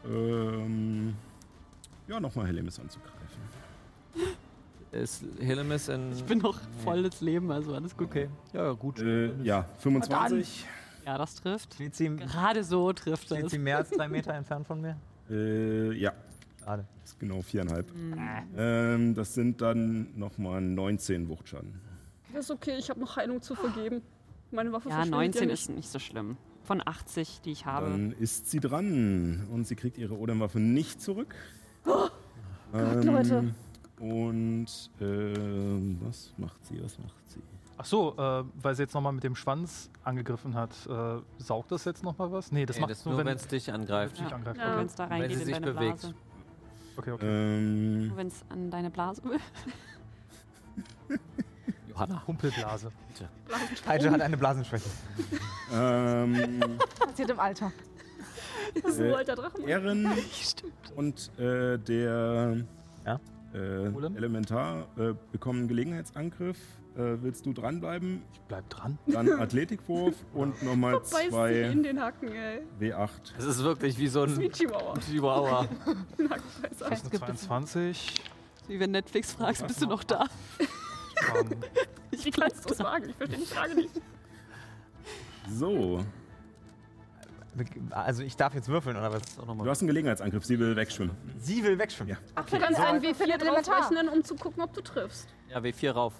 nochmal Helemis anzugreifen. Ist Helemis in. Ich bin noch volles Leben, also alles gut. Okay. Ja, gut. 25. Ja, das trifft. Steht sie, Gerade so trifft steht es. sie mehr als 3 Meter entfernt von mir? Ja, Schade. das ist genau 4,5. Das sind dann nochmal 19 Wuchtschaden. Das ist okay, ich habe noch Heilung zu vergeben. Meine Waffe Ja, verschwindet 19 ja ist nicht so schlimm. Von 80, die ich habe. Dann ist sie dran und sie kriegt ihre Odem-Waffe nicht zurück. Gott, Leute. Und was macht sie? Ach so, weil sie jetzt nochmal mit dem Schwanz angegriffen hat. Saugt das jetzt nochmal was? Nee, das Nee, macht das nur, nur, wenn wenn es dich angreift. es dich angreift. Ja. Wenn es da Wenn reingeht sie in sich deine bewegt. Blase. Okay, okay. Nur wenn es an deine Blase will. Johanna. Humpelblase. Kaija hat eine Blasenschwäche. Passiert im Alter. Das ist ein alter Drachen. Ehren und der Ja? Elementar bekommen einen Gelegenheitsangriff. Willst du dranbleiben? Ich bleib dran. Dann Athletikwurf und nochmal Beißt sich 2 in den Hacken, ey. W8. Das ist wirklich wie so Das ist wie ein ein Chihuahua. Chihuahua. Nackenfresser. Das ist eine 22. Wie wenn Netflix fragst, bist du noch da? Wie kannst du das sagen? Ich verstehe die Frage nicht. So, Also ich darf jetzt würfeln, oder was? du hast einen Gelegenheitsangriff. Sie will wegschwimmen. Sie will wegschwimmen. Ja. Ach, Du kannst ein W4 Elementar. draufrechnen, um zu gucken, ob du triffst. Ja, W4 rauf.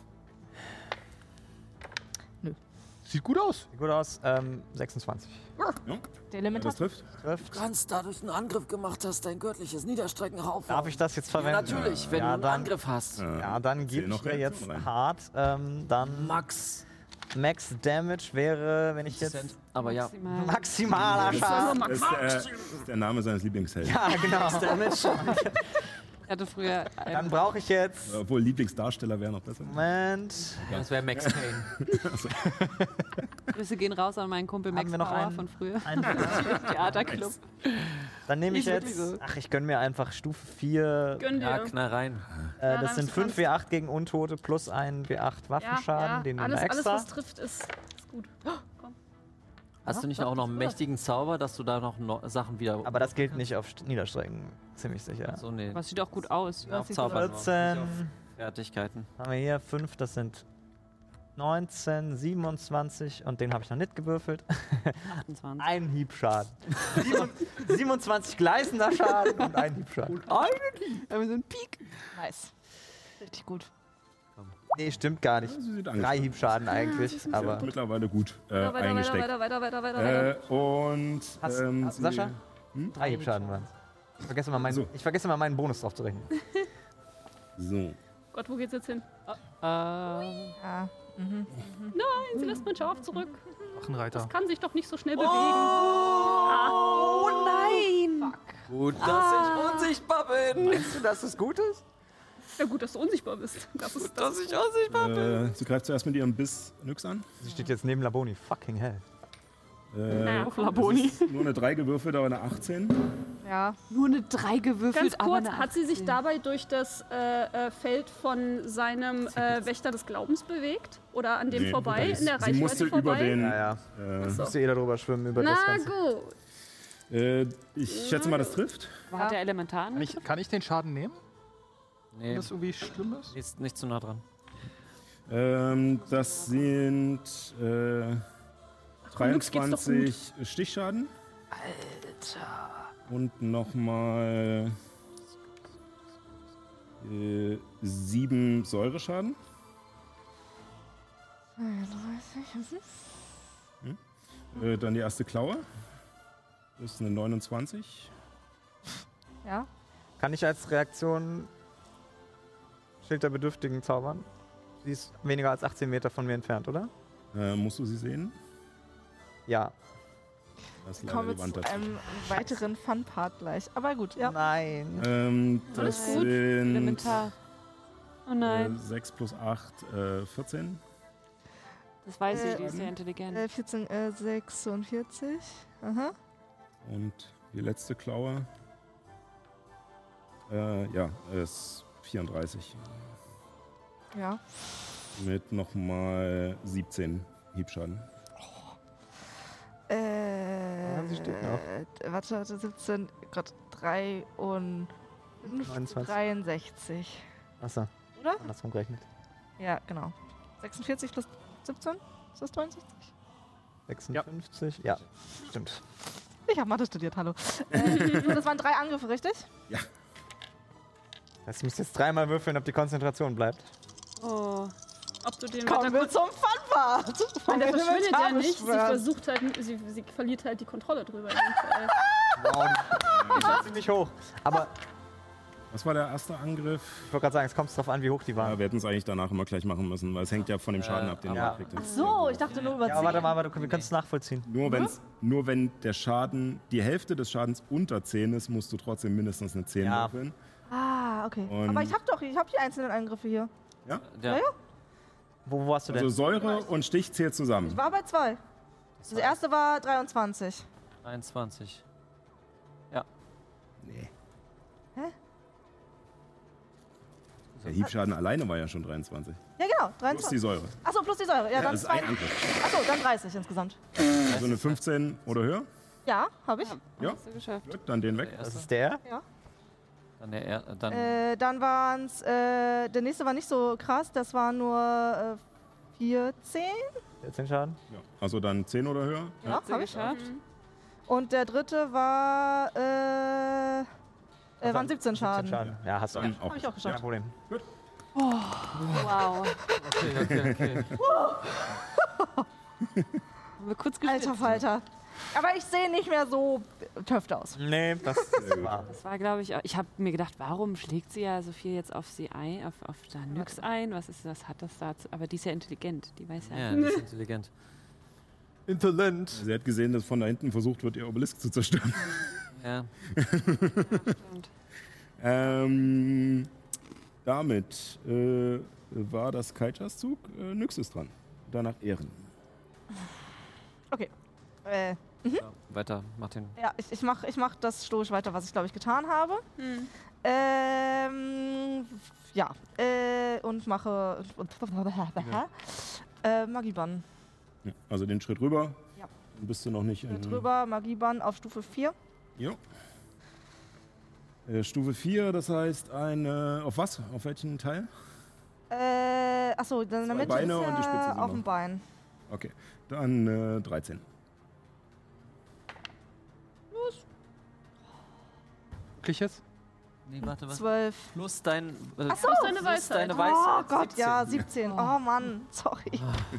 Sieht gut aus. Sieht gut aus. 26. Ja, Der Elementar. das trifft. Trifft. kannst, da du einen Angriff gemacht hast, dein göttliches Niederstrecken rauf. Darf ich das jetzt Ja, verwenden? natürlich, wenn Ja, du einen dann- Angriff hast. Ja, dann Zähl gebe noch ich mir Reaktion jetzt rein. hart. Dann Max. Max Damage wäre, wenn ich jetzt... Aber ja. Maximal. Maximaler Schaden. Das ist der Name seines Lieblingshelden. Ja, genau. Ich hatte früher Dann brauche ich jetzt... Obwohl Lieblingsdarsteller wäre noch besser. Moment. Das wäre Max Payne. Grüße gehen raus an meinen Kumpel Max wir noch Power einen? von früher. Ein, Theaterclub. dann nehme ich Ist wirklich jetzt... so. Ach, ich gönne mir einfach Stufe 4. Gönn Ja, dir. knall rein. Ja, Das sind du 5 W8 gegen Untote plus ein W8 Waffenschaden. Den nehmen alles, wir alles, extra. was trifft, ist gut. Oh, komm. Hast du nicht auch noch einen mächtigen Zauber, dass du da noch Sachen wieder. Aber das gilt nicht auf Niederstrecken, ziemlich sicher. So, nee. Aber es sieht auch gut aus. Ja, auf Zauber nur, nicht 14 auf Fertigkeiten. haben wir hier 5, das sind 19, 27 und den habe ich noch nicht gewürfelt. 28. Ein Hiebschaden. 27 gleißender Schaden und ein Hiebschaden. Aber wir sind Peak. Nice. Richtig gut. Nee, stimmt gar nicht. Sie sieht 3 angespannt. Hiebschaden eigentlich, aber... Mittlerweile gut Weiter, eingesteckt. weiter. Und sie- Sascha? 3 Hiebschaden waren es. Ich vergesse mal meinen Bonus drauf zu rechnen. So. Gott, wo geht's jetzt hin? Ja. Nein, sie lässt mein Schaf zurück. Ach, ein Reiter. Das kann sich doch nicht so schnell bewegen. Oh nein! Gut, dass ich unsichtbar bin. Meinst du, dass es gut ist? Ja gut, dass du unsichtbar bist. Das ist Dass ich unsichtbar bin. Sie greift zuerst mit ihrem Biss Nyx an. Sie steht jetzt neben Laboni. Fucking hell. Auf Laboni. Nur eine 3 gewürfelt, aber eine 18. Ja. Nur eine 3 gewürfelt, Ganz aber kurz, eine hat sie sich 18. dabei durch das Feld von seinem Wächter des Glaubens bewegt? Oder an dem Nee, vorbei? In der sie Reichweite musste vorbei? über den. Ja. Müsste jeder drüber schwimmen über das Na Ganze. gut. Ich schätze mal, das trifft. Hat der Elementar Kann ich den Schaden nehmen, wenn Nee, das irgendwie schlimm ist? ist nicht zu nah dran. Das sind Glück geht's doch 23 Stichschaden. Und nochmal 7 Säureschaden. 32. Dann die erste Klaue. Das ist eine 29. Ja. Kann ich als Reaktion Schild der Bedürftigen zaubern? Sie ist weniger als 18 Meter von mir entfernt, oder? Musst du sie sehen? Ja. Das ist Kommen leider wir die zu Wand einem weiteren Fun-Part gleich. Aber gut, ja. Nein. Das gut. sind Elementar. Oh nein. 6 plus 8, 14. Das weiß ich, die ist ja intelligent. 14, 46. Aha. Und die letzte Klaue. Ist 34. Ja. Mit nochmal 17 Hiebschaden. sie steht noch. Warte, 17, Gott, 3 und 29. 63. Achso, Oder? andersrum gerechnet. Ja, genau. 46 plus 17? Ist das 63? 56? Ja, stimmt. Ich habe Mathe studiert, hallo. Das waren 3 Angriffe, richtig? Ja. Das müsst jetzt 3-mal würfeln, ob die Konzentration bleibt. Oh. Ob du den Kommen wir zum Fun-Part. Nein, der verschwindet ja nicht. Sie Beschwören. versucht halt, sie verliert halt die Kontrolle drüber. Wow, die ist ziemlich hoch. Aber Was war der erste Angriff? ich wollte gerade sagen, es kommt drauf an, wie hoch die waren. Ja, wir hätten es eigentlich danach immer gleich machen müssen, weil es hängt ja von dem Schaden ab, den ja. man kriegt. So, ich dachte nur über 10. Ja, warte mal, wir können es nachvollziehen. Nur wenn der Schaden, die Hälfte des Schadens unter 10 ist, musst du trotzdem mindestens eine 10 Ja. würfeln. Ah, okay. Und- Aber ich habe die einzelnen Angriffe hier. Ja? Ja. Wo warst du denn? Also Säure und Stich zählt zusammen. Ich war bei 2. Das erste war 23. 23. Nee. Hä? Der Hiebschaden alleine war ja schon 23. Ja, genau, Plus 23. die Säure. Achso, plus die Säure. Ja, dann Das ist ein 2. Angriff. Achso, dann 30 insgesamt. Also eine 15 oder höher. Ja, habe ich. Ja. Hast du geschafft. Gut, dann den weg. Das ist der? Dann dann Dann waren es, der nächste war nicht so krass, das waren nur 14. 14 Schaden? Ja. Also dann 10 oder höher. Ja, Hast du habe ich. geschafft? Und der dritte war, waren 17 Schaden. Ja, hast du. Dann auch. Habe ich auch Kein geschafft. Problem. Wow. okay. Haben wir kurz Alter geschnitzt. Falter. Aber ich sehe nicht mehr so töft aus. Nee, das ist wahr. Das war, glaube ich habe mir gedacht, warum schlägt sie ja so viel jetzt auf sie ein, auf da Nyx ein? Was hat das da? Aber die ist ja intelligent, die weiß ja. Ja, die ist intelligent. Intelligent. Sie hat gesehen, dass von da hinten versucht wird, ihr Obelisk zu zerstören. Ja. Stimmt. Damit war das Kaijas Zug. Nyx ist dran. Danach Ehren. Okay. Ja, weiter, mach den. Ja, ich mach das stoisch weiter, was ich glaube ich getan habe. Und mache Magiebann. Ja, also den Schritt rüber. Ja. Dann bist du noch nicht in... Drüber Magiebann auf Stufe 4. Jo. Stufe 4, das heißt auf was? Auf welchen Teil? Achso, dann in der Zwei Mitte Beine ist und die Spitze sind auf noch. dem Bein. Okay. Dann 13. Wirklich jetzt? Nee, warte, was? 12. Plus dein. Ach so, deine Weisheit. Deine Oh Weisheit. Gott, 17. ja, 17. Oh Mann, sorry.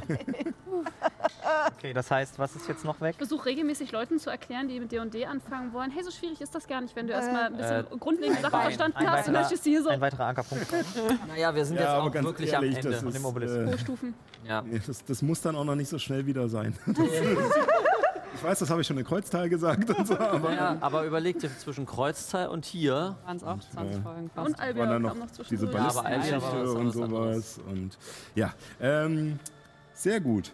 Okay, das heißt, was ist jetzt noch weg? Ich versuche regelmäßig Leuten zu erklären, die mit D&D anfangen wollen, hey, so schwierig ist das gar nicht, wenn du erstmal ein bisschen grundlegende Sachen verstanden hast. Und dann stehst du hier so Ein weiterer Ankerpunkt. Naja, wir sind jetzt auch wirklich ehrlich, am Ende. das Von dem ist, Obelisk. pro Stufen. Ja. das muss dann auch noch nicht so schnell wieder sein. Ich weiß, das habe ich schon in Kreuztal gesagt und so, aber Naja, aber überleg dir zwischen Kreuzteil und hier. Waren es auch 20 Folgen fast. Und Albia waren dann kam noch noch diese zwischendurch. Ja, aber Albion war Ballistengeschichte was und anderes. sowas. Und ja, sehr gut.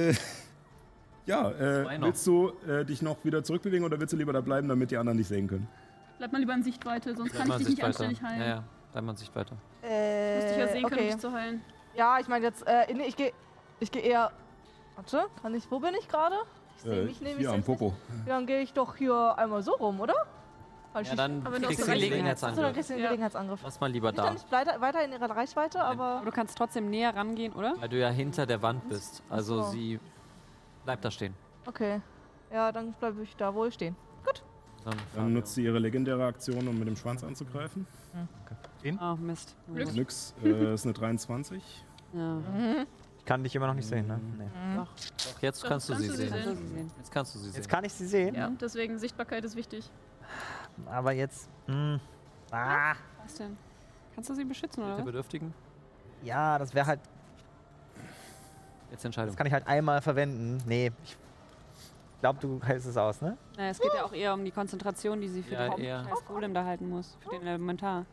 noch. Willst du dich noch wieder zurückbewegen oder willst du lieber da bleiben, damit die anderen dich sehen können? Bleib mal lieber in Sichtweite, sonst kann Bleib ich mal dich nicht anständig heilen. Ja, ja. Bleib mal in Sichtweite. Müsste ich ja sehen können, um okay. dich zu heilen. Ja, ich meine jetzt, nee, ich gehe eher. Warte, wo bin ich gerade? Ich sehe mich nämlich. Hier am jetzt nicht. Popo. Ja, dann gehe ich doch hier einmal so rum, oder? Weil Ja, dann Aber wenn du kriegst aus du der den Rechten- Achso, dann Gelegenheitsangriff. kriegst du den Ja. Gelegenheitsangriff. Lass mal lieber Bin ich dann da. nicht weiter in ihrer Reichweite, aber. Aber du kannst trotzdem näher rangehen, oder? Weil du ja hinter der Wand bist. Also Ach so. sie bleibt da stehen. Okay. Ja, dann bleibe ich da wohl stehen. Gut. Dann nutzt sie ihre legendäre Aktion, um mit dem Schwanz anzugreifen. Oh, Mist. Nix, ist eine 23. Ja. Ich kann dich immer noch nicht sehen, ne? Nee. Doch, jetzt kannst du sie sehen. Jetzt kannst du sie sehen. Jetzt kann ich sie sehen, Ja, deswegen Sichtbarkeit ist wichtig. aber jetzt... Was denn? Kannst du sie beschützen, oder Der was? Bedürftigen? Ja, das wäre halt... Jetzt Entscheidung. Das kann ich halt einmal verwenden. Nee, ich glaube, du hältst es aus, ne? Naja, es geht ja auch eher um die Konzentration, die sie für Ja, den eher. scheiß Golem da halten muss. Für den Elementar.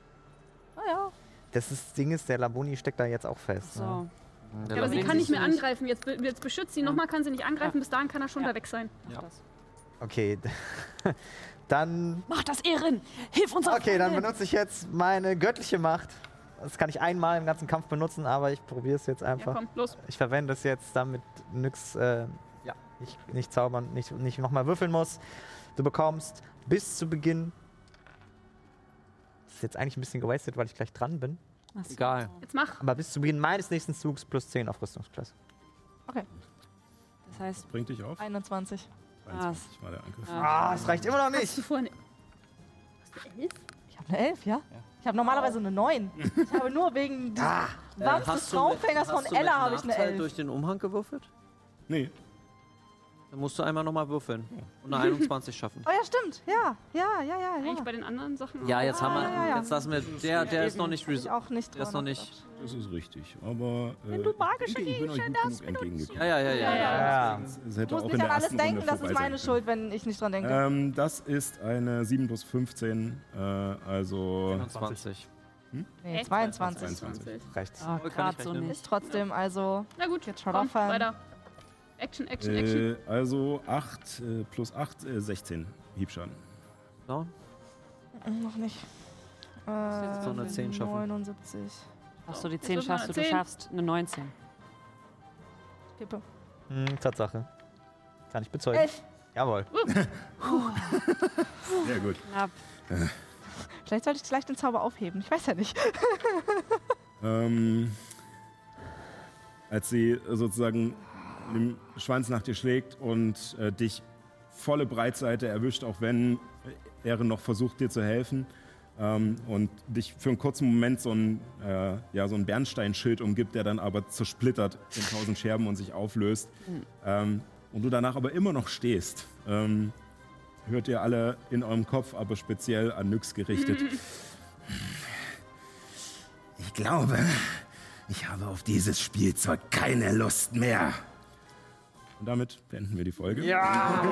Das Ding ist, der Laboni steckt da jetzt auch fest. Ne? So. Ja, aber sie kann nicht mehr angreifen. Jetzt beschützt sie. Nochmal kann sie nicht angreifen. Bis dahin kann er schon da weg sein. Ja. Okay, dann... Mach das, Erin! Hilf uns auf! Okay, dann benutze ich jetzt meine göttliche Macht. Das kann ich einmal im ganzen Kampf benutzen, aber ich probiere es jetzt Ja, einfach. komm, los. Ich verwende es jetzt, damit nix, nicht zaubern, nicht nochmal würfeln muss. Du bekommst bis zu Beginn... Das ist jetzt eigentlich ein bisschen gewastet, weil ich gleich dran bin. Ach so. Egal. Jetzt mach. Aber bis zu Beginn meines nächsten Zugs plus 10 auf Rüstungsklasse. Das heißt, Bringt dich auf. 21. 23 war der Angriff. Das reicht immer noch Hast nicht. du vorhin... Ich habe eine 11, ja? Ich habe normalerweise eine 9. Ich habe nur wegen des Wams des Traumfängers von Ella habe ich eine 11. durch den Umhang gewürfelt? Nee, Dann musst du einmal nochmal würfeln und eine 21 schaffen. Oh ja, stimmt. Ja. Eigentlich bei den anderen Sachen Ja, auch. jetzt haben wir. ja. Jetzt lassen wir. Der ist noch nicht. Hab ich auch nicht Der ist drüber noch nicht. das ist richtig. Aber Wenn du magische ich bin euch Gegenstände gut hast, genug entgegengekommen. Ja. Ja. Es hätte Du musst auch nicht in der an alles ersten denken, Runde das ist vorbei meine sein Schuld, wenn ich nicht dran denke. Das ist eine 7 plus 15, also 21. Nee, 22. 22. Reicht's. oh, kann gerade ich so rechnen. nicht. Ist trotzdem, also... Na gut, Jetzt schon komm, auffallen. weiter. Action, Action. Also 8 plus 8, 16 Hiebschaden. So. Noch nicht. jetzt so eine 10 schaffen. 79. Hast du die Jetzt 10 müssen wir schaffst du, eine 10. schaffst eine 19. Kippe. Tatsache. Kann ich bezeugen. 11. Jawohl. Sehr gut. Knapp. Vielleicht sollte ich gleich den Zauber aufheben. Ich weiß ja nicht. Als sie sozusagen mit dem Schwanz nach dir schlägt und dich volle Breitseite erwischt, auch wenn Erin noch versucht, dir zu helfen und dich für einen kurzen Moment so ein Bernsteinschild umgibt, der dann aber zersplittert in 1000 Scherben und sich auflöst. Und du danach aber immer noch stehst. Hört ihr alle in eurem Kopf, aber speziell an Nyx gerichtet. Ich glaube, ich habe auf dieses Spielzeug keine Lust mehr. Und damit beenden wir die Folge. Ja!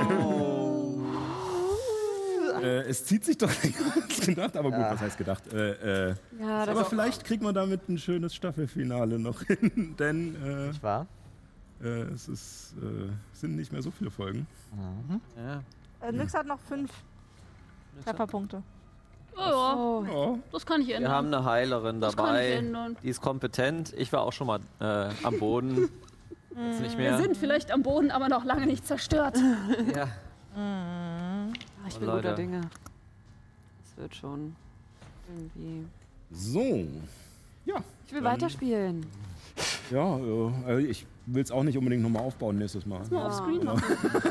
Es zieht sich doch länger als gedacht, aber gut, was heißt gedacht? Ja, das Aber vielleicht kriegt man damit ein schönes Staffelfinale noch hin, denn Nicht wahr? es sind nicht mehr so viele Folgen. Ja. Nyx hat noch 5 Trefferpunkte. Oh, ja, Oh. das kann ich Wir ändern. haben eine Heilerin Das kann ich dabei. ändern. Die ist kompetent. Ich war auch schon mal am Boden. Jetzt nicht Wir mehr. sind vielleicht am Boden, aber noch lange nicht zerstört. Ja. Ich bin Leute. guter Dinge. Das wird schon irgendwie. So. Ja. Ich will weiterspielen. Ja, also ich will es auch nicht unbedingt nochmal aufbauen nächstes Mal. Nur auf Screen machen.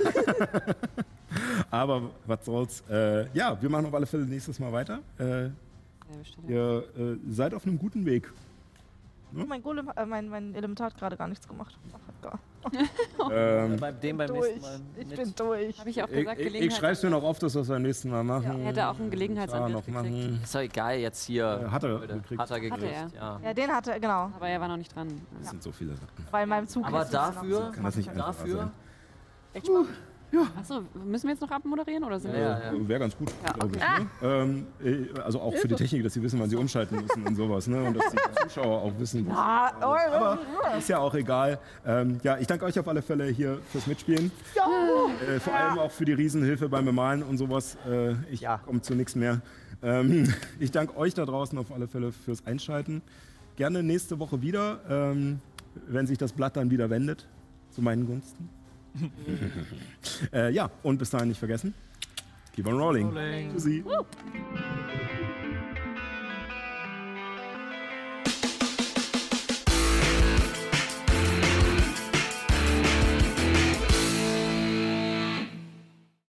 Aber was soll's. Ja, wir machen auf alle Fälle nächstes Mal weiter. Ihr seid auf einem guten Weg. Mein Golem, mein Elementar hat gerade gar nichts gemacht. Ähm, Beim nächsten Mal. Ich bin durch. Habe ich auch ich gesagt, ich schreibe es mir noch auf, dass wir es beim nächsten Mal machen. Er hätte auch einen Gelegenheitsangriff noch gekriegt. machen. Ist doch egal, jetzt hier. Hat er Leute. gekriegt. Hat er gekriegt. Hatte Ja. Ja, den hatte, genau. Aber er war noch nicht dran. Das sind so viele Sachen. Bei meinem Zug. Aber ist es noch dafür, so. Kann das nicht einfacher dafür, Achso, müssen wir jetzt noch abmoderieren oder sind wir? Ja. Wäre ganz gut, Ja, glaube ich. Ne? Also auch für die Technik, dass sie wissen, wann sie umschalten müssen und sowas. Ne? Und dass die Zuschauer auch wissen. Aber ist ja auch egal. Ja, ich danke euch auf alle Fälle hier fürs Mitspielen. Vor allem auch für die Riesenhilfe beim Bemalen und sowas. Ich komme zu nichts mehr. Ich danke euch da draußen auf alle Fälle fürs Einschalten. Gerne nächste Woche wieder, wenn sich das Blatt dann wieder wendet, zu meinen Gunsten. Ja, und bis dahin nicht vergessen, keep on rolling. Tschüssi.